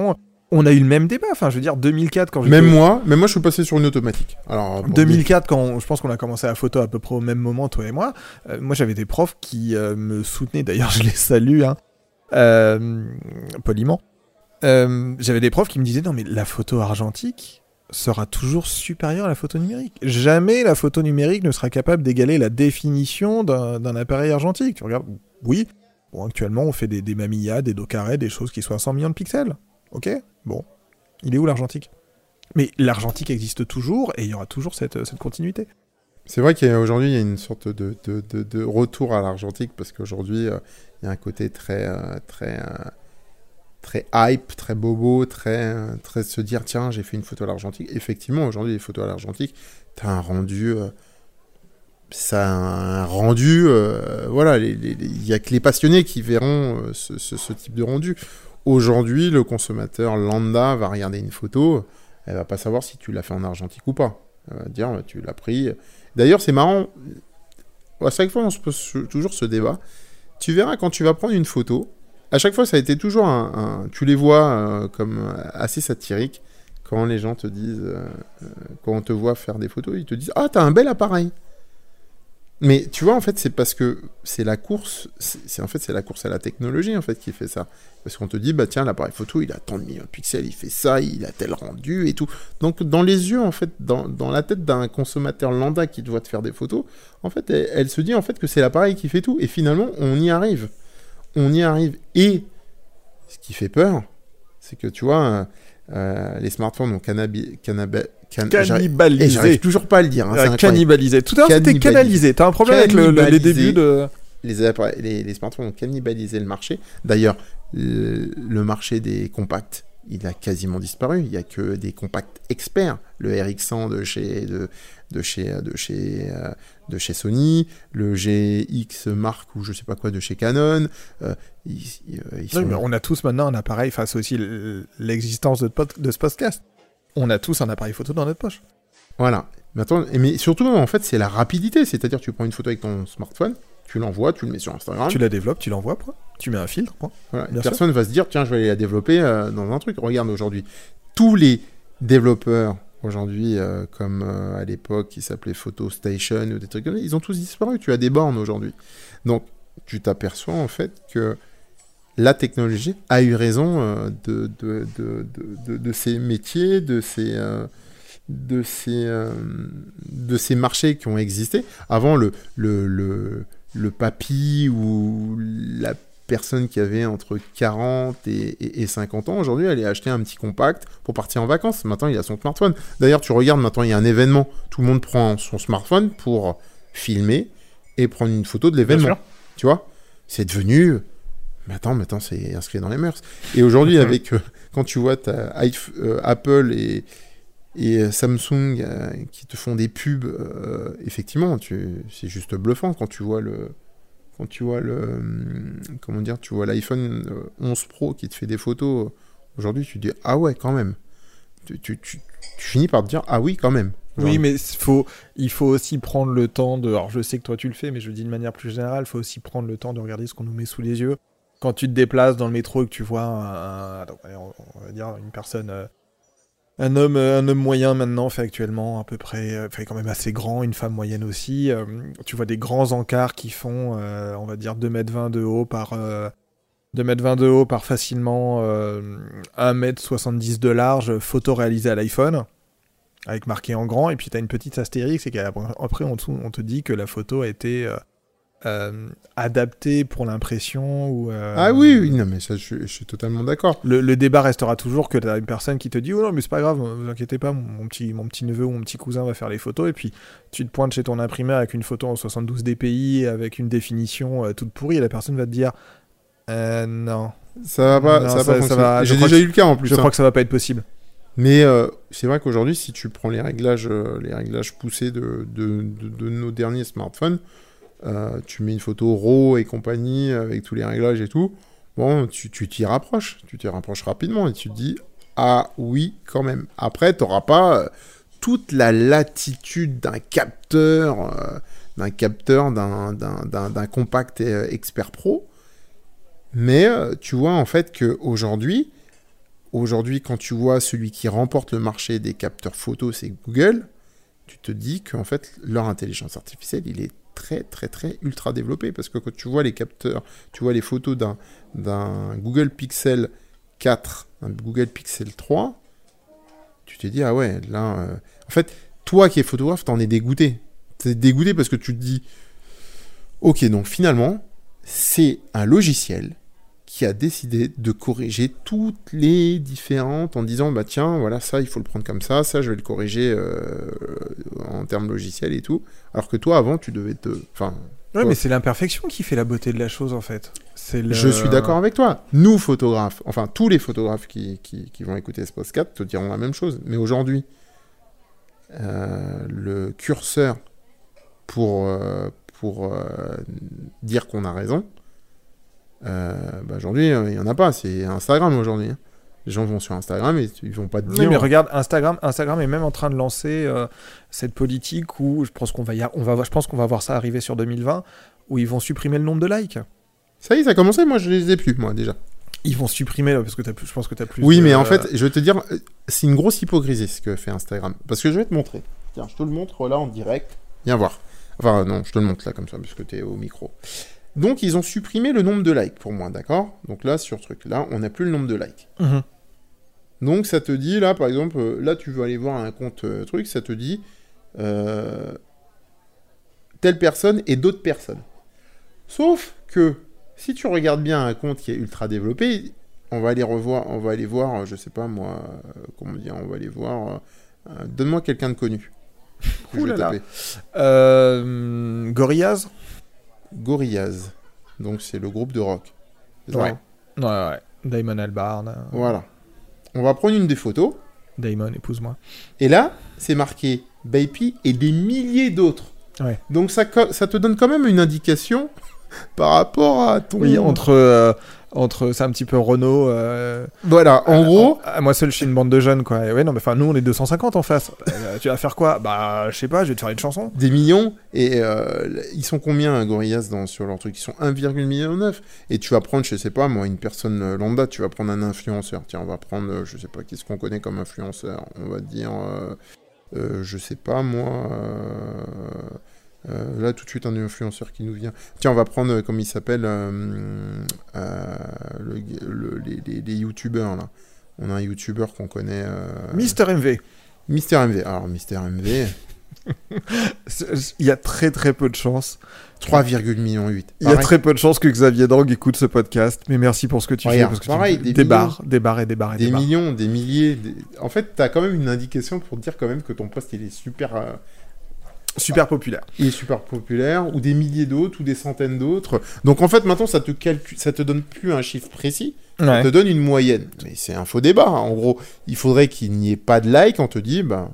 On a eu le même débat, enfin je veux dire deux mille quatre quand j'étais... Même moi, même moi je suis passé sur une automatique. Alors, bon, deux mille quatre quand on- je pense qu'on a commencé la photo à peu près au même moment toi et moi, euh, moi j'avais des profs qui euh, me soutenaient, d'ailleurs je les salue hein, euh, poliment. Euh, j'avais des profs qui me disaient non mais la photo argentique sera toujours supérieure à la photo numérique. Jamais la photo numérique ne sera capable d'égaler la définition d'un, d'un appareil argentique. Tu regardes, oui, bon actuellement on fait des, des mamillas, des dos carrés, des choses qui soient à cent millions de pixels. Ok, bon, il est où l'argentique ? Mais l'argentique existe toujours et il y aura toujours cette, cette continuité. C'est vrai qu'aujourd'hui il y a une sorte de, de, de, de retour à l'argentique parce qu'aujourd'hui euh, il y a un côté très, euh, très, euh, très hype, très bobo, très, euh, très se dire tiens j'ai fait une photo à l'argentique. Effectivement aujourd'hui les photos à l'argentique, t'as un rendu... Euh, ça a un rendu... Euh, voilà, il n'y a que les passionnés qui verront euh, ce, ce, ce type de rendu. Aujourd'hui, le consommateur lambda va regarder une photo, elle va pas savoir si tu l'as fait en argentique ou pas. Elle va dire, tu l'as pris. D'ailleurs, c'est marrant. À chaque fois, on se pose toujours ce débat. Tu verras quand tu vas prendre une photo. À chaque fois, ça a été toujours un. un tu les vois euh, comme assez satiriques quand les gens te disent, euh, quand on te voit faire des photos, ils te disent, ah, t'as un bel appareil. Mais tu vois, en fait, c'est parce que c'est la course, c'est, c'est en fait c'est la course à la technologie en fait qui fait ça. Parce qu'on te dit bah tiens l'appareil photo il a tant de millions de pixels, il fait ça, il a tel rendu et tout. Donc dans les yeux en fait, dans, dans la tête d'un consommateur lambda qui doit te faire des photos, en fait elle, elle se dit en fait que c'est l'appareil qui fait tout. Et finalement on y arrive, on y arrive. Et ce qui fait peur, c'est que tu vois euh, euh, les smartphones ont cannabi, cannabi, Can... Cannibalisé. J'arrive... j'arrive toujours pas à le dire. Hein, euh, cannibalisé. Tout à l'heure, c'était canalisé. T'as un problème avec le, le, les débuts de... Les, appareils, les, les smartphones ont cannibalisé le marché. D'ailleurs, le, le marché des compacts, il a quasiment disparu. Il n'y a que des compacts experts. Le R X cent de chez, de, de chez, de chez, euh, de chez Sony, le G X Mark ou je sais pas quoi de chez Canon. Euh, ils, ils sont... oui, mais on a tous maintenant un appareil, enfin, c'est aussi l'existence de, pod... de ce podcast. On a tous un appareil photo dans notre poche. Voilà. Mais, attends, mais surtout, en fait, c'est la rapidité. C'est-à-dire, tu prends une photo avec ton smartphone, tu l'envoies, tu le mets sur Instagram. Tu la développes, tu l'envoies, point. Tu mets un filtre, point. Voilà. Personne ne va se dire, tiens, je vais aller la développer euh, dans un truc. Regarde, aujourd'hui, tous les développeurs, aujourd'hui, euh, comme euh, à l'époque, qui s'appelaient Photo Station ou des trucs comme ça, ils ont tous disparu. Tu as des bornes aujourd'hui. Donc, tu t'aperçois, en fait, que la technologie a eu raison euh, de, de, de, de, de, de ces métiers, de ces, euh, de, ces, euh, de ces marchés qui ont existé. Avant, le, le, le, le papy ou la personne qui avait entre quarante et, et, et cinquante ans, aujourd'hui, elle est acheter un petit compact pour partir en vacances. Maintenant, il a son smartphone. D'ailleurs, tu regardes, maintenant, il y a un événement. Tout le monde prend son smartphone pour filmer et prendre une photo de l'événement. Tu vois ? C'est devenu... Mais attends, maintenant, c'est inscrit dans les mœurs. Et aujourd'hui, avec euh, quand tu vois ta, euh, Apple et, et Samsung euh, qui te font des pubs, euh, effectivement, tu, c'est juste bluffant quand tu vois le... Quand tu vois le... Hum, comment dire, tu vois l'iPhone onze Pro qui te fait des photos. Aujourd'hui, tu te dis, ah ouais, quand même. Tu, tu, tu, tu finis par te dire, ah oui, quand même. Oui, mais faut, il faut aussi prendre le temps de... Alors, je sais que toi, tu le fais, mais je le dis de manière plus générale, il faut aussi prendre le temps de regarder ce qu'on nous met sous les yeux. Quand tu te déplaces dans le métro et que tu vois un, un, on va dire une personne, euh, un homme, un homme moyen maintenant, fait actuellement à peu près, euh, fait quand même assez grand, une femme moyenne aussi. Euh, tu vois des grands encarts qui font, euh, on va dire deux mètres vingt de haut par, euh, deux mètres vingt de haut par facilement euh, un mètre soixante-dix de large, photo réalisée à l'iPhone, avec marqué en grand. Et puis t'as une petite astérix, et qu'après en dessous on te dit que la photo a été euh, Euh, adapté pour l'impression ou euh... ah oui, oui, non mais ça je, je suis totalement d'accord. Le, le débat restera toujours que t'as une personne qui te dit oh non mais c'est pas grave, vous inquiétez pas, mon, mon petit mon petit neveu ou mon petit cousin va faire les photos, et puis tu te pointes chez ton imprimeur avec une photo en soixante-douze D P I avec une définition euh, toute pourrie, et la personne va te dire euh, non ça va pas, non, ça, ça, va pas ça va, j'ai déjà que, eu le cas en plus. Je hein. crois que ça va pas être possible. Mais euh, c'est vrai qu'aujourd'hui, si tu prends les réglages, euh, les réglages poussés de, de, de, de nos derniers smartphones. Euh, tu mets une photo RAW et compagnie avec tous les réglages et tout, bon, tu, tu t'y rapproches, tu t'y rapproches rapidement et tu te dis ah oui quand même. Après, t'auras pas euh, toute la latitude d'un capteur, euh, d'un capteur, d'un, d'un, d'un, d'un compact euh, expert pro, mais euh, tu vois en fait que aujourd'hui, aujourd'hui, quand tu vois celui qui remporte le marché des capteurs photo, c'est Google, tu te dis qu'en fait, leur intelligence artificielle, il est très, très, très ultra développé. Parce que quand tu vois les capteurs, tu vois les photos d'un, d'un Google Pixel quatre, un Google Pixel trois, tu te dis, ah ouais, là... Euh... En fait, toi qui es photographe, t'en es dégoûté. T'es dégoûté parce que tu te dis, ok, donc finalement, c'est un logiciel qui a décidé de corriger toutes les différentes en disant, bah tiens, voilà, ça, il faut le prendre comme ça, ça, je vais le corriger euh, en termes logiciels et tout. Alors que toi, avant, tu devais te... Enfin, ouais, toi... mais c'est l'imperfection qui fait la beauté de la chose, en fait. C'est le... Je suis d'accord avec toi. Nous, photographes, enfin, tous les photographes qui, qui, qui vont écouter ce podcast te diront la même chose. Mais aujourd'hui, euh, le curseur pour, euh, pour euh, dire qu'on a raison, Euh, bah aujourd'hui, il euh, n'y en a pas. C'est Instagram aujourd'hui. Hein. Les gens vont sur Instagram et ils vont pas te dire. Oui, mais regarde, Instagram, Instagram est même en train de lancer euh, cette politique où je pense qu'on va, y a... on va, je pense qu'on va voir ça arriver sur deux mille vingt, où ils vont supprimer le nombre de likes. Ça y est, ça a commencé. Moi, je les ai plus, moi déjà. Ils vont supprimer parce que t'as plus, je pense que tu as plus. Oui, de... mais en fait, je vais te dire, c'est une grosse hypocrisie ce que fait Instagram. Parce que je vais te montrer. Tiens, je te le montre là en direct. Viens voir. Enfin, non, je te le montre là comme ça parce que tu es au micro. Donc, ils ont supprimé le nombre de likes pour moi, d'accord ? Donc là, sur ce truc-là, on n'a plus le nombre de likes. Mmh. Donc, ça te dit, là, par exemple, euh, là, tu veux aller voir un compte euh, truc, ça te dit euh, telle personne et d'autres personnes. Sauf que, si tu regardes bien un compte qui est ultra développé, on va aller revoir, on va aller voir, je sais pas moi, euh, comment dire, on va aller voir, euh, donne-moi quelqu'un de connu. Ouh là là. Euh, Gorillaz. Gorillaz. Donc c'est le groupe de rock. Ouais. ouais. Ouais, Damon Albarn. Euh... Voilà. On va prendre une des photos. Damon, épouse-moi. Et là, c'est marqué Baby et des milliers d'autres. Ouais. Donc ça, ça te donne quand même une indication par rapport à ton... Oui, entre... Euh... Entre, c'est un petit peu Renault. Euh... Voilà, en euh, gros. À moi seul, je suis une bande de jeunes, quoi. Et ouais, non, mais enfin, nous, on est deux cent cinquante en face. euh, tu vas faire quoi ? Bah, je sais pas, je vais te faire une chanson. Des millions. Et euh, ils sont combien, Gorillaz, dans, sur leur truc ? Ils sont un virgule neuf. Et tu vas prendre, je sais pas, moi, une personne lambda, tu vas prendre un influenceur. Tiens, on va prendre, je sais pas, qu'est-ce qu'on connaît comme influenceur ? On va dire, euh, euh, je sais pas, moi. Euh... Euh, là tout de suite un influenceur qui nous vient. Tiens, on va prendre euh, comme il s'appelle euh, euh, le, le, les, les, les youtubeurs là. On a un youtubeur qu'on connaît. Euh... Mister M V. Mister M V. Alors Mister M V. Il y a très très peu de chances. trois virgule huit millions. Il y a très peu de chances que Xavier Drang écoute ce podcast. Mais merci pour ce que tu Regarde, fais. Parce que pareil, tu... des, des millions, barres, des barres et des barres et des, des barres. millions, des milliers. Des... En fait, t'as quand même une indication pour dire quand même que ton post il est super. Euh... Super populaire. Il est super populaire, ou des milliers d'autres, ou des centaines d'autres. Donc en fait, maintenant, ça te calcule, ça te donne plus un chiffre précis, ouais. Ça te donne une moyenne. Mais c'est un faux débat. Hein. En gros, il faudrait qu'il n'y ait pas de like. On te dit, bah,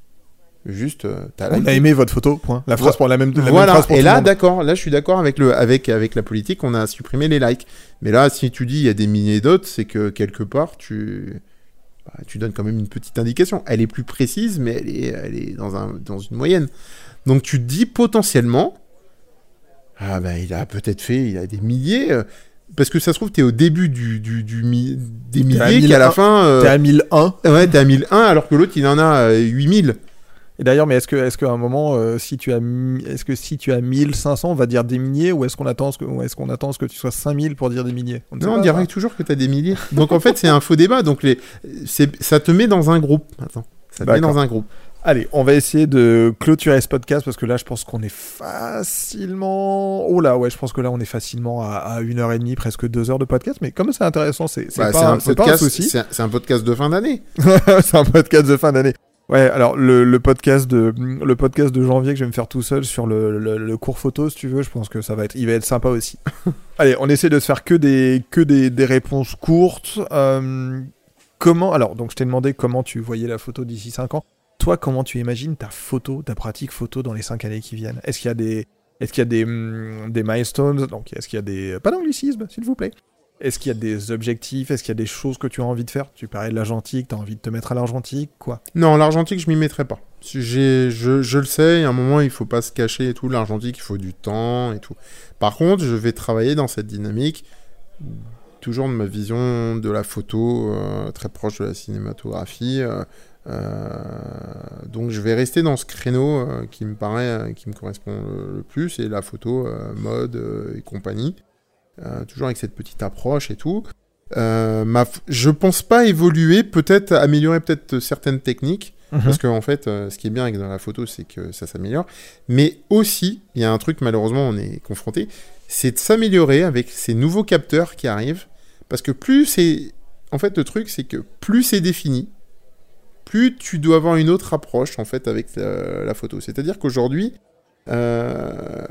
juste, euh, t'as on like. a aimé votre photo. Point. La phrase pour la même. La voilà. même phrase pour et tout là, le monde. d'accord. Là, je suis d'accord avec le, avec avec la politique. On a supprimé les likes. Mais là, si tu dis il y a des milliers d'autres, c'est que quelque part, tu bah, tu donnes quand même une petite indication. Elle est plus précise, mais elle est, elle est dans un, dans une moyenne. Donc tu te dis potentiellement, ah ben il a peut-être fait, il a des milliers, euh, parce que ça se trouve t'es au début du, du, du mi- des t'es milliers qu'à la fin... Euh, t'es à mille un. Ouais, t'es à mille un alors que l'autre il en a euh, huit mille. Et d'ailleurs, mais est-ce que, est-ce qu'à un moment, euh, si tu as, est-ce que si tu as mille cinq cents, on va dire des milliers, ou est-ce qu'on attend ce que, ou est-ce qu'on attend ce que tu sois cinq mille pour dire des milliers ? On Non, on dirait ça. Toujours que t'as des milliers. Donc en fait c'est un faux débat, donc les, c'est, ça te met dans un groupe. Attends, ça te D'accord. met dans un groupe. Allez, on va essayer de clôturer ce podcast parce que là, je pense qu'on est facilement... Oh là, ouais, je pense que là, on est facilement à, à une heure et demie, presque deux heures de podcast. Mais comme c'est intéressant, c'est, c'est, bah, pas, c'est, un, c'est podcast, pas un souci. C'est un, c'est un podcast de fin d'année. C'est un podcast de fin d'année. Ouais, alors le, le, podcast de, le podcast de janvier que je vais me faire tout seul sur le, le, le cours photo, si tu veux, je pense que ça va être, il va être sympa aussi. Allez, on essaie de se faire que des, que des, des réponses courtes. Euh, comment... Alors, donc je t'ai demandé comment tu voyais la photo d'ici cinq ans. Toi, comment tu imagines ta photo, ta pratique photo dans les cinq années qui viennent ? Est-ce qu'il y a des, est-ce qu'il y a des, hum, des milestones ? Donc, est-ce qu'il y a des... Pas d'anglicisme, s'il vous plaît. Est-ce qu'il y a des objectifs ? Est-ce qu'il y a des choses que tu as envie de faire ? Tu parlais de l'argentique, tu as envie de te mettre à l'argentique, quoi ? Non, l'argentique, je m'y mettrai pas. J'ai, je, je le sais, à un moment, il faut pas se cacher et tout. L'argentique, il faut du temps et tout. Par contre, je vais travailler dans cette dynamique toujours de ma vision de la photo, euh, très proche de la cinématographie. Euh, euh, donc je vais rester dans ce créneau euh, qui me paraît, euh, qui me correspond le, le plus, et la photo, euh, mode euh, et compagnie. Euh, toujours avec cette petite approche et tout. Euh, ma f- je pense pas évoluer, peut-être améliorer peut-être certaines techniques, mmh. parce que en fait, euh, ce qui est bien avec dans la photo, c'est que ça s'améliore. Mais aussi, il y a un truc, malheureusement, on est confronté, c'est de s'améliorer avec ces nouveaux capteurs qui arrivent, parce que plus c'est, en fait, le truc, c'est que plus c'est défini, plus tu dois avoir une autre approche en fait avec la, la photo. C'est-à-dire qu'aujourd'hui, euh,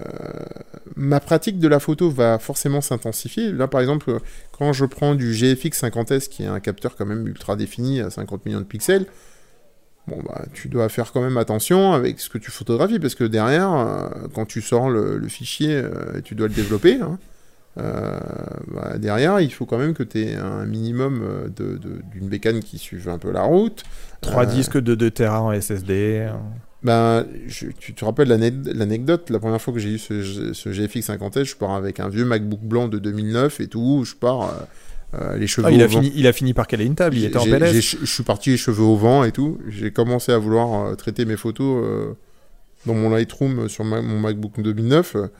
ma pratique de la photo va forcément s'intensifier. Là, par exemple, quand je prends du G F X cinquante S, qui est un capteur quand même ultra défini à cinquante millions de pixels, bon, bah, tu dois faire quand même attention avec ce que tu photographies, parce que derrière, euh, quand tu sors le, le fichier, euh, tu dois le développer, hein. Euh, bah, derrière, il faut quand même que tu aies un minimum de, de, d'une bécane qui suive un peu la route. Trois euh, disques de deux téra en S S D. Ben, je, tu te rappelles l'anecdote, la première fois que j'ai eu ce, ce G F X cinquante S, je pars avec un vieux MacBook blanc de deux mille neuf et tout, je pars euh, les cheveux ah, il au a vent. Fini, il a fini par caler une table, il était en P L S. Je suis parti les cheveux au vent et tout, j'ai commencé à vouloir euh, traiter mes photos euh, dans mon Lightroom sur ma, mon MacBook deux mille neuf. Euh,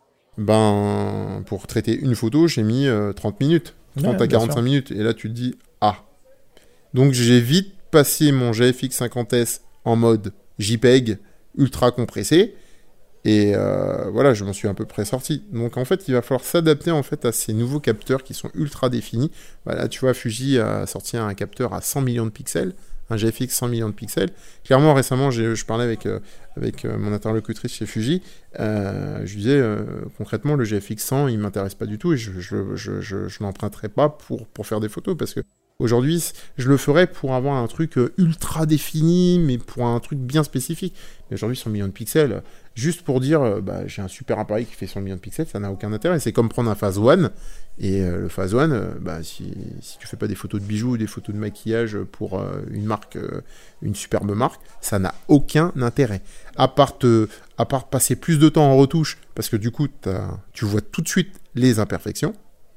ben, pour traiter une photo, j'ai mis euh, trente minutes, trente ouais, à quarante-cinq minutes, et là tu te dis, ah. Donc j'ai vite passé mon G F X cinquante S en mode JPEG, ultra compressé, et euh, voilà, je m'en suis à peu près sorti. Donc en fait, il va falloir s'adapter en fait à ces nouveaux capteurs qui sont ultra définis. Bah, là, tu vois, Fuji a sorti un capteur à cent millions de pixels, un G F X cent millions de pixels. Clairement, récemment, j'ai, je parlais avec, euh, avec euh, mon interlocutrice chez Fuji, euh, je lui disais, euh, concrètement, le G F X cent, il ne m'intéresse pas du tout, et je, je, je, je, je l'emprunterai pas pour, pour faire des photos, parce que aujourd'hui, je le ferais pour avoir un truc ultra défini, mais pour un truc bien spécifique. Mais aujourd'hui, cent millions de pixels, juste pour dire, bah, j'ai un super appareil qui fait cent millions de pixels, ça n'a aucun intérêt. C'est comme prendre un Phase un, et euh, le Phase un, euh, bah, si, si tu fais pas des photos de bijoux ou des photos de maquillage pour euh, une marque, euh, une superbe marque, ça n'a aucun intérêt. À part, te, à part passer plus de temps en retouche, parce que du coup, tu vois tout de suite les imperfections.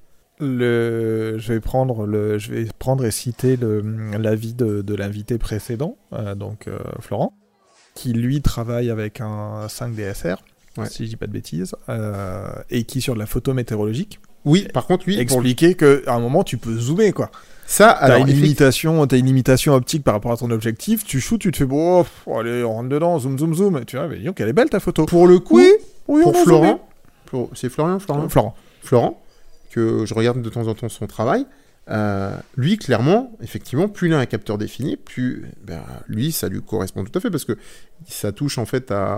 Le, je vais prendre le, je vais prendre et citer le, l'avis de, de l'invité précédent, euh, donc euh, Florent, qui lui travaille avec un cinq D S R, ouais. si je dis pas de bêtises, euh, et qui sur de la photo météorologique. Oui, par contre lui expliquer pour... que à un moment tu peux zoomer quoi. Ça, alors, t'as une limitation, t'as une limitation optique par rapport à ton objectif. Tu shoots, tu te fais bon, oh, allez, on rentre dedans, zoom, zoom, zoom. Et tu vois, mais disons qu'elle est belle ta photo. Pour le coup, oui, oui pour Florent, pour... c'est Florian, Florent, Florent, Florent. que je regarde de temps en temps son travail, euh, lui, clairement, effectivement, plus il a un capteur défini, plus ben, lui, ça lui correspond tout à fait, parce que ça touche en fait à,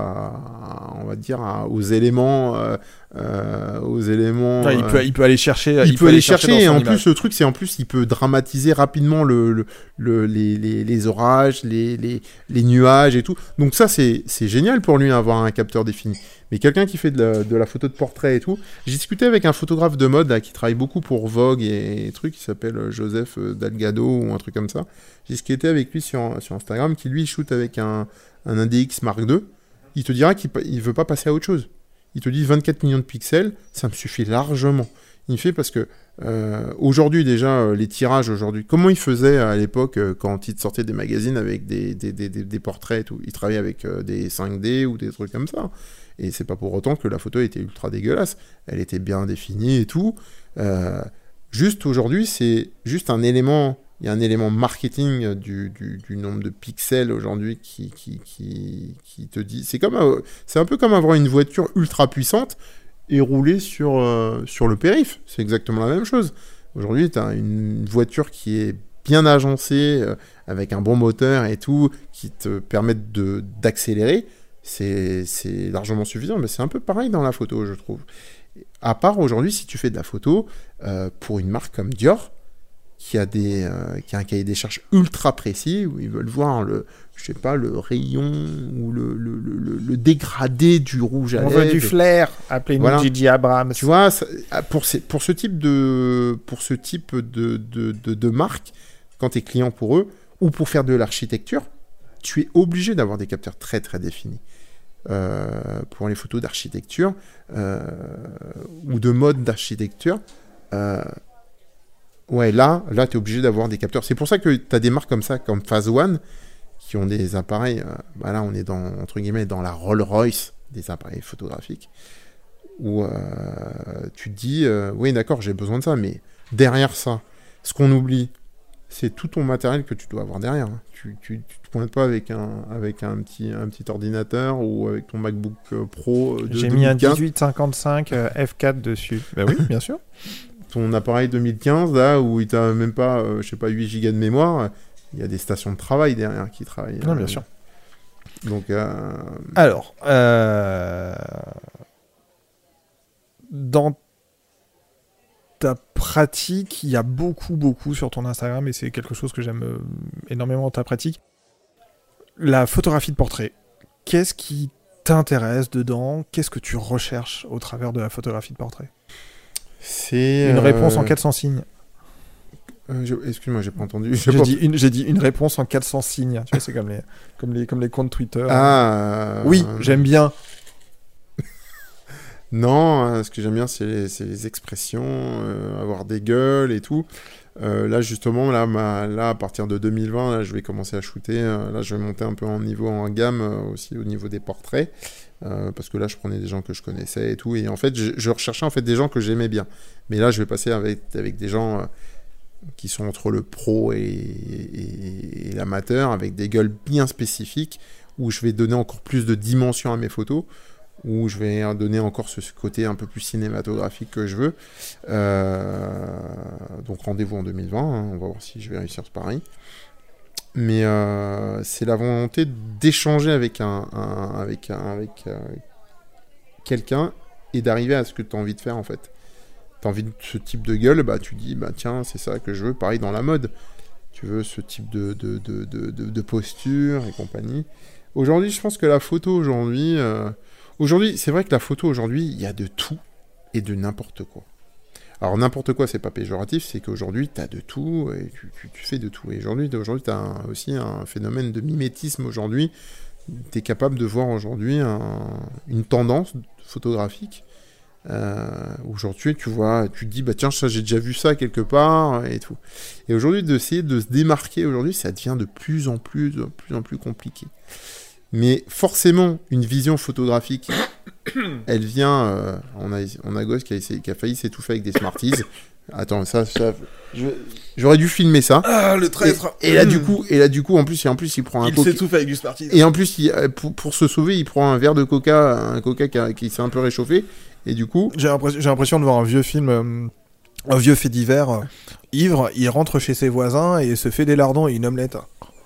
à on va dire, à, aux éléments, euh, euh, aux éléments. Ouais, il, peut, euh, il peut aller chercher. Il, il peut, peut aller chercher, chercher et en image. plus, le truc, c'est en plus, il peut dramatiser rapidement le, le, le, les, les, les orages, les, les, les nuages et tout. Donc ça, c'est, c'est génial pour lui avoir un capteur défini. Mais quelqu'un qui fait de la, de la photo de portrait et tout, j'ai discuté avec un photographe de mode là, qui travaille beaucoup pour Vogue et, et trucs, qui s'appelle Joseph Dalgado ou un truc comme ça. J'ai discuté avec lui sur, sur Instagram, qui lui shoot avec un, un D X Mark deux. Il te dira qu'il ne veut pas passer à autre chose. Il te dit vingt-quatre millions de pixels, ça me suffit largement. Il fait parce que euh, aujourd'hui déjà, euh, les tirages aujourd'hui, comment il faisait à l'époque euh, quand il sortait des magazines avec des, des, des, des, des portraits et tout. Il travaillait avec euh, des cinq D ou des trucs comme ça. Et c'est pas pour autant que la photo était ultra dégueulasse. Elle était bien définie et tout. Euh, juste aujourd'hui, c'est juste un élément... Il y a un élément marketing du, du, du nombre de pixels aujourd'hui qui, qui, qui, qui te dit... C'est, comme, euh, c'est un peu comme avoir une voiture ultra puissante et rouler sur, euh, sur le périph'. C'est exactement la même chose. Aujourd'hui, tu as une voiture qui est bien agencée, euh, avec un bon moteur et tout, qui te permettent de, d'accélérer. C'est, c'est largement suffisant, mais c'est un peu pareil dans la photo, je trouve. À part aujourd'hui, si tu fais de la photo euh, pour une marque comme Dior, qui a, des, euh, qui a un cahier des charges ultra précis, où ils veulent voir le, je sais pas, le rayon ou le, le, le, le dégradé du rouge à lèvres. On veut du flair, appelez-nous voilà. Gigi Abrams. Tu vois, ça, pour, ces, pour ce type de, pour ce type de, de, de, de marque, quand tu es client pour eux, ou pour faire de l'architecture, tu es obligé d'avoir des capteurs très très définis. Euh, pour les photos d'architecture euh, ou de mode d'architecture, euh, Ouais, là, là tu es obligé d'avoir des capteurs. C'est pour ça que tu as des marques comme ça, comme Phase One, qui ont des appareils. Euh, bah là, on est dans, entre guillemets, dans la Rolls-Royce des appareils photographiques. Où euh, tu te dis, euh, oui, d'accord, j'ai besoin de ça, mais derrière ça, ce qu'on oublie, c'est tout ton matériel que tu dois avoir derrière. Tu tu, tu te pointes pas avec un, avec un, petit, un petit ordinateur ou avec ton MacBook Pro de J'ai deux mis mille quinze. un dix-huit cinquante-cinq euh, F quatre dessus. Bah oui, bien sûr. Ton appareil deux mille quinze, là, où il t'a même pas, euh, je sais pas, huit gigas de mémoire, il y a des stations de travail derrière qui travaillent. Non, euh, bien sûr. Donc, euh... Alors, euh... dans ta pratique, il y a beaucoup, beaucoup sur ton Instagram, et c'est quelque chose que j'aime euh, énormément dans ta pratique. La photographie de portrait, qu'est-ce qui t'intéresse dedans? Qu'est-ce que tu recherches au travers de la photographie de portrait? c'est... Une euh... réponse en quatre cents signes. Euh, je... Excuse-moi, j'ai pas entendu. J'ai pas... dit, une, j'ai dit une réponse en quatre cents signes. Tu vois, c'est comme les, comme les, comme les comptes Twitter. Ah... Oui, euh... j'aime bien. Non, euh, ce que j'aime bien, c'est les, c'est les expressions, euh, avoir des gueules et tout. Euh, là, justement, là, ma, là, à partir de deux mille vingt, là, je vais commencer à shooter. Euh, là, je vais monter un peu en niveau, en gamme, euh, aussi au niveau des portraits. Euh, parce que là, je prenais des gens que je connaissais et tout. Et en fait, je, je recherchais en fait des gens que j'aimais bien. Mais là, je vais passer avec, avec des gens... Euh, qui sont entre le pro et, et, et l'amateur, avec des gueules bien spécifiques, où je vais donner encore plus de dimension à mes photos, où je vais donner encore ce, ce côté un peu plus cinématographique que je veux. Euh, donc rendez-vous en deux mille vingt, hein, on va voir si je vais réussir ce pari. Mais euh, c'est la volonté d'échanger avec, un, un, avec, un, avec euh, quelqu'un et d'arriver à ce que tu as envie de faire en fait. T'as envie de ce type de gueule, bah tu dis bah tiens c'est ça que je veux. Pareil dans la mode, tu veux ce type de de, de, de, de, de posture et compagnie. Aujourd'hui je pense que la photo aujourd'hui, euh... aujourd'hui c'est vrai que la photo aujourd'hui il y a de tout et de n'importe quoi. Alors n'importe quoi c'est pas péjoratif, c'est qu'aujourd'hui t'as de tout et tu, tu, tu fais de tout. Et aujourd'hui aujourd'hui t'as un, aussi un phénomène de mimétisme aujourd'hui. T'es capable de voir aujourd'hui un, une tendance photographique. Euh, aujourd'hui tu vois, tu te dis bah tiens ça j'ai déjà vu ça quelque part et tout. Et aujourd'hui d'essayer de se démarquer aujourd'hui ça devient de plus en plus de plus en plus compliqué. Mais forcément une vision photographique elle vient euh, on a on a Gosse qui a essayé, qui a failli s'étouffer avec des Smarties. Attends ça, ça je, j'aurais dû filmer ça. Ah le traître. Et, et là du coup et là du coup en plus et en plus il prend un il coca. s'étouffe avec du Smarties. Et en plus il, pour, pour se sauver il prend un verre de coca, un coca qui, a, qui s'est un peu réchauffé. Et du coup... J'ai l'impression, j'ai l'impression de voir un vieux film, euh, un vieux fait divers. Euh, ivre, il rentre chez ses voisins et se fait des lardons et une omelette.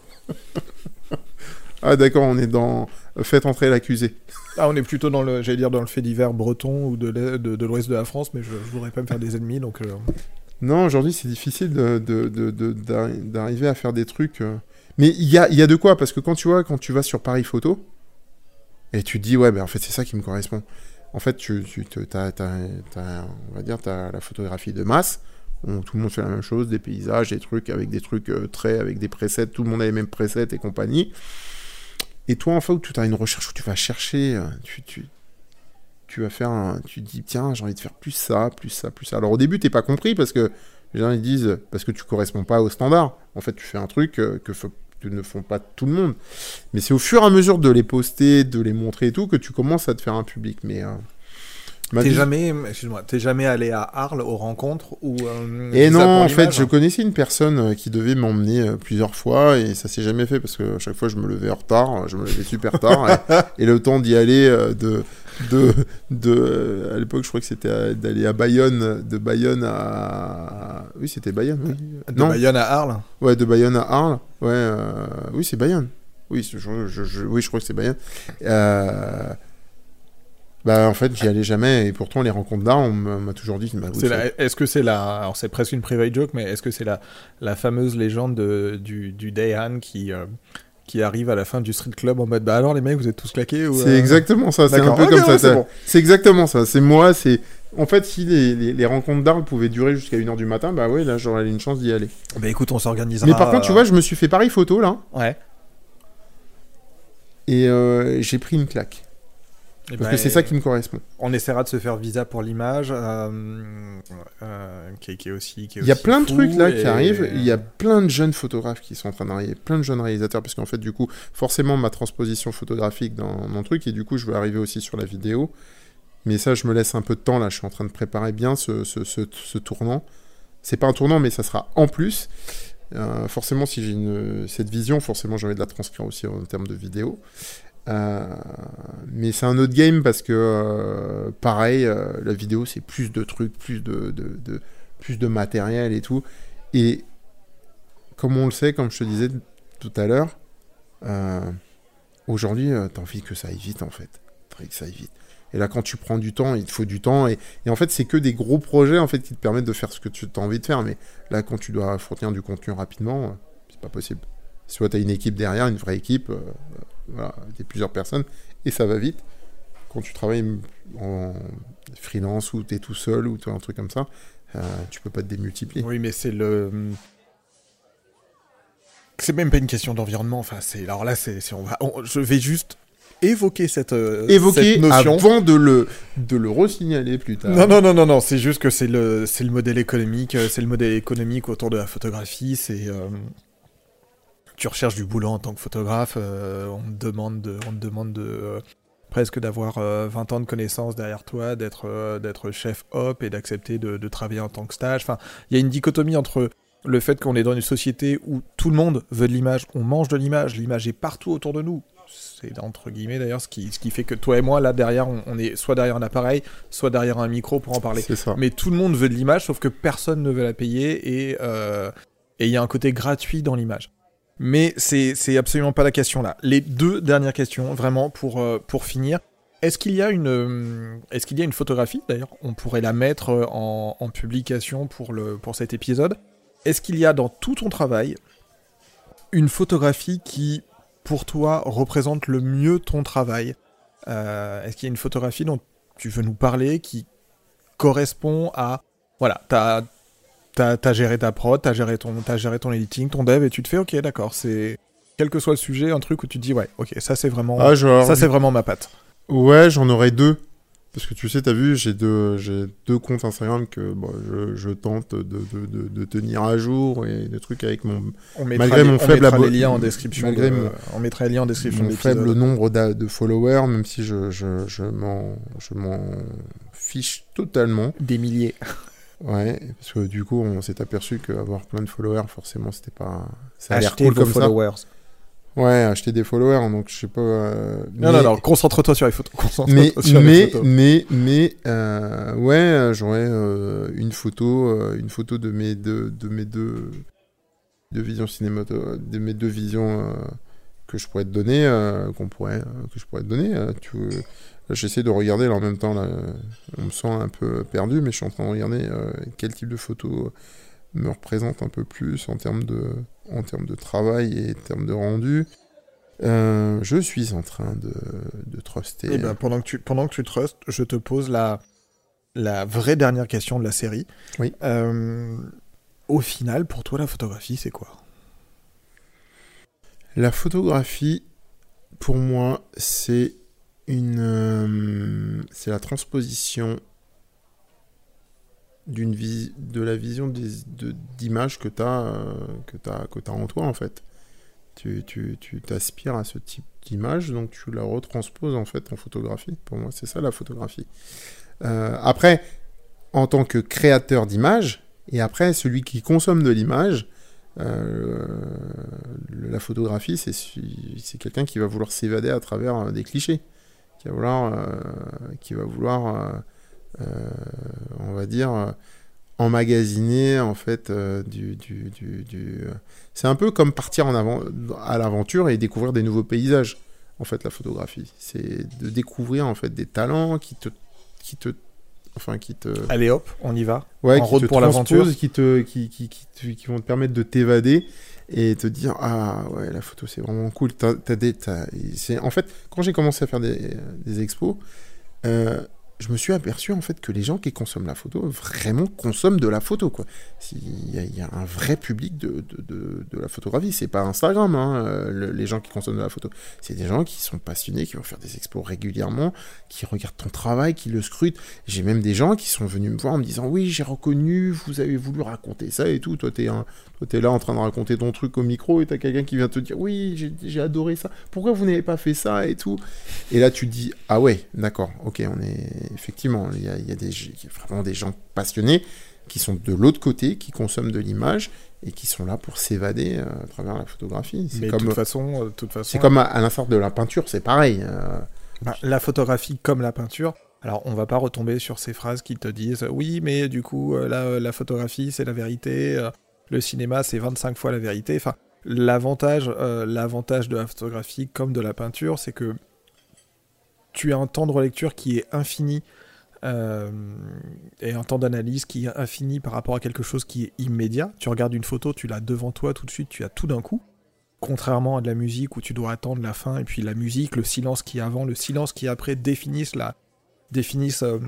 Ah d'accord, on est dans... Faites entrer l'accusé. Ah, on est plutôt dans le, j'allais dire, dans le fait divers breton ou de, de, de l'ouest de la France, mais je, je voudrais pas me faire des ennemis, donc... Euh... Non, aujourd'hui, c'est difficile de, de, de, de, d'arriver à faire des trucs... Euh... Mais il y a, y a de quoi, parce que quand tu vois, quand tu vas sur Paris Photo, et tu te dis, ouais, ben en fait, c'est ça qui me correspond. En fait, tu, tu t'as, t'as, t'as, on va dire, t'as la photographie de masse, où tout le monde fait la même chose, des paysages, des trucs avec des trucs euh, traits, avec des presets, tout le monde a les mêmes presets et compagnie. Et toi, en fait, où tu as une recherche où tu vas chercher, tu, tu, tu vas faire, un, tu te dis, tiens, j'ai envie de faire plus ça, plus ça, plus ça. Alors au début, t'es pas compris parce que les gens ils disent, parce que tu corresponds pas au standard. En fait, tu fais un truc euh, que faut, que ne font pas tout le monde. Mais c'est au fur et à mesure de les poster, de les montrer et tout, que tu commences à te faire un public. Mais euh, t'es vie... jamais, excuse-moi, t'es jamais allé à Arles aux rencontres ou euh, Et non, en fait, je connaissais une personne qui devait m'emmener euh, plusieurs fois et ça s'est jamais fait parce que à chaque fois je me levais en retard, je me levais super tard et, et le temps d'y aller euh, de de de euh, à l'époque je crois que c'était à, d'aller à Bayonne, de Bayonne à oui c'était Bayonne, oui. De non. Bayonne à Arles. Ouais, de Bayonne à Arles, ouais, euh, oui c'est Bayonne, oui je, je, je, oui je crois que c'est Bayonne. Euh, Bah en fait j'y allais jamais et pourtant les rencontres d'art on m'a toujours dit bah, c'est la, est-ce que c'est la alors c'est presque une private joke mais est-ce que c'est la, la fameuse légende de, du, du Daehan qui euh, qui arrive à la fin du street club en mode bah alors les mecs vous êtes tous claqués ou, c'est euh... exactement ça. D'accord. C'est un peu okay, comme ouais, ça c'est, bon. C'est exactement ça, c'est moi c'est en fait si les, les, les rencontres d'art pouvaient durer jusqu'à une heure du matin bah ouais là j'aurais une chance d'y aller. Bah écoute on s'organisera. Mais par contre tu vois je me suis fait Paris Photo là. Ouais. Et euh, j'ai pris une claque. Et Parce bah, que c'est ça qui me correspond. On essaiera de se faire visa pour l'image, euh, euh, qui, est, qui est aussi. Qui est Il y a aussi plein de fou, trucs là et... qui arrivent. Il y a plein de jeunes photographes qui sont en train d'arriver, plein de jeunes réalisateurs, parce qu'en fait, du coup, forcément, ma transposition photographique dans mon truc, et du coup, je veux arriver aussi sur la vidéo. Mais ça, je me laisse un peu de temps là. Je suis en train de préparer bien ce, ce, ce, ce tournant. C'est pas un tournant, mais ça sera en plus. Euh, forcément, si j'ai une, cette vision, forcément, j'ai envie de la transcrire aussi en termes de vidéo. Euh, mais c'est un autre game parce que euh, pareil, euh, la vidéo c'est plus de trucs, plus de, de, de, plus de matériel et tout. Et comme on le sait, comme je te disais tout à l'heure, euh, aujourd'hui euh, t'as envie que ça aille vite en fait. T'as envie que ça aille vite. Et là quand tu prends du temps, il te faut du temps. Et, et en fait c'est que des gros projets en fait qui te permettent de faire ce que tu as envie de faire. Mais là quand tu dois fournir du contenu rapidement, euh, c'est pas possible. Soit tu as une équipe derrière, une vraie équipe, euh, voilà, des plusieurs personnes, et ça va vite. Quand tu travailles en freelance ou tu es tout seul ou tu as un truc comme ça, euh, tu peux pas te démultiplier. Oui, mais c'est le... C'est même pas une question d'environnement. Enfin, c'est... Alors là, c'est, c'est... On va... On... je vais juste évoquer cette, euh, évoquer cette notion. Avant de le, de le resignaler plus tard. Non, non, non, non, non. C'est juste que c'est le, c'est le modèle économique. C'est le modèle économique autour de la photographie. C'est... Euh... Tu recherches du boulot en tant que photographe, euh, on te demande, de, on te demande de, euh, presque d'avoir euh, vingt ans de connaissances derrière toi, d'être, euh, d'être chef op et d'accepter de, de travailler en tant que stage. Enfin, il y a une dichotomie entre le fait qu'on est dans une société où tout le monde veut de l'image, on mange de l'image, l'image est partout autour de nous. C'est entre guillemets d'ailleurs ce qui, ce qui fait que toi et moi, là derrière, on, on est soit derrière un appareil, soit derrière un micro pour en parler. C'est ça. Mais tout le monde veut de l'image, sauf que personne ne veut la payer et euh, et il y a un côté gratuit dans l'image. Mais c'est, c'est absolument pas la question là. Les deux dernières questions, vraiment, pour, euh, pour finir. Est-ce qu'il y a une, euh, est-ce qu'il y a une photographie, d'ailleurs, on pourrait la mettre en, en publication pour, le, pour cet épisode. Est-ce qu'il y a dans tout ton travail une photographie qui, pour toi, représente le mieux ton travail ? euh, Est-ce qu'il y a une photographie dont tu veux nous parler qui correspond à... Voilà, t'as... T'as, t'as géré ta prod, t'as géré, ton, t'as géré ton editing, ton dev, et tu te fais, ok, d'accord, c'est... Quel que soit le sujet, un truc où tu te dis, ouais, ok, ça c'est vraiment, ah, genre... ça, c'est vraiment ma patte. Ouais, j'en aurais deux. Parce que tu sais, t'as vu, j'ai deux, j'ai deux comptes Instagram que bon, je, je tente de, de, de, de tenir à jour et des trucs avec mon... On mettra malgré les, mon on faible mettra abo... les liens en description. Malgré de, mon... On mettra les liens en description mon de l'épisode. faible nombre de followers, même si je, je, je, m'en, je m'en fiche totalement. Des milliers. Ouais, parce que du coup, on s'est aperçu qu'avoir plein de followers, forcément, c'était pas... Ça a l'air Acheter cool vos comme followers. Ça. Ouais, acheter des followers, donc je sais pas... Euh, non, mais... non, non, concentre-toi sur les photos. Concentre-toi mais, sur mais, les photos. mais, mais, euh, ouais, j'aurais euh, une photo, euh, une photo de mes deux, de mes deux, deux visions cinémato, de mes deux visions euh, que je pourrais te donner, euh, qu'on pourrait, euh, que je pourrais te donner. Euh, tu veux... Là, j'essaie de regarder là en même temps. Là, on me sent un peu perdu, mais je suis en train de regarder euh, quel type de photo me représente un peu plus en termes de, en termes de travail et en termes de rendu. Euh, je suis en train de, de truster. Eh ben, pendant que tu, pendant que tu trustes, je te pose la, la vraie dernière question de la série. Oui. Euh, au final, pour toi, la photographie, c'est quoi ? La photographie, pour moi, c'est une, euh, c'est la transposition d'une vis- de la vision des, de, d'image que tu as euh, que t'as, que t'as en toi, en fait. Tu, tu, tu t'aspires à ce type d'image, donc tu la retransposes, en fait, en photographie. Pour moi, c'est ça, la photographie. Euh, après, en tant que créateur d'image, et après, celui qui consomme de l'image, euh, la photographie, c'est, c'est quelqu'un qui va vouloir s'évader à travers des clichés, qui va vouloir, euh, qui va vouloir euh, euh, on va dire, euh, emmagasiner, en fait, euh, du, du, du, du... C'est un peu comme partir en avant, à l'aventure et découvrir des nouveaux paysages, en fait, la photographie. C'est de découvrir, en fait, des talents qui te... Qui te enfin, qui te... Allez hop, on y va. Ouais, en qui route te pour l'aventure. Qui, te, qui, qui, qui, te, qui vont te permettre de t'évader et te dire, ah ouais, la photo, c'est vraiment cool. T'as, t'as des, t'as... C'est... En fait, quand j'ai commencé à faire des, des expos, euh, je me suis aperçu en fait que les gens qui consomment la photo vraiment consomment de la photo, quoi. Il y, a, il y a un vrai public de, de, de, de la photographie. C'est pas Instagram, hein, le, les gens qui consomment de la photo. C'est des gens qui sont passionnés, qui vont faire des expos régulièrement, qui regardent ton travail, qui le scrutent. J'ai même des gens qui sont venus me voir en me disant oui, j'ai reconnu, vous avez voulu raconter ça et tout. Toi t'es un, toi t'es là en train de raconter ton truc au micro et t'as quelqu'un qui vient te dire oui, j'ai, j'ai adoré ça. Pourquoi vous n'avez pas fait ça et tout. Et là tu te dis ah ouais, d'accord, ok, on est effectivement, il y a, il y a des, il y a vraiment des gens passionnés qui sont de l'autre côté, qui consomment de l'image et qui sont là pour s'évader euh, à travers la photographie. C'est Mais comme, de toute façon, euh, toute façon, c'est comme à, à l'instar de la peinture, c'est pareil. Euh... Bah, la photographie comme la peinture. Alors, on va pas retomber sur ces phrases qui te disent oui, mais du coup, euh, la, la photographie c'est la vérité, euh, le cinéma c'est vingt-cinq fois la vérité. Enfin, l'avantage, euh, l'avantage de la photographie comme de la peinture, c'est que tu as un temps de relecture qui est infini euh, et un temps d'analyse qui est infini par rapport à quelque chose qui est immédiat. Tu regardes une photo, tu l'as devant toi tout de suite, tu as tout d'un coup. Contrairement à de la musique où tu dois attendre la fin, et puis la musique, le silence qui est avant, le silence qui est après définissent, la, définissent euh,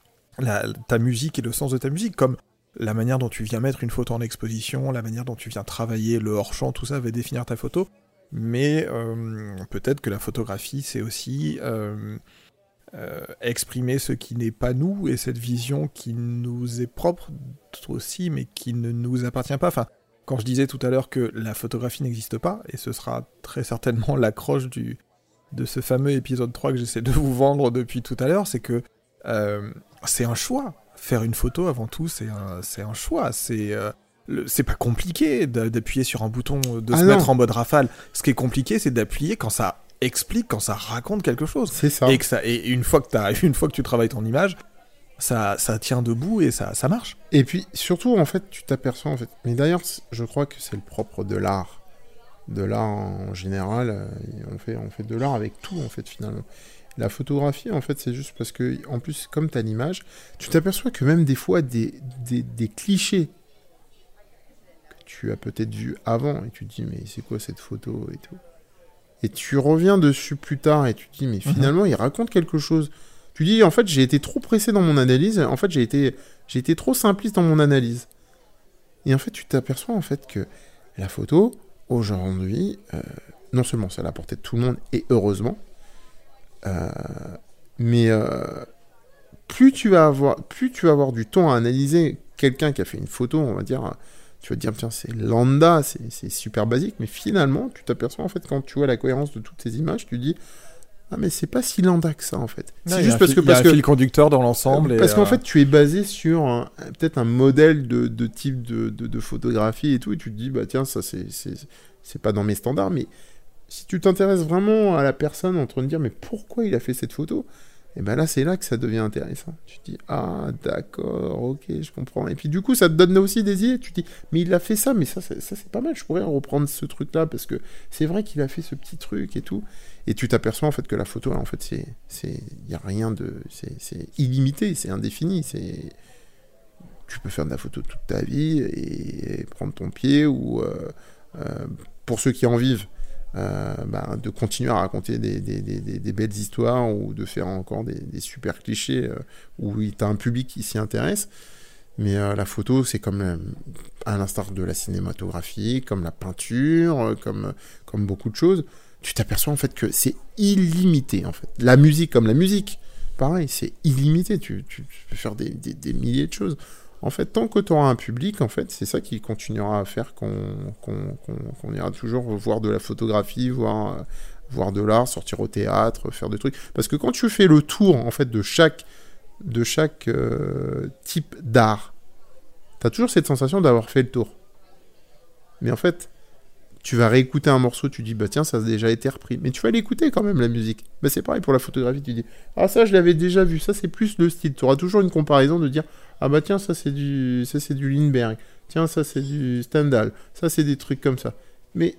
la, ta musique et le sens de ta musique, comme la manière dont tu viens mettre une photo en exposition, la manière dont tu viens travailler le hors-champ, tout ça va définir ta photo. Mais euh, peut-être que la photographie, c'est aussi euh, euh, exprimer ce qui n'est pas nous, et cette vision qui nous est propre aussi, mais qui ne nous appartient pas. Enfin, quand je disais tout à l'heure que la photographie n'existe pas, et ce sera très certainement l'accroche du, de ce fameux épisode trois que j'essaie de vous vendre depuis tout à l'heure, c'est que euh, c'est un choix. Faire une photo, avant tout, c'est un, c'est un choix. C'est... Euh, Le, c'est pas compliqué d'appuyer sur un bouton, de ah se non. mettre en mode rafale. Ce qui est compliqué, c'est d'appuyer quand ça explique, quand ça raconte quelque chose. C'est ça. Et, que ça, et une, fois que t'as, une fois que tu travailles ton image, ça, ça tient debout et ça, ça marche. Et puis, surtout, en fait, tu t'aperçois, en fait... Mais d'ailleurs, je crois que c'est le propre de l'art. De l'art, en général, on fait, on fait de l'art avec tout, en fait, finalement. La photographie, en fait, c'est juste parce que, en plus, comme t'as l'image, tu t'aperçois que même des fois, des, des, des clichés tu as peut-être vu avant, et tu te dis, mais c'est quoi cette photo et tout. Et tu reviens dessus plus tard, et tu te dis, mais finalement, mmh. il raconte quelque chose. Tu dis, en fait, j'ai été trop pressé dans mon analyse, en fait, j'ai été, j'ai été trop simpliste dans mon analyse. Et en fait, tu t'aperçois, en fait, que la photo, aujourd'hui, euh, non seulement c'est à la portée de tout le monde, et heureusement, euh, mais euh, plus tu vas avoir, plus tu vas avoir du temps à analyser quelqu'un qui a fait une photo, on va dire... Tu vas te dire, tiens, c'est lambda, c'est, c'est super basique, mais finalement, tu t'aperçois, en fait, quand tu vois la cohérence de toutes ces images, tu dis, ah, mais c'est pas si lambda que ça, en fait. Non, c'est juste parce que... Il y a un fil conducteur dans l'ensemble. Parce et qu'en euh... fait, tu es basé sur un, peut-être un modèle de, de type de, de, de photographie et tout, et tu te dis, bah tiens, ça, c'est, c'est, c'est pas dans mes standards, mais si tu t'intéresses vraiment à la personne en train de dire, mais pourquoi il a fait cette photo ? Et ben là, c'est là que ça devient intéressant. Tu te dis, ah, d'accord, ok, je comprends. Et puis du coup, ça te donne aussi des idées. Tu te dis, mais il a fait ça, mais ça, ça, ça c'est pas mal. Je pourrais reprendre ce truc-là, parce que c'est vrai qu'il a fait ce petit truc et tout. Et tu t'aperçois, en fait, que la photo, en fait, c'est... c'est il n'y a rien de... C'est, c'est illimité, c'est indéfini. C'est... Tu peux faire de la photo toute ta vie et, et prendre ton pied, ou... Euh, euh, pour ceux qui en vivent, Euh, bah, de continuer à raconter des, des, des, des belles histoires, ou de faire encore des, des super clichés euh, où tu as un public qui s'y intéresse. Mais euh, la photo, c'est comme euh, à l'instar de la cinématographie, comme la peinture, euh, comme, comme beaucoup de choses. Tu t'aperçois en fait que c'est illimité. En fait. La musique, comme la musique, pareil, c'est illimité. Tu, tu, tu peux faire des, des, des milliers de choses. En fait, tant que tu auras un public, en fait, c'est ça qui continuera à faire qu'on, qu'on, qu'on, qu'on ira toujours voir de la photographie, voir, voir de l'art, sortir au théâtre, faire des trucs. Parce que quand tu fais le tour, en fait, de chaque, de chaque euh, type d'art, tu as toujours cette sensation d'avoir fait le tour. Mais en fait, tu vas réécouter un morceau, tu dis, bah tiens, ça a déjà été repris. Mais tu vas l'écouter quand même, la musique. Bah, c'est pareil pour la photographie, tu dis, ah ça, je l'avais déjà vu, ça, c'est plus le style. Tu auras toujours une comparaison de dire, ah bah tiens, ça, c'est du, ça, c'est du Lindbergh. Tiens, ça, c'est du Stendhal. Ça, c'est des trucs comme ça. Mais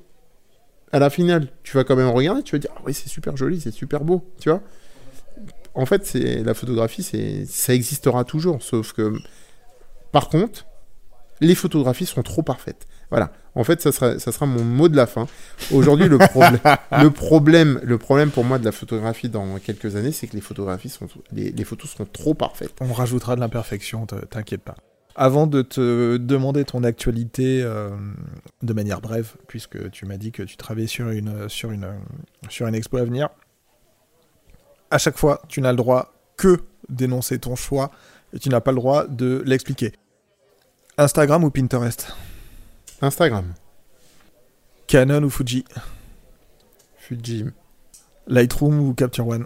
à la finale, tu vas quand même regarder, tu vas dire, ah oui, c'est super joli, c'est super beau, tu vois. En fait, c'est, la photographie, c'est, ça existera toujours, sauf que, par contre, les photographies sont trop parfaites. Voilà. En fait, ça sera, ça sera mon mot de la fin. Aujourd'hui, le, problème, le, problème, le problème pour moi de la photographie dans quelques années, c'est que les photographies sont, les, les photos seront trop parfaites. On rajoutera de l'imperfection, t'inquiète pas. Avant de te demander ton actualité euh, de manière brève, puisque tu m'as dit que tu travaillais sur une, sur une, sur une expo à venir, à chaque fois, tu n'as le droit que d'énoncer ton choix et tu n'as pas le droit de l'expliquer. Instagram ou Pinterest ? Instagram. Canon ou Fuji ? Fuji. Lightroom ou Capture One ?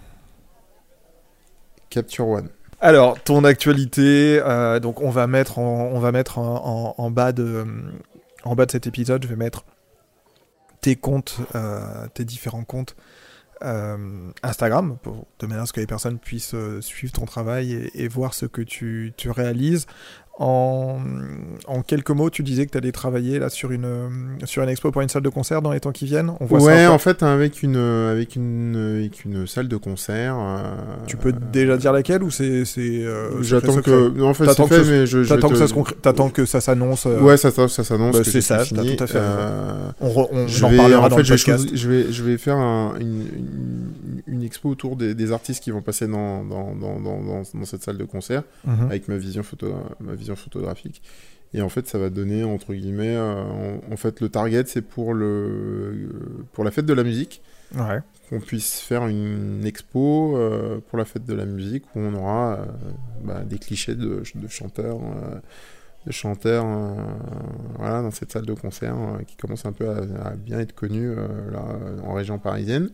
Capture One. Alors, ton actualité, euh, donc on va mettre en, on va mettre en, en, en, bas de, en bas de cet épisode, je vais mettre tes comptes, euh, tes différents comptes euh, Instagram, pour, de manière à ce que les personnes puissent euh, suivre ton travail et, et voir ce que tu, tu réalises. En, en quelques mots, tu disais que tu allais travailler là, sur, une, sur une expo pour une salle de concert dans les temps qui viennent. On voit ouais, ça en fait, avec une, avec une, avec une salle de concert. Euh, tu peux déjà dire laquelle ou c'est, c'est euh, j'attends que. Non, en fait, c'est fait, mais je. T'attends, je que, te... ça concré... t'attends que ça s'annonce. Euh... Ouais, ça, ça s'annonce. Bah, que c'est ça, fini. t'as tout à fait. Euh... On, re, on je en vais, parlera en dans fait, le je podcast. vais, je vais, je vais faire un, une, une, une expo autour des, des artistes qui vont passer dans, dans, dans, dans, dans, dans cette salle de concert mm-hmm. avec ma vision, photo, ma vision photographique. Et en fait, ça va donner, entre guillemets, euh, en, en fait, le target, c'est pour, le, pour la fête de la musique. Ouais. Qu'on puisse faire une expo euh, pour la fête de la musique où on aura euh, bah, des clichés de, de chanteurs, euh, de chanteurs euh, voilà, dans cette salle de concert euh, qui commence un peu à, à bien être connue euh, là, en région parisienne.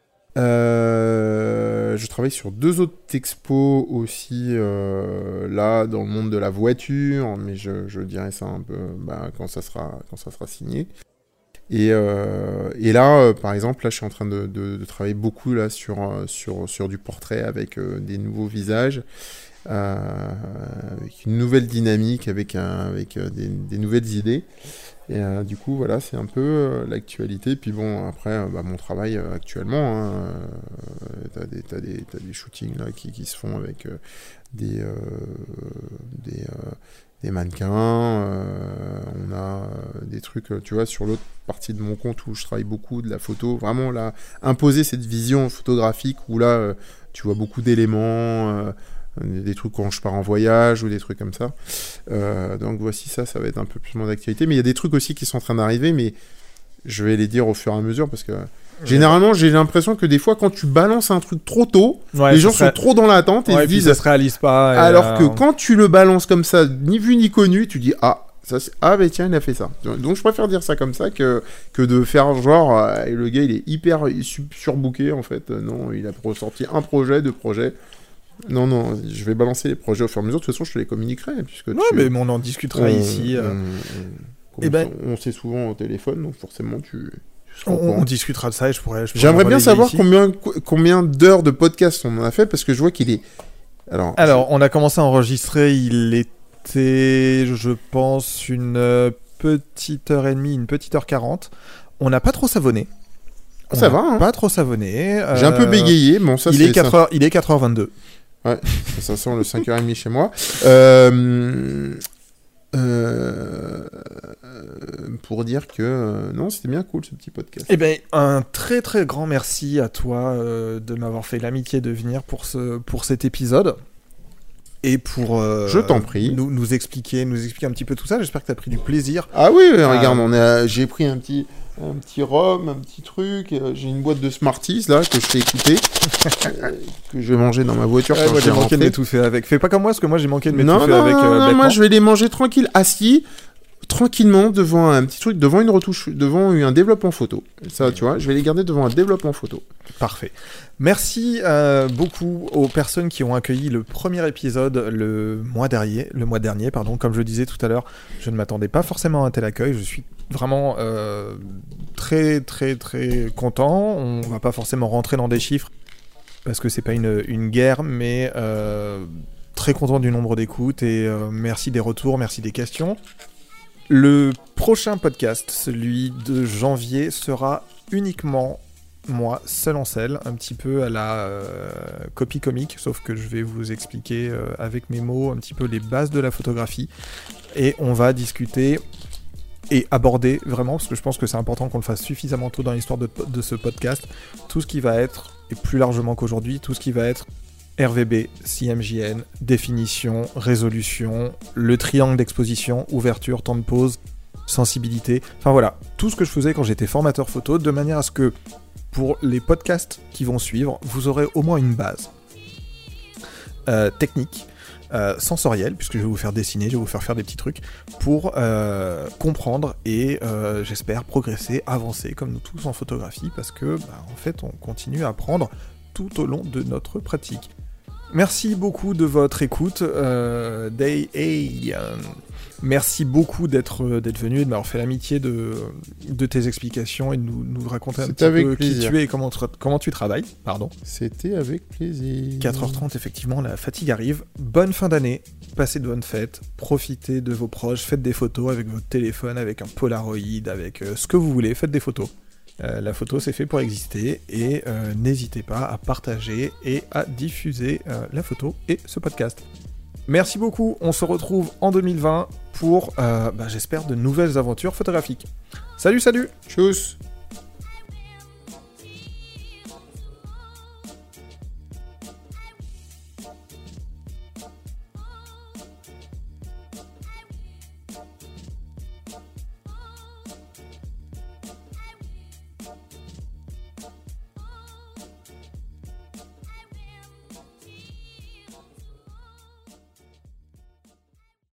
Euh, je travaille sur deux autres expos aussi euh, là dans le monde de la voiture, mais je, je dirais ça un peu bah, quand ça sera quand ça sera signé. Et, euh, et là, euh, par exemple, là, je suis en train de, de, de travailler beaucoup là sur sur sur du portrait avec euh, des nouveaux visages, euh, avec une nouvelle dynamique, avec un avec euh, des, des nouvelles idées. Et euh, du coup, voilà, c'est un peu euh, l'actualité. Puis bon, après, euh, bah, mon travail euh, actuellement, hein, euh, t'as des, t'as des, t'as des shootings là, qui, qui se font avec euh, des, euh, des, euh, des mannequins. Euh, on a euh, des trucs, tu vois, sur l'autre partie de mon compte où je travaille beaucoup de la photo. Vraiment, là, imposer cette vision photographique où là, euh, tu vois beaucoup d'éléments... Euh, des trucs quand je pars en voyage ou des trucs comme ça. Euh, donc voici ça, ça va être un peu plus mon d'actualité. Mais il y a des trucs aussi qui sont en train d'arriver, mais je vais les dire au fur et à mesure parce que ouais. Généralement, j'ai l'impression que des fois, quand tu balances un truc trop tôt, ouais, les gens serait... sont trop dans l'attente et ouais, se disent... ça se réalise pas. Et alors euh... que quand tu le balances comme ça, ni vu ni connu, tu dis « Ah, ça, c'est... ah ben tiens, il a fait ça. » Donc je préfère dire ça comme ça que, que de faire genre euh, « Le gars, il est hyper surbooké en fait. Non, il a ressorti un projet, deux projets. » Non, non, je vais balancer les projets au fur et à mesure. De toute façon, je te les communiquerai. Puisque non, tu... mais on en discutera on, ici. On, euh... on, on, ben... on sait souvent au téléphone, donc forcément, tu... On, on discutera de ça et je pourrais... Je pourrais J'aimerais bien savoir combien, combien d'heures de podcast on en a fait, parce que je vois qu'il est... Alors, Alors on a commencé à enregistrer, il était, je pense, une petite heure et demie, une petite heure quarante. On n'a pas trop savonné. On ça va, hein. Pas trop savonné. J'ai euh... un peu bégayé, bon ça il c'est... Est quatre heures, il est quatre heures vingt-deux. Ouais, ça sent le cinq heures trente chez moi. Euh, euh, pour dire que euh, non, c'était bien cool ce petit podcast. Eh bien, un très très grand merci à toi euh, de m'avoir fait l'amitié de venir pour, ce, pour cet épisode. Et pour euh, je t'en prie. Nous, nous, expliquer, nous expliquer un petit peu tout ça. J'espère que tu as pris du plaisir. Ah oui, oui à... regarde, on a, j'ai pris un petit... un petit rhum, un petit truc, euh, j'ai une boîte de Smarties là que je t'ai écouté, euh, que je vais manger dans ma voiture. Ouais, quand moi je j'ai vais manqué rentrer. de m'étouffer avec. Fais pas comme moi parce que moi j'ai manqué de m'étouffer non, non, avec. Euh, non, moi je vais les manger tranquille, assis, tranquillement devant un petit truc, devant une retouche, devant un développement photo. Ça, tu vois, je vais les garder devant un développement photo. Parfait. Merci euh, beaucoup aux personnes qui ont accueilli le premier épisode le mois dernier, le mois dernier, pardon. Comme je le disais tout à l'heure, je ne m'attendais pas forcément à un tel accueil. Je suis vraiment euh, très très très content. On va pas forcément rentrer dans des chiffres parce que c'est pas une, une guerre, mais euh, très content du nombre d'écoutes et euh, merci des retours, merci des questions. Le prochain podcast, celui de janvier, sera uniquement moi, seul en selle, un petit peu à la euh, copie comique, sauf que je vais vous expliquer euh, avec mes mots un petit peu les bases de la photographie, et on va discuter et aborder vraiment, parce que je pense que c'est important qu'on le fasse suffisamment tôt dans l'histoire de, de ce podcast, tout ce qui va être, et plus largement qu'aujourd'hui, tout ce qui va être R V B, C M J N, définition, résolution, le triangle d'exposition, ouverture, temps de pause, sensibilité, enfin voilà, tout ce que je faisais quand j'étais formateur photo, de manière à ce que pour les podcasts qui vont suivre, vous aurez au moins une base euh, technique, euh, sensorielle, puisque je vais vous faire dessiner, je vais vous faire faire des petits trucs, pour euh, comprendre et euh, j'espère progresser, avancer, comme nous tous en photographie, parce que bah, en fait on continue à apprendre tout au long de notre pratique. Merci beaucoup de votre écoute, euh, Day hey, euh, merci beaucoup d'être, d'être venu et de m'avoir fait l'amitié de, de tes explications et de nous, nous raconter un C'était petit avec peu plaisir. qui tu es et comment, tra- comment tu travailles. Pardon. C'était avec plaisir. quatre heures trente, effectivement, la fatigue arrive. Bonne fin d'année, passez de bonnes fêtes, profitez de vos proches, faites des photos avec votre téléphone, avec un Polaroid, avec euh, ce que vous voulez, faites des photos. Euh, la photo, c'est fait pour exister et euh, n'hésitez pas à partager et à diffuser euh, la photo et ce podcast. Merci beaucoup, on se retrouve en deux mille vingt pour, euh, bah, j'espère, de nouvelles aventures photographiques. Salut, salut! Tchuss.